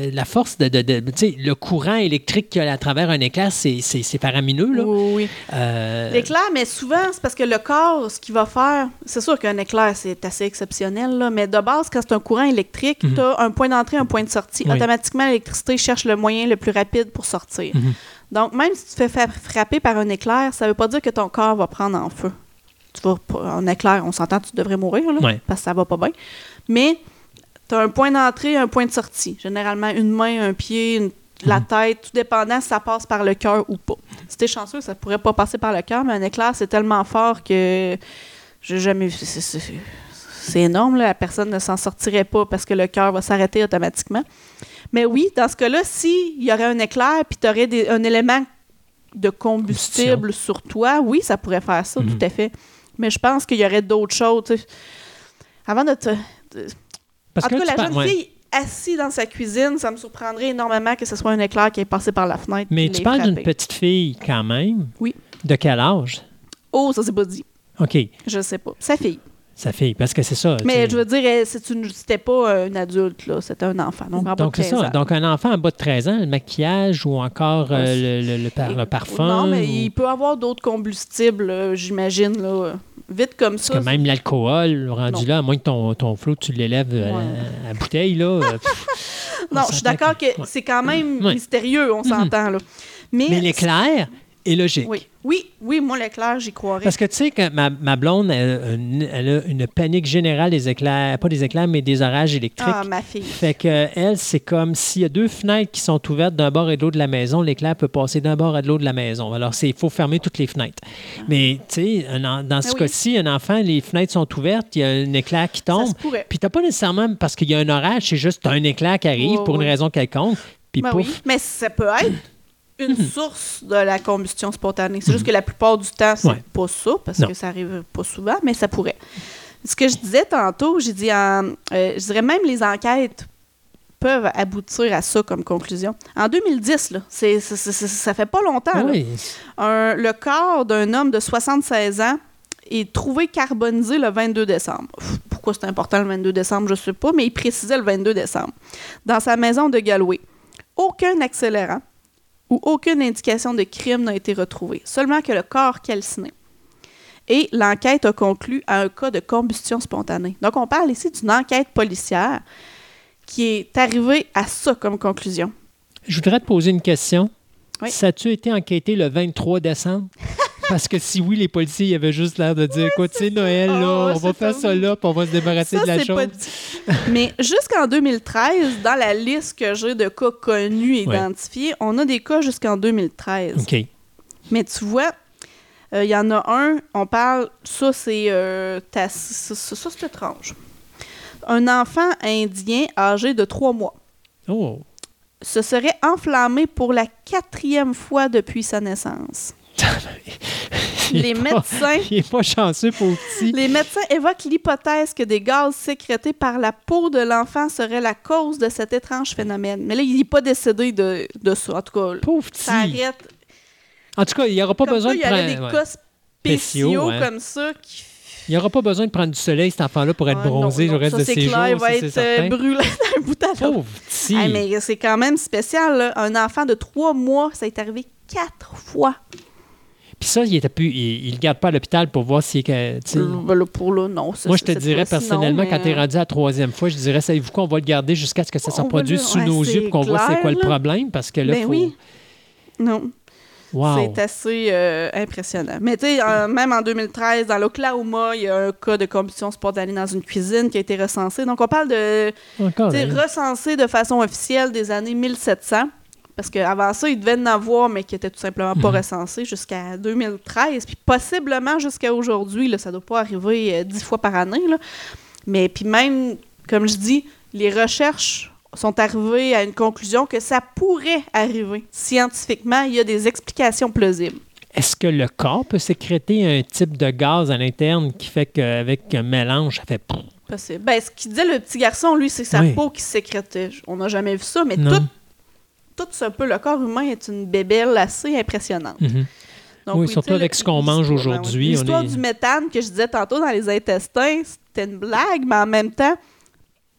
de tu sais, le courant électrique qu'il y a à travers un éclair, c'est faramineux, là. Oui. L'éclair, mais souvent, c'est parce que le corps, ce qu'il va faire, c'est sûr qu'un éclair, c'est assez exceptionnel, là, mais de base, quand c'est un courant électrique, tu as un point d'entrée, un point de sortie. Oui. Automatiquement, l'électricité cherche le moyen le plus rapide pour sortir. Donc, même si tu te fais frapper par un éclair, ça ne veut pas dire que ton corps va prendre en feu. Un éclair, on s'entend, tu devrais mourir, là, parce que ça va pas bien. Mais tu as un point d'entrée, un point de sortie. Généralement, une main, un pied, la tête, tout dépendant si ça passe par le cœur ou pas. Si t'es chanceux, ça pourrait pas passer par le cœur, mais un éclair, c'est tellement fort que j'ai jamais vu. C'est énorme, là. La personne ne s'en sortirait pas parce que le cœur va s'arrêter automatiquement. Mais oui, dans ce cas-là, s'il y aurait un éclair puis tu aurais un élément de combustible sur toi, oui, ça pourrait faire ça, tout à fait. Mais je pense qu'il y aurait d'autres choses. T'sais. Avant de te... Parce en tout que cas, la jeune fille assise dans sa cuisine, ça me surprendrait énormément que ce soit un éclair qui est passé par la fenêtre. Mais tu parles d'une petite fille quand même. Oui. De quel âge? Oh, ça c'est pas dit. OK. Je sais pas. Sa fille. Sa fille, parce que c'est ça. Mais je veux dire, c'était pas un adulte, là, c'était un enfant. Donc c'est ça. Donc, un enfant en bas de 13 ans, le maquillage ou encore le parfum. Non, mais il peut avoir d'autres combustibles, j'imagine, là. Vite comme ça. Parce que même l'alcool, rendu là, à moins que ton flot, tu l'élèves à bouteille, là. Non, je suis d'accord que c'est quand même mystérieux, on s'entend, là. Mais l'éclair est logique. Oui, moi, l'éclair, j'y croirais. Parce que tu sais que ma blonde, elle a une panique générale des éclairs, pas des éclairs, mais des orages électriques. Ah, ma fille. Fait que elle, c'est comme s'il y a 2 fenêtres qui sont ouvertes d'un bord et de l'autre de la maison, l'éclair peut passer d'un bord à de l'autre de la maison. Alors, il faut fermer toutes les fenêtres. Mais tu sais, dans ce cas-ci, un enfant, les fenêtres sont ouvertes, il y a un éclair qui tombe. Ça se pourrait. Puis t'as pas nécessairement, parce qu'il y a un orage, c'est juste un éclair qui arrive pour une raison quelconque. Puis pouf. Oui. Mais ça peut être une source de la combustion spontanée. C'est juste que la plupart du temps, c'est pas ça, parce que ça arrive pas souvent, mais ça pourrait. Ce que je disais tantôt, j'ai dit, je dirais même les enquêtes peuvent aboutir à ça comme conclusion. En 2010, là, ça fait pas longtemps. Oui. Le corps d'un homme de 76 ans est trouvé carbonisé le 22 décembre. Pourquoi c'est important le 22 décembre, je sais pas, mais il précisait le 22 décembre. Dans sa maison de Galway. Aucun accélérant où aucune indication de crime n'a été retrouvée, seulement que le corps calciné. Et l'enquête a conclu à un cas de combustion spontanée. Donc, on parle ici d'une enquête policière qui est arrivée à ça comme conclusion. Je voudrais te poser une question. Oui. Ça a-tu été enquêté le 23 décembre? Parce que si oui, les policiers avaient juste l'air de dire, écoute, c'est Noël, là, on va faire ça là, puis on va se débarrasser de la chose. Pas dit. Mais jusqu'en 2013, dans la liste que j'ai de cas connus et identifiés, on a des cas jusqu'en 2013. OK. Mais tu vois, il y en a un, on parle, ça c'est étrange. Un enfant indien âgé de 3 mois se serait enflammé pour la 4e fois depuis sa naissance. Il est pas chanceux pour petit. Les médecins évoquent l'hypothèse que des gaz sécrétés par la peau de l'enfant seraient la cause de cet étrange phénomène. Mais là, il n'est pas décédé de ça. En tout cas, pauvre petit. Ça arrête. En tout cas, il n'y aura pas besoin de prendre... Il y aurait des cas spéciaux comme ça qui... Il n'y aura pas besoin de prendre du soleil, cet enfant-là, pour être bronzé le reste de ses jours. Il va être brûlé d'un bout à l'autre. Pauvre petit. Mais c'est quand même spécial, là. Un enfant de 3 mois, ça est arrivé 4 fois. Puis ça, il ne garde pas à l'hôpital pour voir si... non. Moi, je te dirais personnellement, quand tu es rendu à la 3e fois, je dirais, savez-vous quoi, on va le garder jusqu'à ce que ça se reproduise sous nos yeux pour qu'on voit c'est quoi le problème, parce que là, oui. Non. Wow. C'est assez impressionnant. Mais tu sais, même en 2013, dans l'Oklahoma, il y a un cas de combustion spontanée dans une cuisine qui a été recensé. Donc, on parle de recensé de façon officielle des années 1700. Parce qu'avant ça, il devait en avoir, mais qui n'était tout simplement pas recensé jusqu'à 2013. Puis possiblement jusqu'à aujourd'hui, là, ça ne doit pas arriver 10 fois par année. Là. Mais puis même, comme je dis, les recherches sont arrivées à une conclusion que ça pourrait arriver. Scientifiquement, il y a des explications plausibles. Est-ce que le corps peut sécréter un type de gaz à l'interne qui fait qu'avec un mélange, ça fait... Possible. Ben, ce qu'il disait, le petit garçon, lui, c'est sa peau qui sécrétait. On n'a jamais vu ça, mais tout ce peu, le corps humain est une bébelle assez impressionnante. Donc, oui, surtout avec ce qu'on mange aujourd'hui. L'histoire du méthane que je disais tantôt dans les intestins, c'était une blague, mais en même temps,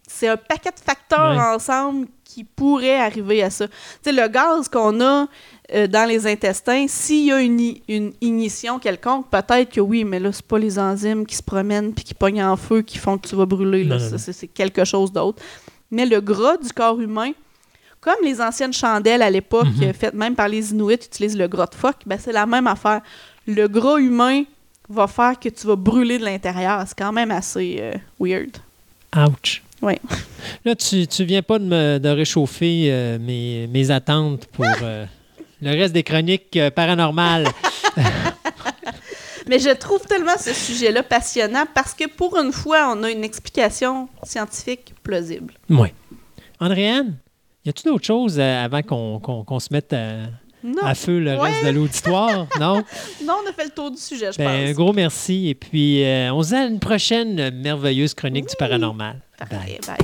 c'est un paquet de facteurs ensemble qui pourraient arriver à ça. Tu sais, le gaz qu'on a dans les intestins, s'il y a une ignition quelconque, peut-être que oui, mais là, c'est pas les enzymes qui se promènent puis qui pognent en feu qui font que tu vas brûler. Là. Non. C'est quelque chose d'autre. Mais le gras du corps humain, comme les anciennes chandelles à l'époque, faites même par les Inuits, utilisent le gras de phoque, ben c'est la même affaire. Le gras humain va faire que tu vas brûler de l'intérieur. C'est quand même assez weird. Ouch. Oui. Là, tu viens pas de réchauffer mes attentes pour le reste des chroniques paranormales. Mais je trouve tellement ce sujet-là passionnant parce que pour une fois, on a une explication scientifique plausible. Oui. Andréane, y a-t-il d'autres choses avant qu'on se mette à feu le reste de l'auditoire? Non? Non, on a fait le tour du sujet, je pense. Un gros merci. Et puis, on se dit à une prochaine merveilleuse chronique du paranormal. Bye. Bye.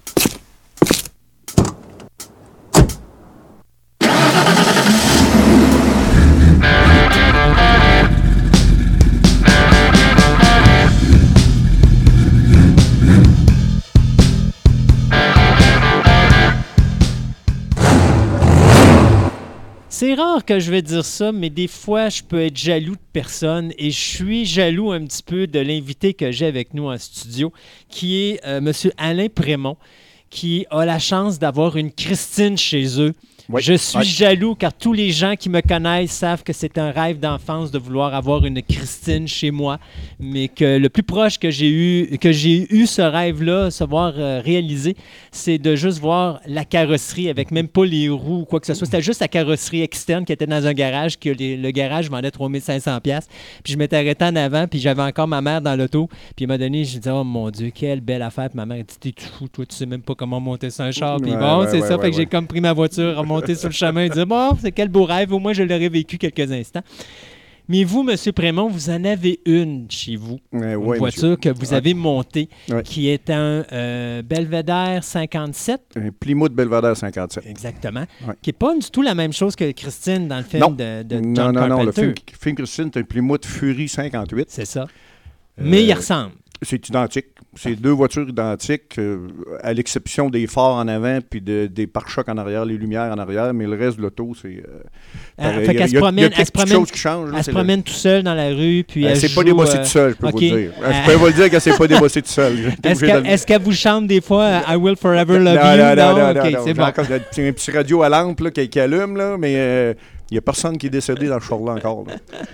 C'est rare que je vais dire ça, mais des fois, je peux être jaloux de personne et je suis jaloux un petit peu de l'invité que j'ai avec nous en studio, qui est M. Alain Prémont, qui a la chance d'avoir une Christine chez eux. Oui. Je suis jaloux car tous les gens qui me connaissent savent que c'est un rêve d'enfance de vouloir avoir une Christine chez moi, mais que le plus proche que j'ai eu ce rêve-là, se voir réaliser, c'est de juste voir la carrosserie avec même pas les roues ou quoi que ce soit. C'était juste la carrosserie externe qui était dans un garage, que le garage vendait 3500$. Puis je m'étais arrêté en avant, puis j'avais encore ma mère dans l'auto. Puis il m'a donné, je disais, oh mon Dieu, quelle belle affaire. Puis ma mère a dit, t'es fou, toi, tu sais même pas comment monter sur un char. Puis fait que j'ai comme pris ma voiture, remonté sur le chemin et dit, bon, c'est quel beau rêve, au moins je l'aurais vécu quelques instants. Mais vous, M. Prémont, vous en avez une chez vous, une voiture que vous avez montée, qui est un Belvedere 57. Un Plymouth Belvedere 57. Exactement. Qui n'est pas du tout la même chose que Christine dans le film de John Carpenter. Non, le film Christine, c'est un Plymouth Fury 58. C'est ça. Mais il ressemble. C'est identique. C'est deux voitures identiques, à l'exception des phares en avant puis des pare-chocs en arrière, les lumières en arrière, mais le reste de l'auto, c'est... il y a quelque chose qui change. Elle se promène tout seule dans la rue, puis elle c'est pas débossé tout seul, je peux vous le dire. Je peux vous le dire que c'est pas débossé tout seul. Est-ce qu'elle vous chante des fois « I will forever love you » ? Non, c'est bon. C'est un petit radio à lampe là, qui allume, là, mais... il n'y a personne qui est décédé dans ce char-là encore.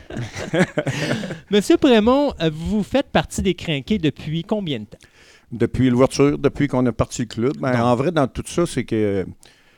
Monsieur Prémont, vous faites partie des Crinqués depuis combien de temps? Depuis l'ouverture, depuis qu'on a parti le club. En vrai, dans tout ça, c'est que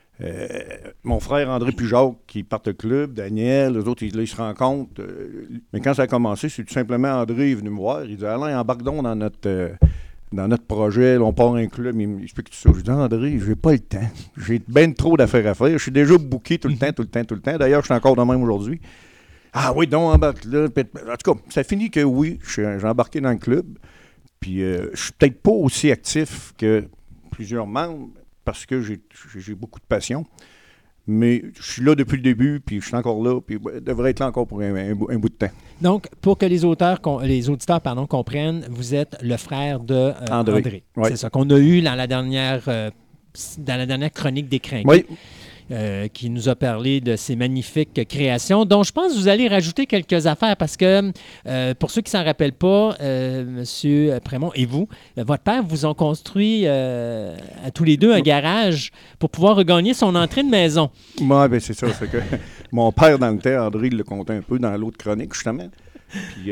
mon frère André Pujol, qui part le club, Daniel, les autres, ils se rencontrent. Mais quand ça a commencé, c'est tout simplement André est venu me voir. Il dit « Alain, embarque donc dans notre projet, là, on part un club. » Il m'explique tout ça. Je dis « André, je n'ai pas le temps. J'ai bien trop d'affaires à faire. Je suis déjà booké tout le temps. D'ailleurs, je suis encore de même aujourd'hui. » Ah oui, donc embarque là. En tout cas, ça finit que oui, j'ai embarqué dans le club. Puis je suis peut-être pas aussi actif que plusieurs membres parce que j'ai beaucoup de passion. Mais je suis là depuis le début, puis je suis encore là, puis je devrais être là encore pour un bout de temps. Donc, pour que les auditeurs comprennent, vous êtes le frère de André. Oui. C'est ça qu'on a eu dans la dernière chronique des Crinqués. Oui. Qui nous a parlé de ces magnifiques créations, dont je pense que vous allez rajouter quelques affaires parce que, pour ceux qui ne s'en rappellent pas, M. Prémont et vous, votre père vous ont construit à tous les deux un garage pour pouvoir regagner son entrée de maison. Oui, bien c'est ça. C'est que mon père, dans le temps, André, il le comptait un peu dans l'autre chronique, justement. Puis,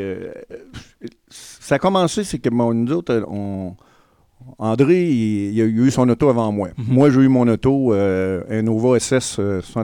ça a commencé, c'est que nous autres, André, il a eu son auto avant moi. Mm-hmm. Moi, j'ai eu mon auto, un Nova SS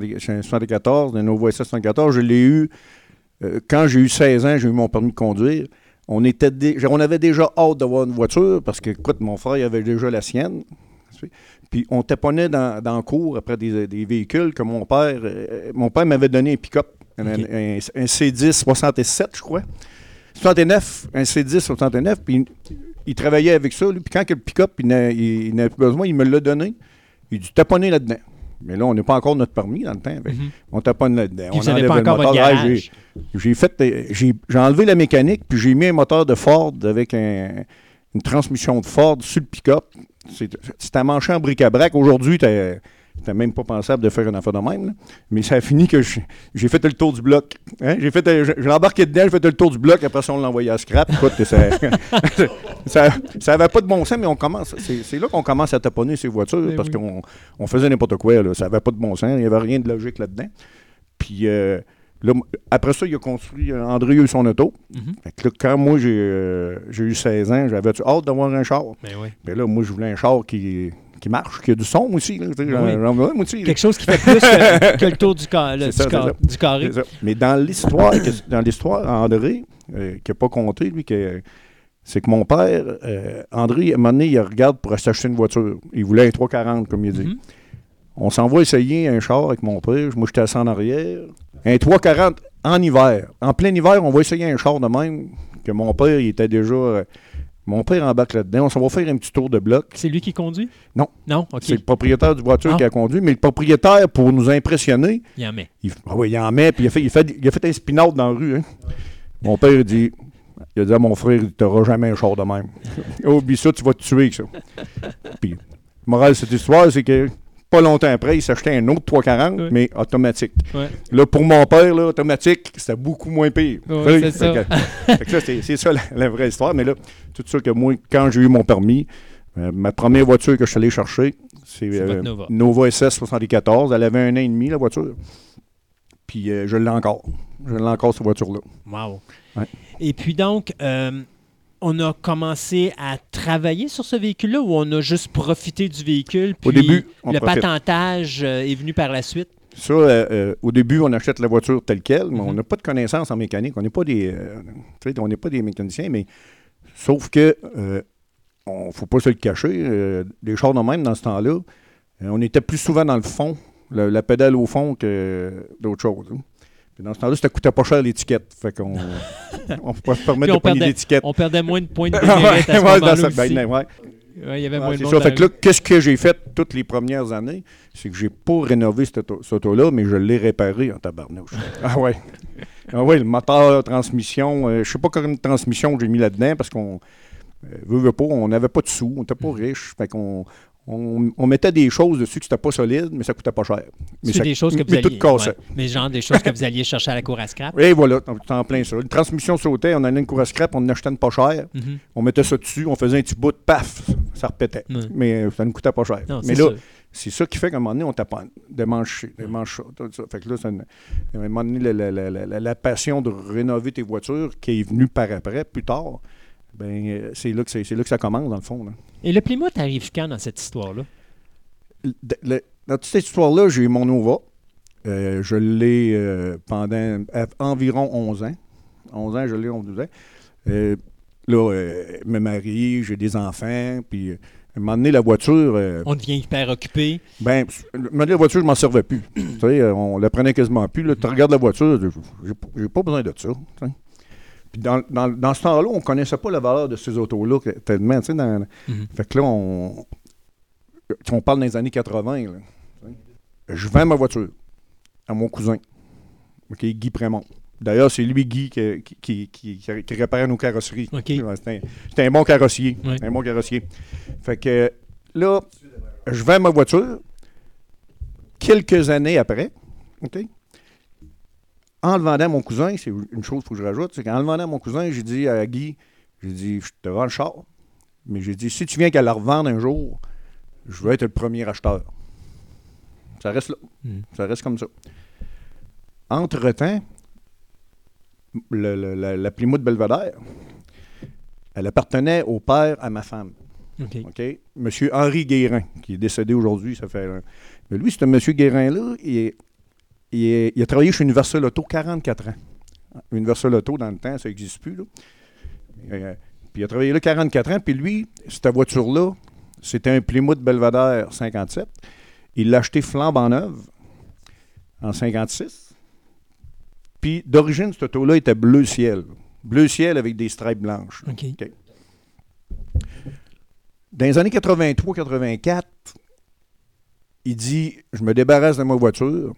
74, un Nova SS 74. Je l'ai eu quand j'ai eu 16 ans, j'ai eu mon permis de conduire. On avait déjà hâte d'avoir une voiture parce que, écoute, mon frère il avait déjà la sienne. Puis on taponnait dans le cours après des véhicules que mon père m'avait donné un pick-up, un C10 67, je crois. 69, un C10 69, puis il travaillait avec ça. Lui. Puis quand le pick-up, il n'avait plus besoin, il me l'a donné. Il dit « taponner là-dedans ». Mais là, on n'a pas encore notre permis dans le temps. On taponne là-dedans. Puis vous n'avez pas encore votre garage. J'ai enlevé la mécanique, puis j'ai mis un moteur de Ford avec un une transmission de Ford sur le pick-up. C'était à mancher en bric-à-brac. Aujourd'hui, t'as même pas pensable de faire une affaire de même. Là. Mais ça a fini que j'ai fait le tour du bloc. Hein? J'ai embarqué dedans, j'ai fait le tour du bloc. Après ça, on l'a envoyé à scrap. Écoute, ça avait pas de bon sens, mais on commence. C'est là qu'on commence à taponner ces voitures parce qu'on faisait n'importe quoi. Là. Ça avait pas de bon sens. Il n'y avait rien de logique là-dedans. Puis là, après ça, il a construit. André a eu son auto. Fait que là, quand moi, j'ai eu 16 ans, j'avais hâte d'avoir un char. Mais là, moi, je voulais un char qui marche, qui a du son aussi. Là, quelque chose qui fait plus que le tour du carré. C'est ça. Mais dans l'histoire, André, qui n'a pas compté, lui, c'est que mon père, André, à un moment donné, il regarde pour s'acheter une voiture. Il voulait un 340, comme il dit. On s'en va essayer un char avec mon père. Moi, j'étais assis en arrière. Un 340 en hiver. En plein hiver, on va essayer un char de même que mon père, il était déjà... mon père embarque là-dedans. On s'en va faire un petit tour de bloc. C'est lui qui conduit? Non. Non? OK. C'est le propriétaire du voiture qui a conduit. Mais le propriétaire, pour nous impressionner... Il en met. Il en met. Puis il a fait un spin-out dans la rue. Hein. Mon père, il a dit à mon frère, tu n'auras jamais un char de même. Oublie ça, tu vas te tuer avec ça. Puis, morale de cette histoire, c'est que... Pas longtemps après, il s'achetait un autre 340, mais automatique. Ouais. Là, pour mon père, là, automatique, c'était beaucoup moins pire. Ouais, c'est ça. C'est ça la vraie histoire. Mais là, tout ça que moi, quand j'ai eu mon permis, ma première voiture que je suis allé chercher, c'est Nova SS 74. Elle avait 1 an et demi, la voiture. Puis je l'ai encore. Je l'ai encore, cette voiture-là. Wow. Ouais. Et puis donc... on a commencé à travailler sur ce véhicule-là ou on a juste profité du véhicule? Puis au début, le patentage est venu par la suite? Ça, au début, on achète la voiture telle qu'elle, mais on n'a pas de connaissances en mécanique. On n'est pas des mécaniciens, mais sauf que ne faut pas se le cacher. Les chars de même, dans ce temps-là, on était plus souvent dans le fond, la pédale au fond que d'autres choses. Hein. Puis dans ce temps-là, ça coûtait pas cher l'étiquette. Fait qu'on on pouvait se permettre de prendre l'étiquette. On perdait moins de points de démérite à ce moment-là aussi. Il y avait moins de monde. Fait que là, qu'est-ce que j'ai fait toutes les premières années? C'est que j'ai pas rénové cette auto-là, mais je l'ai réparé en tabarnouche. Ah ouais, le moteur, transmission, je sais pas combien de transmission que j'ai mis là-dedans parce qu'on veut pas, on n'avait pas de sous, on n'était pas riche. Fait qu'on on mettait des choses dessus qui n'étaient pas solides, mais ça coûtait pas cher. C'est des choses que vous alliez... mais genre des choses que vous alliez chercher à la cour à scrap? Et voilà, en plein ça. Une transmission sautait, on allait une cour à scrap, on en achetait une pas cher, on mettait ça dessus, on faisait un petit bout, paf, ça repétait. Mais ça ne coûtait pas cher. Non, mais là, c'est ça qui fait qu'à un moment donné, on tape des manches, tout ça. Fait que là, à un moment donné, la passion de rénover tes voitures qui est venue par après, plus tard, ben, c'est là que ça commence, dans le fond. Là. Et le Plymouth arrive quand dans cette histoire-là? Dans toute cette histoire-là, j'ai eu mon Nova. Je l'ai pendant environ 11 ans. 11 ans, je l'ai 12 ans. Là, je me marie, j'ai des enfants, puis à un moment donné, la voiture... on devient hyper occupé. Ben, la voiture, je m'en servais plus. Tu sais, on la prenait quasiment plus. Là, tu regardes la voiture, j'ai pas besoin de ça. T'sais. Puis dans ce temps-là, on ne connaissait pas la valeur de ces autos-là tellement. Tu sais, fait que là, on parle des années 80. Là, je vends ma voiture à mon cousin, Guy Prémont. D'ailleurs, c'est lui, Guy, qui réparait nos carrosseries. Okay. C'était un bon carrossier. Oui. Un bon carrossier. Fait que là, je vends ma voiture. Quelques années après, OK? En le vendant à mon cousin, c'est une chose qu'il faut que je rajoute, c'est qu'en le vendant à mon cousin, j'ai dit à Guy, je te vends le char, mais j'ai dit, si tu viens qu'à la revendre un jour, je veux être le premier acheteur. Ça reste là. Ça reste comme ça. Entre-temps, la Plymouth Belvedere, elle appartenait au père à ma femme. OK? Monsieur Henri Guérin, qui est décédé aujourd'hui, ça fait... Mais lui, ce monsieur Guérin-là, il a travaillé chez Universal Auto 44 ans. Universal Auto, dans le temps, ça n'existe plus. Là. Puis il a travaillé là 44 ans. Puis lui, cette voiture-là, c'était un Plymouth Belvedere 57. Il l'a acheté flambant neuve en 56. Puis d'origine, cette auto-là était bleu ciel. Bleu ciel avec des stripes blanches. Okay. Dans les années 83-84, il dit, je me débarrasse de ma voiture.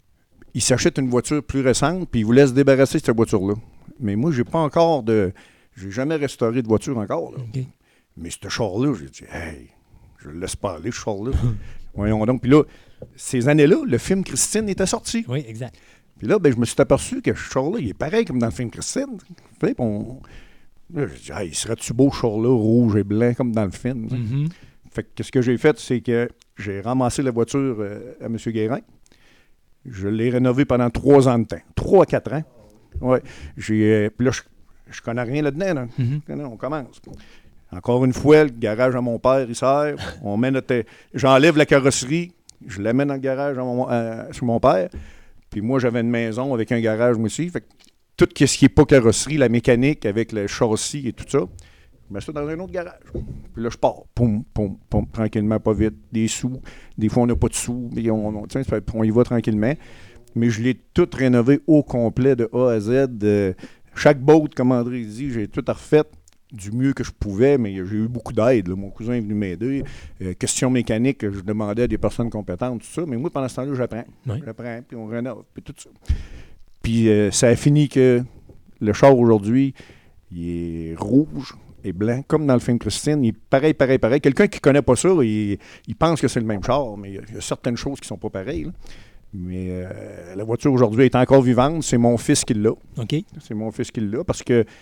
Il s'achète une voiture plus récente, puis il voulait se débarrasser de cette voiture-là. Mais moi, j'ai pas encore de J'ai jamais restauré de voiture encore. Là. OK. Mais ce char-là, j'ai dit, hey, je le laisse pas aller, ce char-là. Voyons donc. Puis là, ces années-là, le film Christine était sorti. Oui, exact. Puis là, ben, je me suis aperçu que ce char-là, il est pareil comme dans le film Christine. Puis là, j'ai dit, hey, il serait-tu beau, ce char-là, rouge et blanc, comme dans le film? Mhm. Fait que ce que j'ai fait, c'est que j'ai ramassé la voiture à M. Guérin. Je l'ai rénovée pendant 3 ans de temps. 3 à 4 ans. Ouais. Puis là, je connais rien là-dedans. Là. Mhm. On commence. Encore une fois, le garage à mon père, il sert. J'enlève la carrosserie, je l'amène dans le garage chez mon père. Puis moi, j'avais une maison avec un garage, moi aussi. Fait que tout ce qui n'est pas carrosserie, la mécanique avec le châssis et tout ça, je mets ça dans un autre garage. Puis là, je pars. Poum, poum, poum, tranquillement, pas vite. Des sous. Des fois, on n'a pas de sous. Mais on y va tranquillement. Mais je l'ai tout rénové au complet de A à Z. Chaque boat, comme André dit, j'ai tout refait du mieux que je pouvais, mais j'ai eu beaucoup d'aide. Là. Mon cousin est venu m'aider. Questions mécaniques, je demandais à des personnes compétentes, tout ça. Mais moi, pendant ce temps-là, j'apprends. Oui. J'apprends, puis on rénove, puis tout ça. Puis ça a fini que le char, aujourd'hui, il est rouge et blanc, comme dans le film Christine. Il est pareil. Quelqu'un qui ne connaît pas ça, il pense que c'est le même char, mais il y a certaines choses qui ne sont pas pareilles. Là. Mais la voiture, aujourd'hui, est encore vivante. C'est mon fils qui l'a. OK. C'est mon fils qui l'a, parce que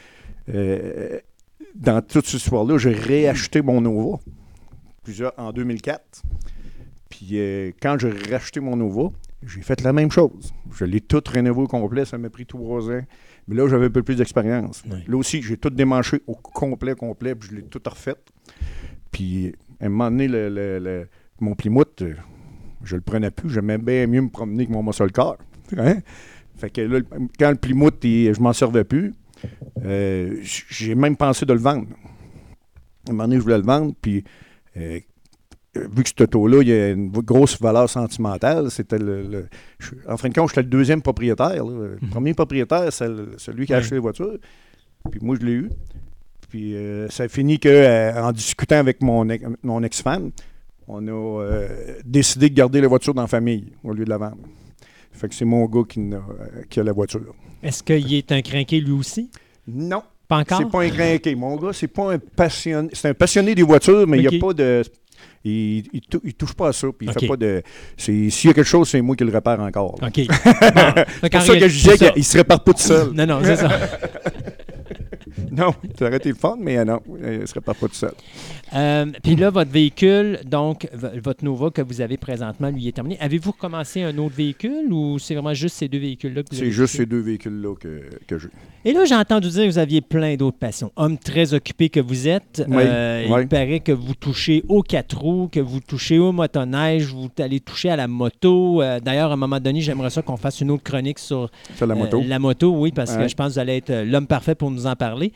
dans toute cette histoire-là, j'ai réacheté mon Nova en 2004. Puis quand j'ai racheté mon Nova, j'ai fait la même chose. Je l'ai tout rénové au complet. Ça m'a pris 3 ans. Mais là, j'avais un peu plus d'expérience. Oui. Là aussi, j'ai tout démanché au complet, puis je l'ai tout refait. Puis à un moment donné, mon Plymouth, je le prenais plus. J'aimais bien mieux me promener que mon muscle car. Hein? Fait que là, quand le Plymouth, je m'en servais plus, j'ai même pensé de le vendre. À un moment donné, je voulais le vendre, puis vu que cet auto-là, il y a une grosse valeur sentimentale, c'était en fin de compte, j'étais le deuxième propriétaire. Là. Le premier propriétaire, c'est celui qui a acheté les voitures. Puis moi, je l'ai eu. Puis ça a fini qu'en discutant avec mon ex-femme, on a décidé de garder la voiture dans la famille au lieu de la vendre. Fait que c'est mon gars qui a la voiture. Est-ce qu'il est un crinqué lui aussi? Non. Pas encore? C'est pas un crinqué. Mon gars, c'est pas un passionné. C'est un passionné des voitures, mais il n'y a pas de... Il touche pas à ça, puis il fait pas de... S'il y a quelque chose, c'est moi qui le répare encore. Là. OK. C'est pour ça que je disais qu'il se répare pas tout seul. Non, c'est ça. Non, ça aurait été le fun, mais non, il ne serait pas tout seul. Puis là, votre véhicule, donc, votre Nova que vous avez présentement, lui, est terminé. Avez-vous recommencé un autre véhicule ou c'est vraiment juste ces 2 véhicules-là que vous avez? C'est juste ces 2 véhicules-là que j'ai. Et là, j'ai entendu dire que vous aviez plein d'autres passions. Homme très occupé que vous êtes. Oui, Il paraît que vous touchez aux 4 roues, que vous touchez au motoneige, vous allez toucher à la moto. D'ailleurs, à un moment donné, j'aimerais ça qu'on fasse une autre chronique sur la moto. La moto, oui, parce que je pense que vous allez être l'homme parfait pour nous en parler.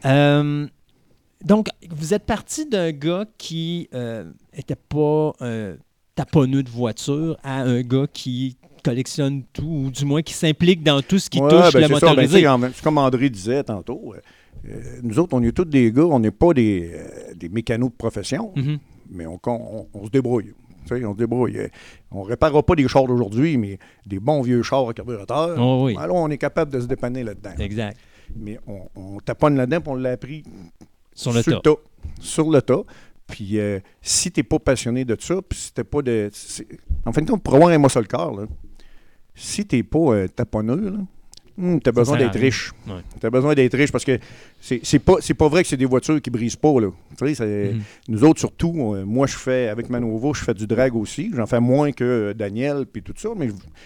Donc, vous êtes parti d'un gars qui n'était pas un taponneux de voiture à un gars qui collectionne tout, ou du moins qui s'implique dans tout ce qui touche la motorisée. Comme André disait tantôt, nous autres, on est tous des gars, on n'est pas des mécanos de profession, mais on se débrouille. On se débrouille. On ne réparera pas des chars d'aujourd'hui, mais des bons vieux chars à carburateur. Oh oui. Alors, on est capable de se dépanner là-dedans. Exact. Mais on taponne là-dedans, puis on l'a appris sur le tas. Sur le tas. Puis si tu n'es pas passionné de ça, puis si tu n'es pas de... En fin de compte, pour avoir un muscle car, là, si tu n'es pas taponneux, tu as besoin d'être riche. Ouais. Tu as besoin d'être riche parce que c'est pas vrai que c'est des voitures qui ne brisent pas. Là. Nous autres, surtout, moi, je fais, avec ma Nova, je fais du drag aussi. J'en fais moins que Daniel puis tout ça,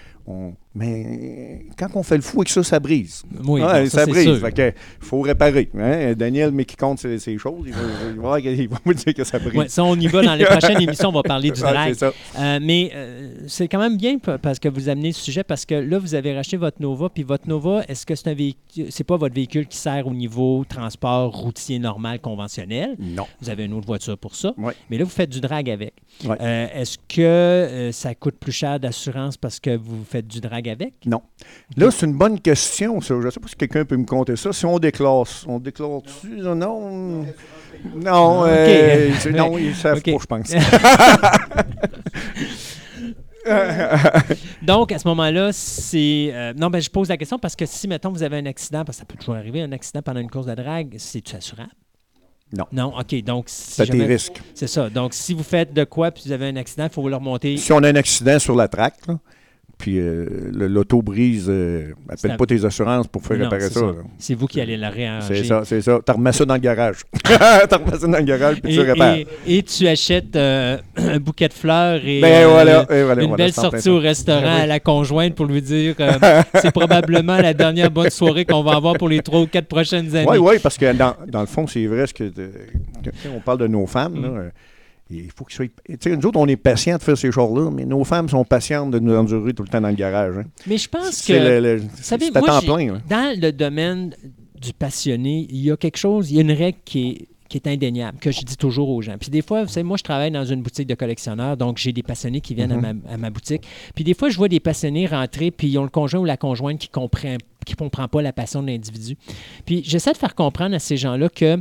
mais quand on fait le fou avec ça, ça brise. Oui, ça brise. Fait que faut réparer. Hein? Daniel, mais qui compte ces choses, il va me dire que ça brise. Ouais, ça, on y va dans les prochaines émissions, on va parler du drag. C'est ça. Mais c'est quand même bien parce que vous amenez ce sujet, parce que là, vous avez racheté votre Nova, puis votre Nova, est-ce que c'est un véhicule, c'est pas votre véhicule qui sert au niveau transport routier normal, conventionnel? Non. Vous avez une autre voiture pour ça. Ouais. Mais là, vous faites du drag avec. Ouais. Est-ce que ça coûte plus cher d'assurance parce que vous faites du drag avec? Non. Là, c'est une bonne question, ça. Je ne sais pas si quelqu'un peut me compter ça. Si on déclare-tu? Non. Non, non, ils ne savent pas, je pense. Donc, à ce moment-là, c'est... non, je pose la question parce que si, mettons, vous avez un accident, parce que ça peut toujours arriver, un accident pendant une course de drague, c'est-tu assurable? Non. Non, OK. Donc, si C'est tes risques. C'est ça. Donc, si vous faites de quoi puis vous avez un accident, il faut le remonter. Si on a un accident sur la track, là, puis l'auto brise, appelle pas tes assurances pour faire réparer ça. C'est vous qui allez la réarranger. C'est ça. Tu remets ça dans le garage. Tu remets ça dans le garage, puis tu répares. Et tu achètes un bouquet de fleurs et une belle sortie au restaurant à la conjointe pour lui dire c'est probablement la dernière bonne soirée qu'on va avoir pour les 3 ou 4 prochaines années. Oui, parce que dans le fond, c'est vrai que on parle de nos femmes, là, il faut qu'ils soient... Tu sais, nous autres, on est patients de faire ces choses-là, mais nos femmes sont patientes de nous endurer tout le temps dans le garage. Hein. Mais je pense que... Vous savez, moi, temps plein. Dans le domaine du passionné, il y a quelque chose, il y a une règle qui est indéniable, que je dis toujours aux gens. Puis des fois, vous savez, moi, je travaille dans une boutique de collectionneurs, donc j'ai des passionnés qui viennent à ma boutique. Puis des fois, je vois des passionnés rentrer, puis ils ont le conjoint ou la conjointe qui comprend pas la passion de l'individu. Puis j'essaie de faire comprendre à ces gens-là que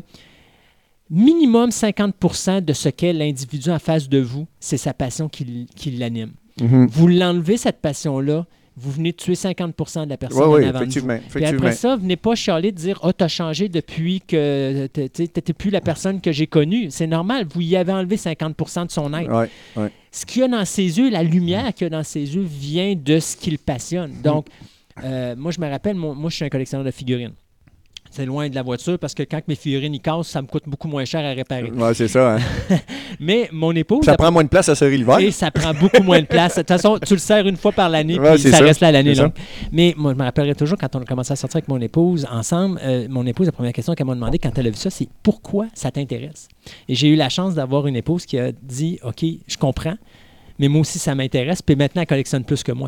minimum 50% de ce qu'est l'individu en face de vous, c'est sa passion qui l'anime. Vous l'enlevez, cette passion-là, vous venez de tuer 50% de la personne en avant de vous. Puis après ça, venez pas chialer de dire « Ah, t'as changé depuis que t'étais plus la personne que j'ai connue. » C'est normal, vous y avez enlevé 50% de son être. Ce qu'il y a dans ses yeux, la lumière qu'il y a dans ses yeux vient de ce qui le passionne. Donc, moi, je me rappelle, moi, je suis un collectionneur de figurines. C'est loin de la voiture parce que quand mes figurines ils cassent, ça me coûte beaucoup moins cher à réparer. Oui, c'est ça. Hein? Mais mon épouse... Ça prend moins de place à serrer l'hiver. Et ça prend beaucoup moins de place. De toute façon, tu le serres une fois par l'année, puis ça reste là l'année longue. Mais moi, je me rappellerai toujours quand on a commencé à sortir avec mon épouse ensemble, mon épouse, la première question qu'elle m'a demandé quand elle a vu ça, c'est « Pourquoi ça t'intéresse? » Et j'ai eu la chance d'avoir une épouse qui a dit « OK, je comprends. » Mais moi aussi, ça m'intéresse. Puis maintenant, elle collectionne plus que moi.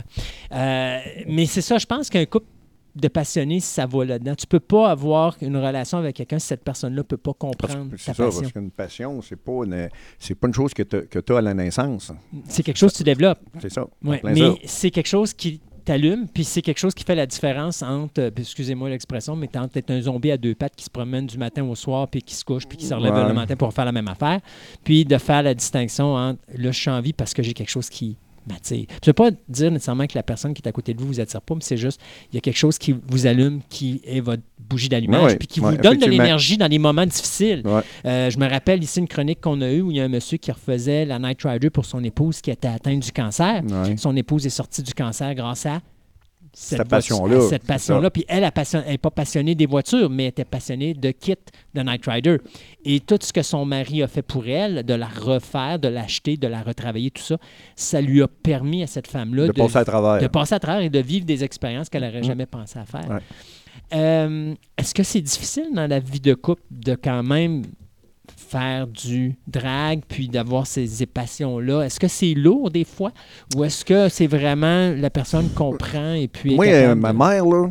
Mais c'est ça, je pense qu'un couple de passionnés, ça va là-dedans. Tu ne peux pas avoir une relation avec quelqu'un si cette personne-là ne peut pas comprendre ta passion. Parce qu'une passion, c'est pas une chose que tu as à la naissance. C'est quelque chose que tu développes. C'est ça. Ouais, mais c'est quelque chose qui t'allume, puis c'est quelque chose qui fait la différence entre, excusez-moi l'expression, mais entre être un zombie à 2 pattes qui se promène du matin au soir, puis qui se couche, puis qui se relève le matin pour faire la même affaire, puis de faire la distinction entre là, je suis en vie parce que j'ai quelque chose qui m'attire. Je ne veux pas dire nécessairement que la personne qui est à côté de vous attire pas, mais c'est juste, il y a quelque chose qui vous allume, qui est votre bougie d'allumage, puis qui vous donne de l'énergie dans les moments difficiles. Je me rappelle ici une chronique qu'on a eue où il y a un monsieur qui refaisait la Night Rider pour son épouse qui était atteinte du cancer. Son épouse est sortie du cancer grâce à cette passion-là. Puis elle n'est pas passionnée des voitures, mais elle était passionnée de kit de Night Rider. Et tout ce que son mari a fait pour elle, de la refaire, de l'acheter, de la retravailler, tout ça, ça lui a permis à cette femme-là de passer à travers. De passer à travers et de vivre des expériences qu'elle n'aurait jamais pensé à faire. Est-ce que c'est difficile dans la vie de couple de quand même faire du drag puis d'avoir ces passions-là? Est-ce que c'est lourd des fois ou est-ce que c'est vraiment la personne comprend et puis... Moi, ma mère, là,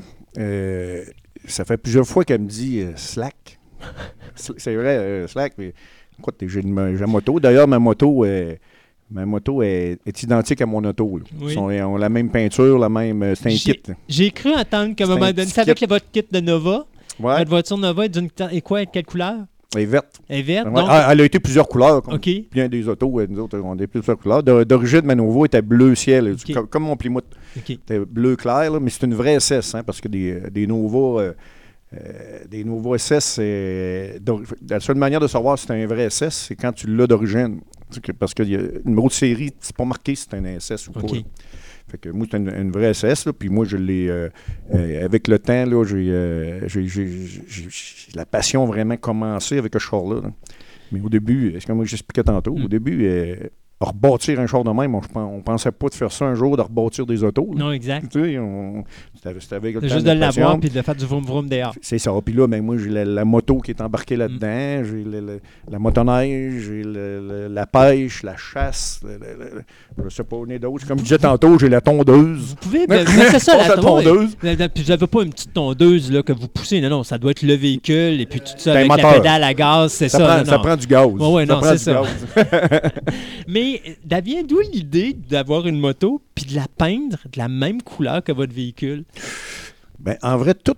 ça fait plusieurs fois qu'elle me dit slack. C'est vrai, slack. Mais, écoute, j'ai une moto. D'ailleurs, ma moto est identique à mon auto. Ils ont la même peinture, la même... C'est un kit. J'ai cru entendre qu'à un moment donné, c'est avec votre kit de Nova. Votre voiture Nova est quelle couleur? Elle est verte. Elle est verte, donc... Elle a été plusieurs couleurs, comme bien des autos. Nous autres, on a plusieurs couleurs. D'origine, ma Nouveau était bleu ciel, comme mon Plymouth. C'était bleu clair, là, mais c'est une vraie SS, hein, parce que des Nova SS, la seule manière de savoir si c'est un vrai SS, c'est quand tu l'as d'origine. Parce que le numéro de série, c'est pas marqué si c'est un SS ou pas. Fait que moi, c'est une vraie SS, là, puis moi, je l'ai... avec le temps, là, j'ai la passion vraiment commencé avec ce char-là. Mais au début, c'est comme moi j'expliquais tantôt, au début, rebâtir un char de même, on pensait pas de faire ça un jour, de rebâtir des autos. Là. Non, exact. Tu sais, c'était avec le temps juste de l'avoir puis de faire du vroom-vroom dehors. C'est ça. Puis là, moi, j'ai la moto qui est embarquée là-dedans, j'ai la motoneige, j'ai la pêche, la chasse, je sais pas, on est d'autres. Comme je disais tantôt, j'ai la tondeuse. Vous pouvez, c'est ça, la tondeuse. Puis vous n'avez pas une petite tondeuse là, que vous poussez, non, ça doit être le véhicule et puis tout ça avec la pédale à gaz, c'est ça. Ça prend du gaz. Oui, non, c'est ça. Mais vient d'où l'idée d'avoir une moto puis de la peindre de la même couleur que votre véhicule? Ben, en vrai, toutes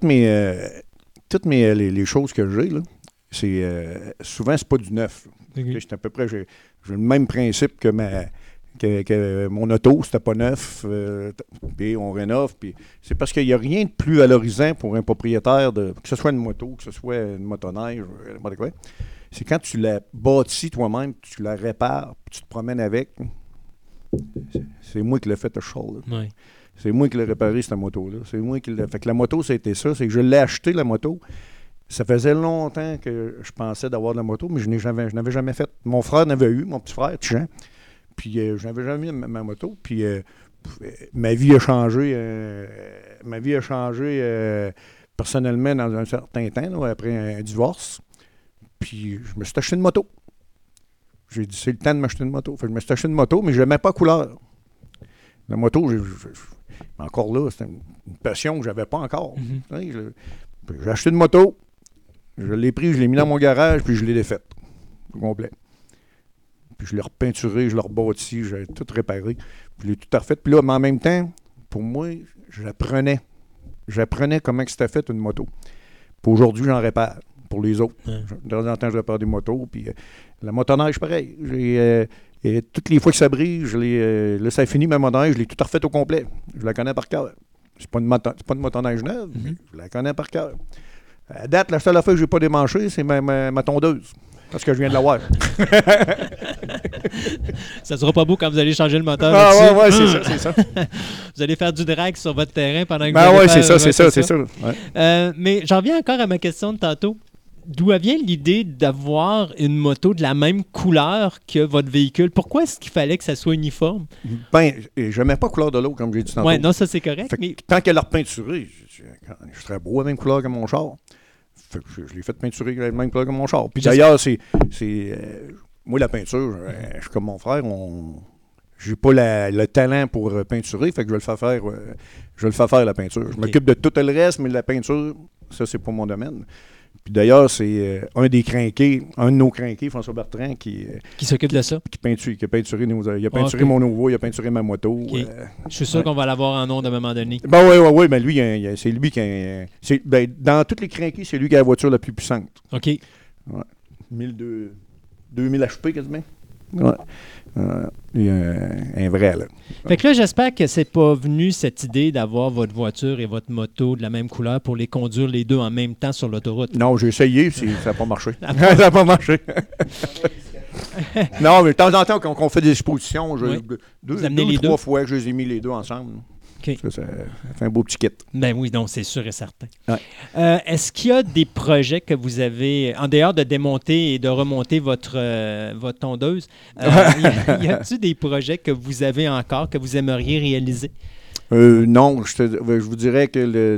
les choses que j'ai, là, souvent, c'est pas du neuf. Okay. À peu près, j'ai le même principe que que mon auto, c'était pas neuf, puis on rénove. Puis c'est parce qu'il n'y a rien de plus valorisant pour un propriétaire, que ce soit une moto, que ce soit une motoneige, n'importe quoi. C'est quand tu la bâtis toi-même, tu la répares, puis tu te promènes avec. C'est moi qui l'ai fait, le char. Oui. C'est moi qui l'ai réparé, cette moto-là. C'est moi qui l'ai fait. Que la moto, c'était ça. C'est que je l'ai acheté, la moto. Ça faisait longtemps que je pensais d'avoir de la moto, mais je n'avais jamais fait. Mon frère n'avait eu, mon petit frère, Tijan. Puis je n'avais jamais eu ma moto. Puis ma vie a changé. Ma vie a changé personnellement dans un certain temps, là, après un divorce. Puis je me suis acheté une moto. J'ai dit, c'est le temps de m'acheter une moto. Fait que je me suis acheté une moto, mais je n'aimais pas la couleur. La moto, encore là, c'était une passion que je n'avais pas encore. J'ai acheté une moto, je l'ai pris, je l'ai mis dans mon garage, puis je l'ai défaite au complet. Puis je l'ai repeinturé, je l'ai rebâti, j'ai tout réparé, puis je l'ai tout refait. Puis là, mais en même temps, pour moi, j'apprenais. J'apprenais comment c'était fait une moto. Puis aujourd'hui, j'en répare pour les autres. De temps en temps, je répare des motos, puis la motoneige, pareil. Et toutes les fois que ça brise, là, ça a fini ma motoneige, je l'ai tout refait au complet. Je la connais par cœur. C'est pas une motoneige neuve, mais je la connais par cœur. À date, la seule affaire que je n'ai pas démanchée, c'est ma tondeuse. Parce que je viens de l'avoir. Ça sera pas beau quand vous allez changer le moteur. Ouais, c'est ça. Vous allez faire du drag sur votre terrain pendant que vous allez faire... c'est ça. Ouais. Mais j'en reviens encore à ma question de tantôt. D'où vient l'idée d'avoir une moto de la même couleur que votre véhicule? Pourquoi est-ce qu'il fallait que ça soit uniforme? Ben, je n'aimais pas la couleur de l'eau, comme j'ai dit tantôt. Oui, non, ça c'est correct. Mais... Tant qu'elle l'a repeinturé, je serais beau à la même couleur que mon char. Fait que je l'ai fait peinturer avec la même couleur que mon char. Puis d'ailleurs, moi, la peinture, je suis comme mon frère, j'ai pas le talent pour peinturer, fait que je vais le faire faire la peinture. Je m'occupe de tout le reste, mais la peinture, ça, c'est pas mon domaine. Puis d'ailleurs, c'est un de nos crinqués, François Bertrand, qui s'occupe de ça. Qui a peinturé mon nouveau, il a peinturé ma moto. Okay. Je suis sûr qu'on va l'avoir en ondes à un moment donné. Ben oui, mais lui, c'est lui qui a... dans tous les crinqués, c'est lui qui a la voiture la plus puissante. OK. Ouais. 2000 HP quasiment. Ouais. Il y a un vrai, là. Fait que là, j'espère que c'est pas venu cette idée d'avoir votre voiture et votre moto de la même couleur pour les conduire les deux en même temps sur l'autoroute. Non, j'ai essayé, ça n'a pas marché. Ça n'a pas marché. Non, mais de temps en temps, quand on fait des expositions, deux ou trois fois que je les ai mis les deux ensemble. Okay. Ça fait un beau petit kit. Ben oui, donc c'est sûr et certain. Ouais. Est-ce qu'il y a des projets que vous avez, en dehors de démonter et de remonter votre tondeuse, y a-t-il des projets que vous avez encore, que vous aimeriez réaliser? Non, je vous dirais que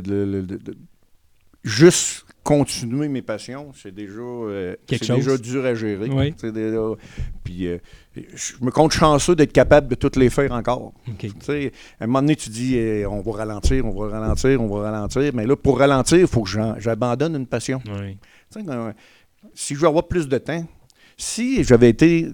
juste continuer mes passions, c'est déjà dur à gérer. Oui. Puis je me compte chanceux d'être capable de toutes les faire encore. Okay. À un moment donné, tu dis on va ralentir, mais là, pour ralentir, il faut que j'abandonne une passion. Oui. Si je veux avoir plus de temps, si j'avais été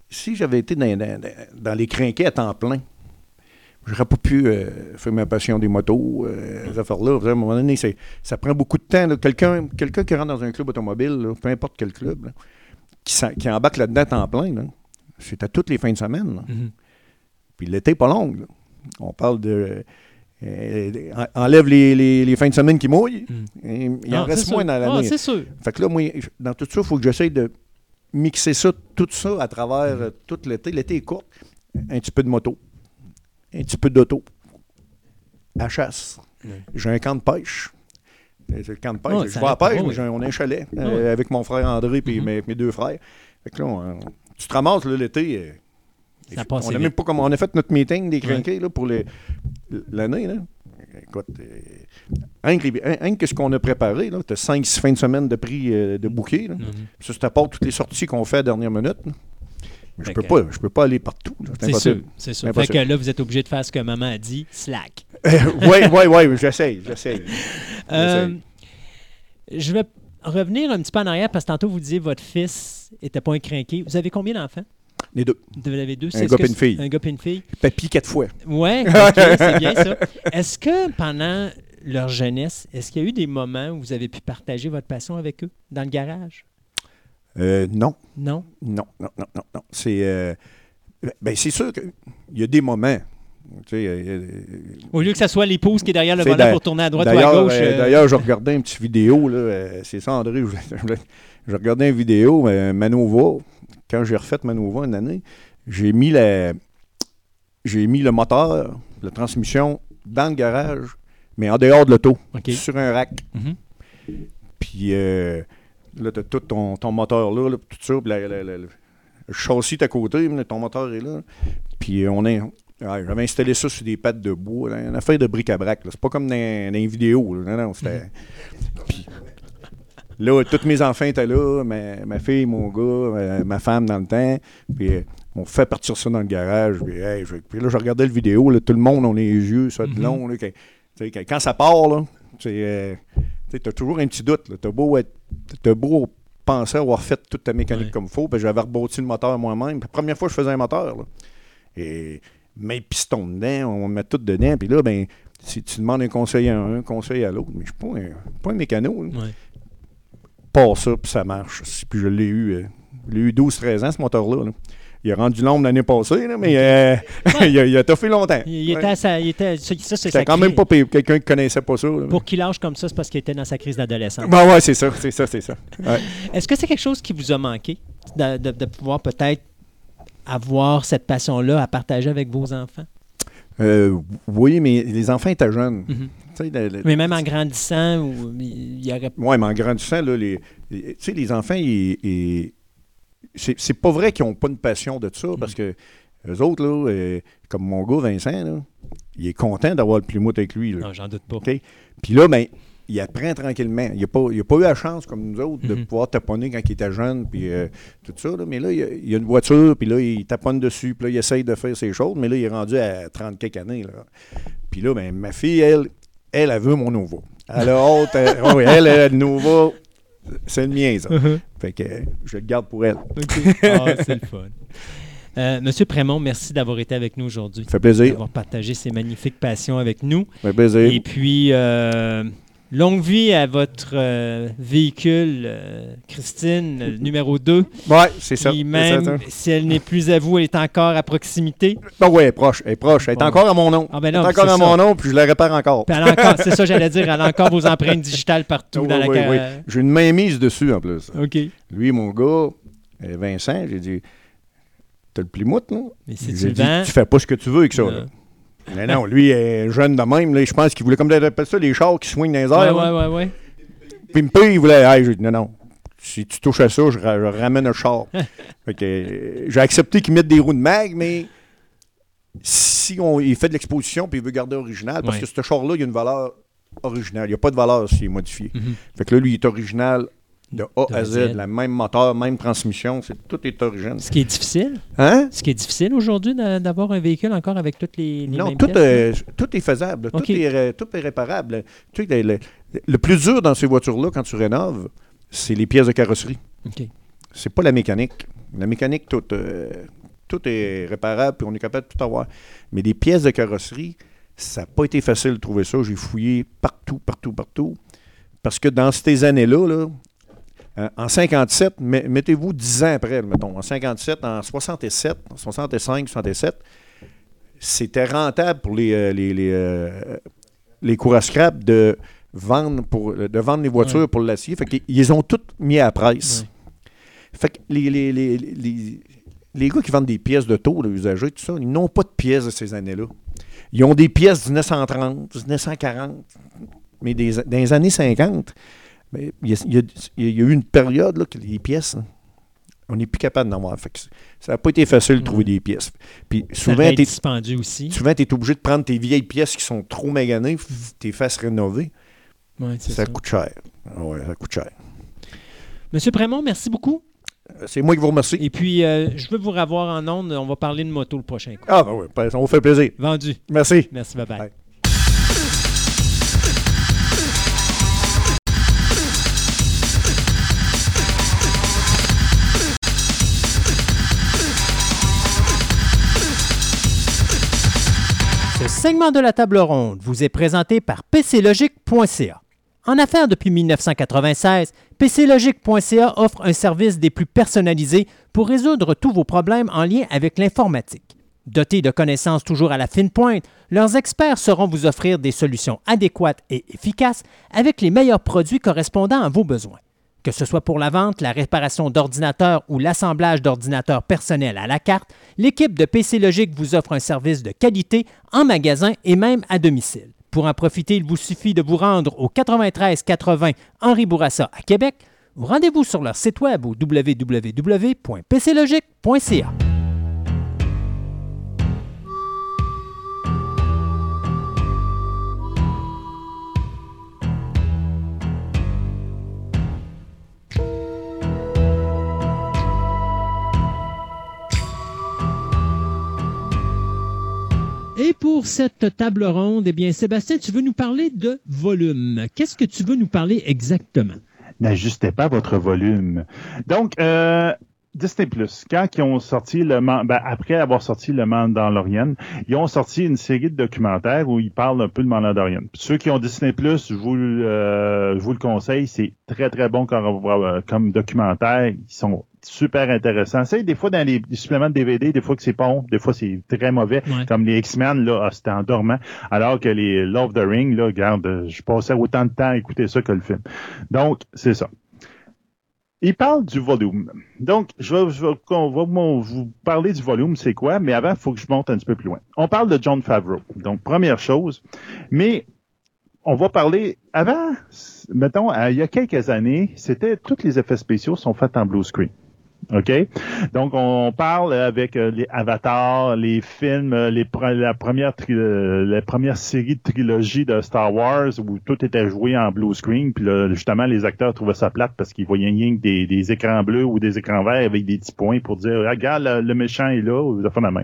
dans les crinquets à temps plein, j'aurais pas pu faire ma passion des motos, ces affaires-là. À un moment donné, ça prend beaucoup de temps. Là. Quelqu'un qui rentre dans un club automobile, là, peu importe quel club, là, qui embarque là-dedans à temps plein, là, c'est à toutes les fins de semaine. Mm-hmm. Puis l'été n'est pas long. Là. On parle de... enlève les fins de semaine qui mouillent, il en reste moins dans l'année. C'est sûr. Fait que là, moi, dans tout ça, il faut que j'essaye de mixer tout ça à travers tout l'été. L'été est court. Un petit peu de moto. Un petit peu d'auto. À chasse. J'ai un camp de pêche. C'est le camp de pêche. Je vais à la pêche, mais on a un chalet avec mon frère André et mes deux frères. Fait que là, tu te ramasses là, l'été. On a même pas on a fait notre meeting des crinqués là, pour l'année. Là. Écoute, rien que ce qu'on a préparé, tu as 5-6 fins de semaine de prix de bouquet. Là. Ça, c'est à part toutes les sorties qu'on fait à la dernière minute. Là. Je peux pas aller partout. Là. C'est sûr. Fait que là, vous êtes obligé de faire ce que maman a dit, slack. Oui, j'essaye. Je vais revenir un petit peu en arrière parce que tantôt, vous disiez que votre fils n'était pas un crinqué. Vous avez combien d'enfants? Les deux. Vous avez deux? Un gars et une fille. Un gars et une fille. Papy 4 fois. Oui, okay, c'est bien ça. Est-ce que pendant leur jeunesse, est-ce qu'il y a eu des moments où vous avez pu partager votre passion avec eux dans le garage? Non. Non? Non. C'est... Ben, c'est sûr qu'il y a des moments. Tu sais, Au lieu que ce soit l'épouse qui est derrière le C'est volant pour tourner à droite ou à d'ailleurs, gauche. D'ailleurs, je regardais une petite vidéo, là, c'est ça, André, je regardais une vidéo, Manova, quand j'ai refait Manova une année, j'ai mis le moteur, la transmission dans le garage, mais en dehors de l'auto, OK. sur un rack. Mhm. Puis là, tu as tout ton moteur là, tout ça, puis le châssis est à côté, mais ton moteur est là. Puis j'avais installé ça sur des pattes de bois, là, une affaire de bric-à-brac. C'est pas comme dans les vidéos. Là. Non, c'était... Puis là, tous mes enfants étaient là, ma fille, mon gars, ma femme dans le temps. Puis on fait partir ça dans le garage. Puis là, je regardais la vidéo, là, tout le monde, on a les yeux, ça de long. Là, quand ça part, là, t'as toujours un petit doute. T'as beau penser avoir fait toute ta mécanique comme il faut. Puis j'avais rebâti le moteur moi-même. La première fois que je faisais un moteur, là, et mes pistons dedans, on met tout dedans. Puis là, ben, si tu demandes un conseil à un conseil à l'autre, mais je ne suis pas un mécano. Là. Ouais. Pas ça, puis ça marche. Puis je l'ai eu 12-13 ans, ce moteur-là. Là. Il a rendu l'ombre l'année passée, là, mais il a toffé longtemps. C'était quand même pas pire. Quelqu'un qui connaissait pas ça. Là, pour qu'il lâche comme ça, c'est parce qu'il était dans sa crise d'adolescence. Ben ouais, c'est ça. Ouais. Est-ce que c'est quelque chose qui vous a manqué de pouvoir peut-être avoir cette passion-là à partager avec vos enfants? Oui, mais les enfants étaient jeunes. Mm-hmm. Mais même en grandissant, il y aurait... Oui, mais en grandissant, là, les enfants, c'est pas vrai qu'ils n'ont pas une passion de ça, parce que eux autres, là, comme mon gars Vincent, là, il est content d'avoir le Plymouth avec lui. Là. Non, j'en doute pas. Okay? Puis là, ben, il apprend tranquillement. Il n'a pas eu la chance, comme nous autres, de pouvoir taponner quand il était jeune, puis tout ça. Là. Mais là, il y a une voiture, puis là, il taponne dessus, puis là, il essaye de faire ses choses, mais là, il est rendu à 30 quelques années. Là. Puis là, ben, ma fille, elle veut mon Nova. Elle a hâte, le Nova, c'est le mien, ça. Fait que je le garde pour elle. Okay. C'est le fun. Monsieur Prémont, merci d'avoir été avec nous aujourd'hui. Ça fait plaisir. D'avoir partagé ces magnifiques passions avec nous. Ça fait plaisir. Et puis, longue vie à votre véhicule, Christine, numéro 2. Oui, c'est ça. Qui même, si elle n'est plus à vous, elle est encore à proximité. Ah oui, elle est proche. Elle est encore à mon nom. Ah ben non, elle est encore à mon nom, puis je la répare encore. Puis c'est ça, j'allais dire. Elle a encore vos empreintes digitales partout dans la oui. J'ai une main mise dessus, en plus. OK. Lui, mon gars, Vincent, j'ai dit, t'as le Plymouth, là? Mais si j'ai tu dit, vends... tu fais pas ce que tu veux avec ça, là. Mais non, lui, est jeune de même, là, je pense qu'il voulait, comme t'appelles ça, les chars qui swingent dans les airs. Ouais. Puis il voulait, j'ai dit, non, si tu touches à ça, je ramène un char. Fait que j'ai accepté qu'il mette des roues de mag, mais si il fait de l'exposition puis il veut garder original, parce que ce char-là, il y a une valeur originale. Il n'y a pas de valeur s'il est modifié. Fait que là, lui, il est original de A à Z, la même moteur, même transmission, tout est original. Ce qui est difficile? Hein? Ce qui est difficile aujourd'hui d'avoir un véhicule encore avec toutes les non, mêmes pièces? Tout est faisable. Okay. Tout est réparable. Tu sais, le plus dur dans ces voitures-là, quand tu rénoves, c'est les pièces de carrosserie. OK. C'est pas la mécanique. La mécanique, tout est réparable, puis on est capable de tout avoir. Mais des pièces de carrosserie, ça n'a pas été facile de trouver ça. J'ai fouillé partout. Parce que dans ces années-là, là, en 57, mettez-vous 10 ans après, mettons, en 57, en 67, en 65, 67, c'était rentable pour les cours à scrap de vendre les voitures pour l'acier. Fait qu'ils ont tout mis à la presse. Ouais. Fait que les gars qui vendent des pièces d'auto, usagers, tout ça, ils n'ont pas de pièces de ces années-là. Ils ont des pièces du 1930, du 1940, mais dans les années 50, il y a eu une période là, que les pièces, on n'est plus capable d'en avoir. Fait que ça n'a pas été facile de trouver des pièces. Puis souvent, tu es obligé de prendre tes vieilles pièces qui sont trop maganées, tes fasses rénovées. Ouais, ça coûte cher. Oui, ça coûte cher. Monsieur Prémont, merci beaucoup. C'est moi qui vous remercie. Et puis, je veux vous revoir en ondes. On va parler de moto le prochain coup. Ah, ben oui, ça vous fait plaisir. Vendu. Merci. Merci, bye-bye. Bye. Ce segment de la table ronde vous est présenté par PCLogic.ca. En affaires depuis 1996, PCLogic.ca offre un service des plus personnalisés pour résoudre tous vos problèmes en lien avec l'informatique. Dotés de connaissances toujours à la fine pointe, leurs experts sauront vous offrir des solutions adéquates et efficaces avec les meilleurs produits correspondant à vos besoins. Que ce soit pour la vente, la réparation d'ordinateurs ou l'assemblage d'ordinateurs personnels à la carte, l'équipe de PC Logic vous offre un service de qualité en magasin et même à domicile. Pour en profiter, il vous suffit de vous rendre au 9380 Henri Bourassa à Québec ou rendez-vous sur leur site web au www.pclogic.ca. Et pour cette table ronde, eh bien, Sébastien, tu veux nous parler de volume. Qu'est-ce que tu veux nous parler exactement? N'ajustez pas votre volume. Donc, Disney+, quand ils ont sorti après avoir sorti le Mandalorian, ils ont sorti une série de documentaires où ils parlent un peu de Mandalorian. Puis ceux qui ont Disney+, je vous le conseille, c'est très, très bon comme documentaire. Ils sont super intéressants. C'est des fois dans les suppléments de DVD, des fois que c'est bon, des fois c'est très mauvais. Ouais. Comme les X-Men, là, c'était en dormant. Alors que les Lord of the Rings, là, regarde, je passais autant de temps à écouter ça que le film. Donc, c'est ça. Il parle du volume. Donc, on va vous parler du volume, c'est quoi, mais avant, il faut que je monte un petit peu plus loin. On parle de Jon Favreau. Donc, première chose, mais on va parler, avant, mettons, il y a quelques années, tous les effets spéciaux sont faits en blue screen. OK? Donc, on parle avec les Avatars, les films, la première série de trilogie de Star Wars où tout était joué en blue screen. Puis là, justement, les acteurs trouvaient ça plate parce qu'ils voyaient rien que des écrans bleus ou des écrans verts avec des petits points pour dire, regarde, le méchant est là, ou ça fait la même.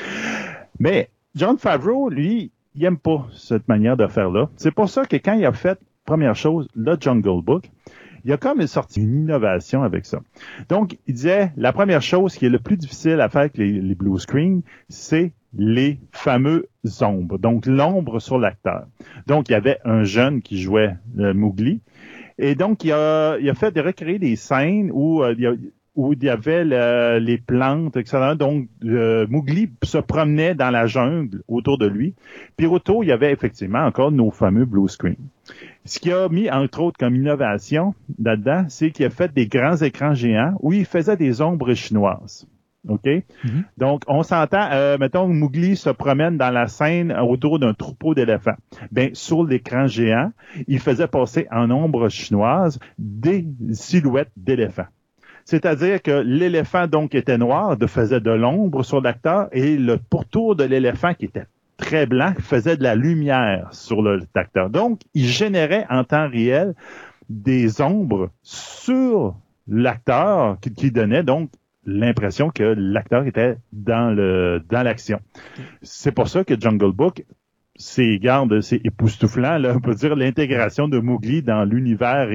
Mais Jon Favreau, lui, il aime pas cette manière de faire là. C'est pour ça que quand il a fait, première chose, le Jungle Book, il a comme sorti une innovation avec ça. Donc, il disait, la première chose qui est le plus difficile à faire avec les blue screens, c'est les fameux ombres. Donc, l'ombre sur l'acteur. Donc, il y avait un jeune qui jouait Mowgli. Et donc, il a fait de recréer des scènes où il y avait les plantes, etc. Donc, Mowgli se promenait dans la jungle autour de lui. Puis autour, il y avait effectivement encore nos fameux blue screens. Ce qu'il a mis, entre autres, comme innovation là-dedans, c'est qu'il a fait des grands écrans géants où il faisait des ombres chinoises. OK? Mm-hmm. Donc, on s'entend, mettons, Mowgli se promène dans la scène autour d'un troupeau d'éléphants. Bien, sur l'écran géant, il faisait passer en ombre chinoise des silhouettes d'éléphants. C'est-à-dire que l'éléphant, donc, était noir, faisait de l'ombre sur l'acteur, et le pourtour de l'éléphant, qui était très blanc, faisait de la lumière sur l'acteur. Donc, il générait en temps réel des ombres sur l'acteur qui donnait donc l'impression que l'acteur était dans l'action. C'est pour ça que Jungle Book, c'est époustouflant, là, on peut dire l'intégration de Mowgli dans l'univers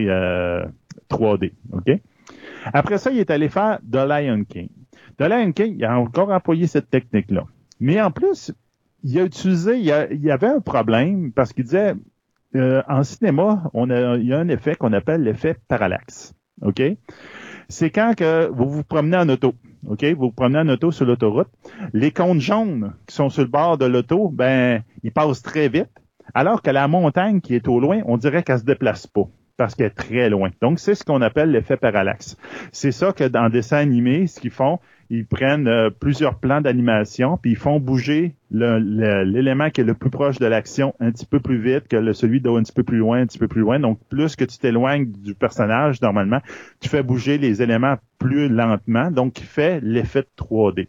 3D. OK? Après ça, il est allé faire The Lion King. The Lion King, il a encore employé cette technique-là. Mais en plus, il y avait un problème parce qu'il disait, en cinéma, il y a un effet qu'on appelle l'effet parallaxe. OK? C'est quand que vous vous promenez en auto. OK? Vous vous promenez en auto sur l'autoroute. Les cônes jaunes qui sont sur le bord de l'auto, ils passent très vite. Alors que la montagne qui est au loin, on dirait qu'elle se déplace pas, parce qu'elle est très loin. Donc, c'est ce qu'on appelle l'effet parallaxe. C'est ça que dans dessin animé, ce qu'ils font, ils prennent plusieurs plans d'animation, puis ils font bouger l'élément qui est le plus proche de l'action un petit peu plus vite que celui d'un petit peu plus loin, un petit peu plus loin. Donc, plus que tu t'éloignes du personnage, normalement, tu fais bouger les éléments plus lentement, donc qui fait l'effet de 3D.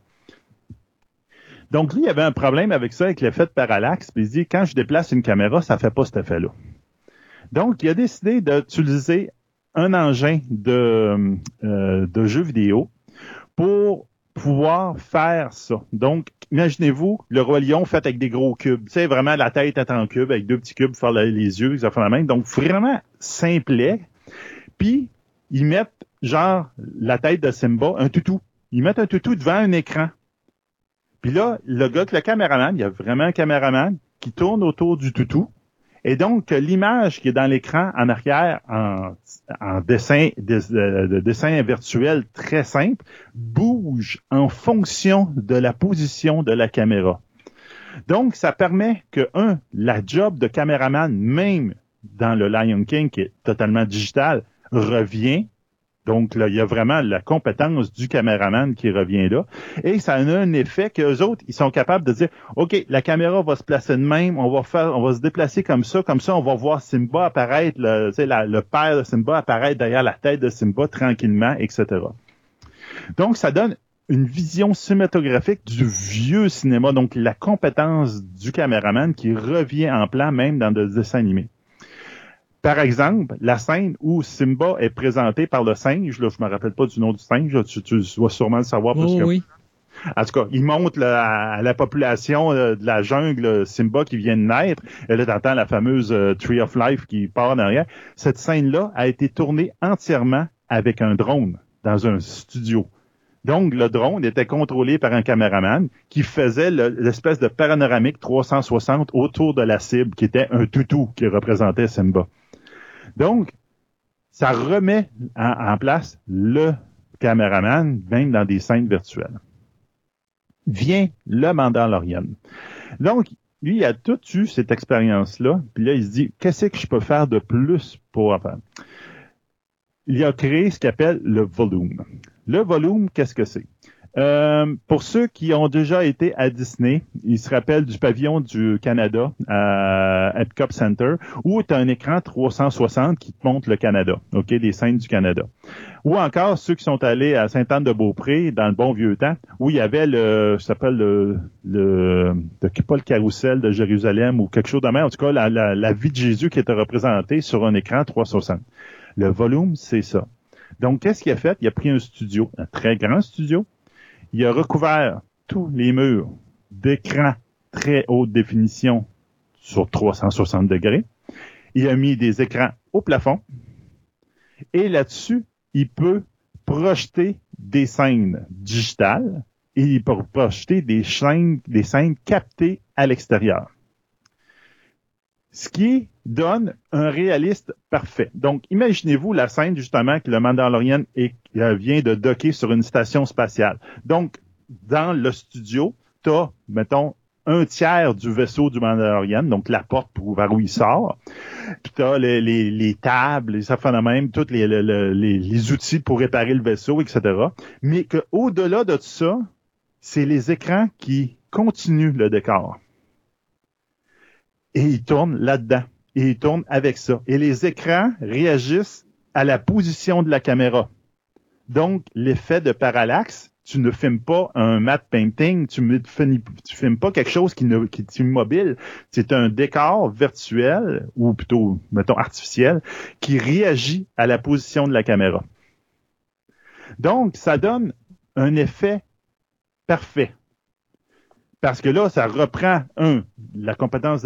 Donc, lui, il avait un problème avec ça, avec l'effet de parallaxe, puis il dit, quand je déplace une caméra, ça fait pas cet effet-là. Donc, il a décidé d'utiliser un engin de jeu vidéo pour pouvoir faire ça. Donc, imaginez-vous le Roi Lion fait avec des gros cubes. Tu sais, vraiment, la tête est en cube, avec 2 petits cubes pour faire les yeux, ça fait la même. Donc, vraiment simplet. Puis, ils mettent, genre, la tête de Simba, un toutou. Ils mettent un toutou devant un écran. Puis là, le caméraman, il y a vraiment un caméraman qui tourne autour du toutou. Et donc, l'image qui est dans l'écran en arrière, en dessin, de dessin virtuel très simple, bouge en fonction de la position de la caméra. Donc, ça permet que, la job de caméraman, même dans le Lion King, qui est totalement digital, revient. Donc, là, il y a vraiment la compétence du caméraman qui revient là. Et ça a un effet qu'eux autres, ils sont capables de dire, OK, la caméra va se placer de même, on va se déplacer comme ça, on va voir Simba apparaître, le père de Simba apparaître derrière la tête de Simba tranquillement, etc. Donc, ça donne une vision cinématographique du vieux cinéma, donc la compétence du caméraman qui revient en plan même dans des dessins animés. Par exemple, la scène où Simba est présenté par le singe, là, je me rappelle pas du nom du singe, là, tu dois sûrement le savoir. Parce que, oui. En tout cas, il montre à la population de la jungle Simba qui vient de naître. Et là, t'entends la fameuse Tree of Life qui part derrière. Cette scène-là a été tournée entièrement avec un drone dans un studio. Donc, le drone était contrôlé par un caméraman qui faisait l'espèce de panoramique 360 autour de la cible, qui était un toutou qui représentait Simba. Donc, ça remet en place le caméraman, même dans des scènes virtuelles. Vient le Mandalorian. Donc, lui, il a tout eu cette expérience-là, puis là, il se dit, qu'est-ce que je peux faire de plus pour faire? Il a créé ce qu'il appelle le volume. Le volume, qu'est-ce que c'est? Pour ceux qui ont déjà été à Disney, ils se rappellent du pavillon du Canada à Epcot Center, où tu as un écran 360 qui te montre le Canada, ok, des scènes du Canada. Ou encore ceux qui sont allés à Sainte-Anne-de-Beaupré dans le bon vieux temps, où il y avait pas le carrousel de Jérusalem ou quelque chose de même, en tout cas la vie de Jésus qui était représentée sur un écran 360. Le volume, c'est ça. Donc, qu'est-ce qu'il a fait? Il a pris un studio, un très grand studio. Il a recouvert tous les murs d'écrans très haute définition sur 360 degrés. Il a mis des écrans au plafond. Et là-dessus, il peut projeter des scènes digitales et il peut projeter des scènes captées à l'extérieur. Ce qui donne un réaliste parfait. Donc, imaginez-vous la scène, justement, que le Mandalorian vient de docker sur une station spatiale. Donc, dans le studio, tu as, mettons, un tiers du vaisseau du Mandalorian, donc la porte vers où il sort. Puis tu as les tables, les affaires de même, tous les outils pour réparer le vaisseau, etc. Mais qu'au-delà de tout ça, c'est les écrans qui continuent le décor. Et ils tournent là-dedans. Et ils tournent avec ça. Et les écrans réagissent à la position de la caméra. Donc, l'effet de parallaxe, tu ne filmes pas un matte painting, tu filmes pas quelque chose qui est immobile. C'est un décor virtuel, ou plutôt, mettons, artificiel, qui réagit à la position de la caméra. Donc, ça donne un effet parfait. Parce que là, ça reprend, la compétence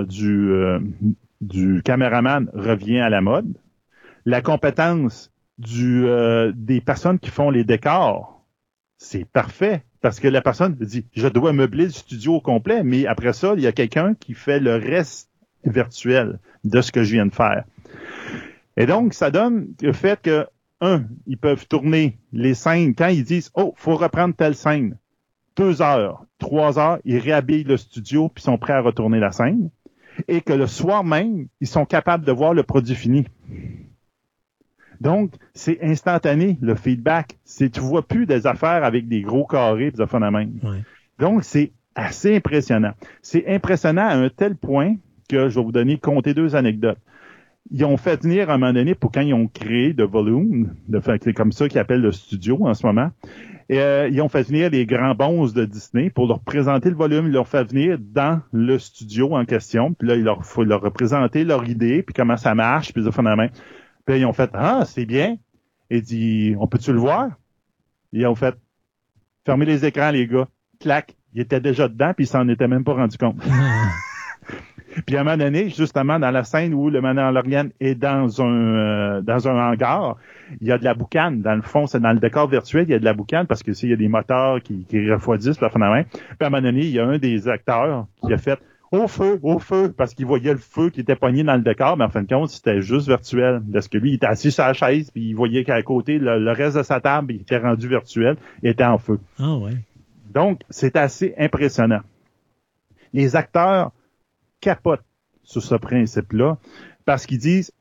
du caméraman revient à la mode. La compétence des personnes qui font les décors, c'est parfait. Parce que la personne dit, je dois meubler le studio au complet, mais après ça, il y a quelqu'un qui fait le reste virtuel de ce que je viens de faire. Et donc, ça donne le fait que, ils peuvent tourner les scènes quand ils disent, faut reprendre telle scène. 2 heures, 3 heures, ils réhabillent le studio puis sont prêts à retourner la scène. Et que le soir même, ils sont capables de voir le produit fini. Donc, c'est instantané, le feedback. Tu vois plus des affaires avec des gros carrés et des affaires de même. Ouais. Donc, c'est assez impressionnant. C'est impressionnant à un tel point que je vais vous compter 2 anecdotes. Ils ont fait venir à un moment donné, pour quand ils ont créé The Volume, c'est comme ça qu'ils appellent le studio en ce moment, et ils ont fait venir les grands bons de Disney pour leur présenter le volume. Ils leur fait venir dans le studio en question. Puis là, il faut leur représenter leur idée, puis comment ça marche, puis finalement. Puis ils ont fait, c'est bien. Et dit, on peut-tu le voir? Ils ont fait, fermez les écrans, les gars. Clac. Ils étaient déjà dedans, puis ils s'en étaient même pas rendu compte. Puis à un moment donné, justement, dans la scène où le Mandalorian est dans un hangar, il y a de la boucane. Dans le fond, c'est dans le décor virtuel, il y a de la boucane parce que il y a des moteurs qui refroidissent la fin de la main. Puis à un moment donné, il y a un des acteurs qui a fait au feu, parce qu'il voyait le feu qui était pogné dans le décor, mais en fin de compte, c'était juste virtuel. Parce que lui, il était assis sur la chaise, puis il voyait qu'à côté, le reste de sa table, il était rendu virtuel, il était en feu. Ah ouais. Donc, c'est assez impressionnant. Les acteurs capotent sur ce principe-là, parce qu'ils disent,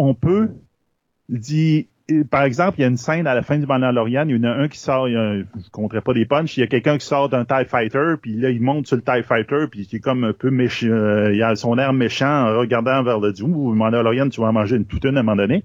par exemple, il y a une scène à la fin du Mandalorian, il y en a un qui sort, je ne compterai pas des punchs, il y a quelqu'un qui sort d'un TIE Fighter, puis là, il monte sur le TIE Fighter, puis il est comme un peu méchant, il a son air méchant en regardant vers le Dieu. Ouh, Mandalorian, tu vas en manger toute une à un moment donné.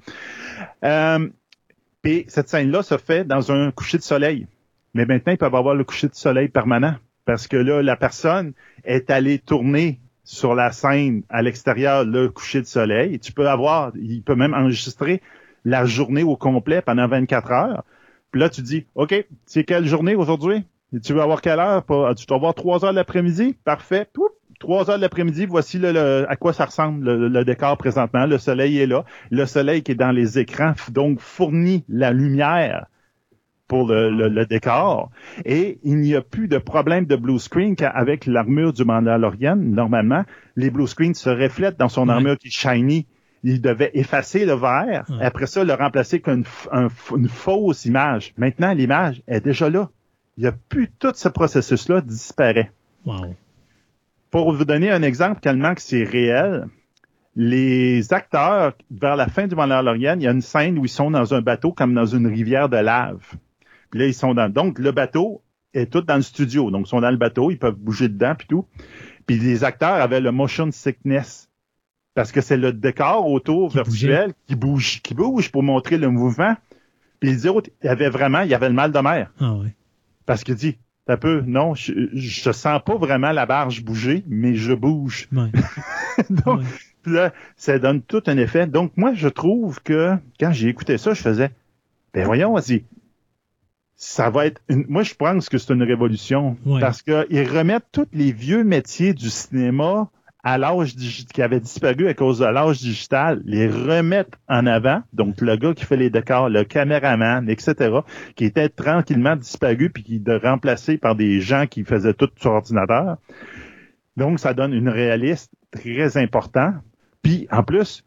Puis cette scène-là se fait dans un coucher de soleil. Mais maintenant, ils peuvent avoir le coucher de soleil permanent, parce que là, la personne est allée tourner sur la scène à l'extérieur le coucher de soleil. Il peut même enregistrer la journée au complet pendant 24 heures. Puis là, tu dis, OK, c'est quelle journée aujourd'hui? Et tu veux avoir quelle heure? Tu dois avoir 3 heures de l'après-midi? Parfait. 3 heures de l'après-midi, voici à quoi ça ressemble le décor présentement. Le soleil est là. Le soleil qui est dans les écrans, donc fournit la lumière pour le décor. Et il n'y a plus de problème de blue screen qu'avec l'armure du Mandalorian. Normalement, les blue screens se reflètent dans son armure qui est shiny. Il devait effacer le vert, après ça, le remplacer qu'une fausse image. Maintenant, l'image est déjà là. Il n'y a plus tout ce processus-là disparaît. Wow. Pour vous donner un exemple tellement que c'est réel, les acteurs, vers la fin du Mandalorian, il y a une scène où ils sont dans un bateau comme dans une rivière de lave. Puis là, ils sont donc le bateau est tout dans le studio. Donc, ils sont dans le bateau, ils peuvent bouger dedans puis tout. Puis les acteurs avaient le motion sickness. Parce que c'est le décor autour virtuel qui bouge pour montrer le mouvement. Puis les autres, il y avait le mal de mer. Ah ouais. Parce qu'il dit, non, je sens pas vraiment la barge bouger, mais je bouge. Ouais. Donc, là, ça donne tout un effet. Donc, moi, je trouve que quand j'ai écouté ça, je faisais, voyons, vas-y. Ça va être moi, je pense que c'est une révolution. Ouais. Parce qu'ils remettent tous les vieux métiers du cinéma à l'âge qui avait disparu à cause de l'âge digital, les remettre en avant. Donc, le gars qui fait les décors, le caméraman, etc., qui était tranquillement disparu puis qui est remplacé par des gens qui faisaient tout sur ordinateur. Donc, ça donne une réaliste très important. Puis, en plus,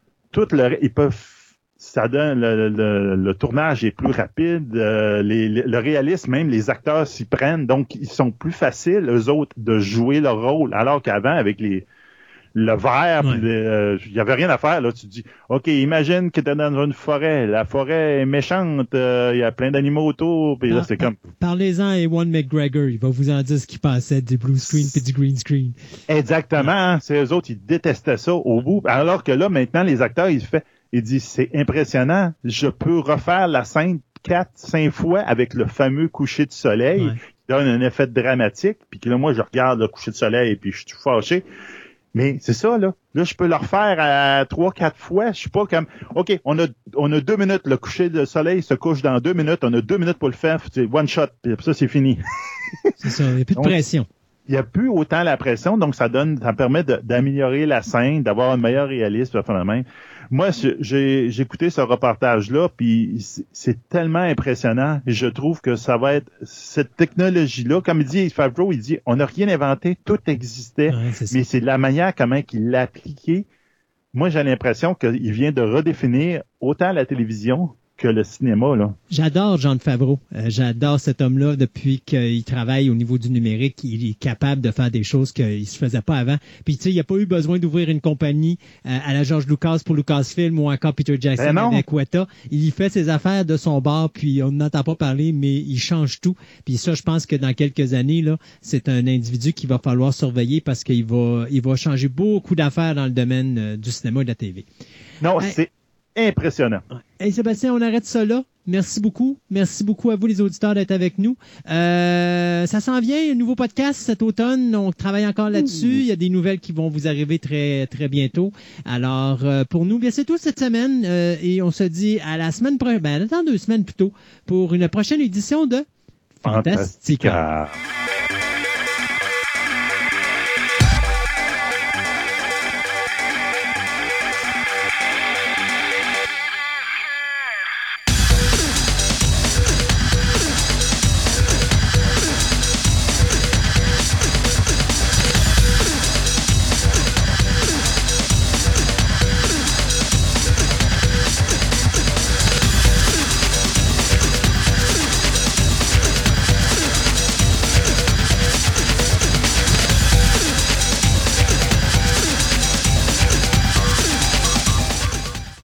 ça donne le tournage est plus rapide, le réalisme, même les acteurs s'y prennent. Donc, ils sont plus faciles, eux autres, de jouer leur rôle. Alors qu'avant, avec le verre, il y avait rien à faire. Là, tu te dis, OK, imagine que tu es dans une forêt. La forêt est méchante. Il y a plein d'animaux autour. Puis là, c'est comme... Parlez-en à Ewan McGregor. Il va vous en dire ce qui passait du blue screen puis du green screen. Exactement. Hein? C'est eux autres, ils détestaient ça au bout. Alors que là, maintenant, les acteurs, ils disent, c'est impressionnant. Je peux refaire la scène 4-5 fois avec le fameux coucher de soleil qui donne un effet dramatique. Puis que là, moi, je regarde le coucher de soleil et puis je suis fâché. Mais c'est ça, là. Là, je peux le refaire à 3-4 fois. Je suis pas comme, OK, on a 2 minutes. Le coucher de soleil se couche dans 2 minutes. On a 2 minutes pour le faire. C'est one shot. Puis après ça, c'est fini. C'est ça. Il n'y a plus de pression. Il n'y a plus autant la pression. Donc, ça permet d'améliorer la scène, d'avoir un meilleur réalisme. Moi, j'ai écouté ce reportage-là, puis c'est tellement impressionnant. Et je trouve que ça va être cette technologie-là. Comme il dit Favreau, il dit, on n'a rien inventé, tout existait, mais c'est la manière comment il l'a appliqué. Moi, j'ai l'impression qu'il vient de redéfinir autant la télévision que le cinéma, là. J'adore Jon Favreau. J'adore cet homme-là depuis qu'il travaille au niveau du numérique. Il est capable de faire des choses qu'il ne se faisait pas avant. Puis, tu sais, il n'a pas eu besoin d'ouvrir une compagnie à la George Lucas pour Lucasfilm ou encore Peter Jackson avec Weta. Il y fait ses affaires de son bord, puis on n'entend pas parler, mais il change tout. Puis ça, je pense que dans quelques années, là, c'est un individu qu'il va falloir surveiller parce qu'il va changer beaucoup d'affaires dans le domaine du cinéma et de la TV. Non, c'est impressionnant. Hey Sébastien, on arrête ça là. Merci beaucoup. Merci beaucoup à vous les auditeurs d'être avec nous. Ça s'en vient, un nouveau podcast cet automne. On travaille encore là-dessus. Il y a des nouvelles qui vont vous arriver très, très bientôt. Alors, pour nous, bien c'est tout cette semaine. Et on se dit à la semaine prochaine, dans 2 semaines plutôt, pour une prochaine édition de Fantastica.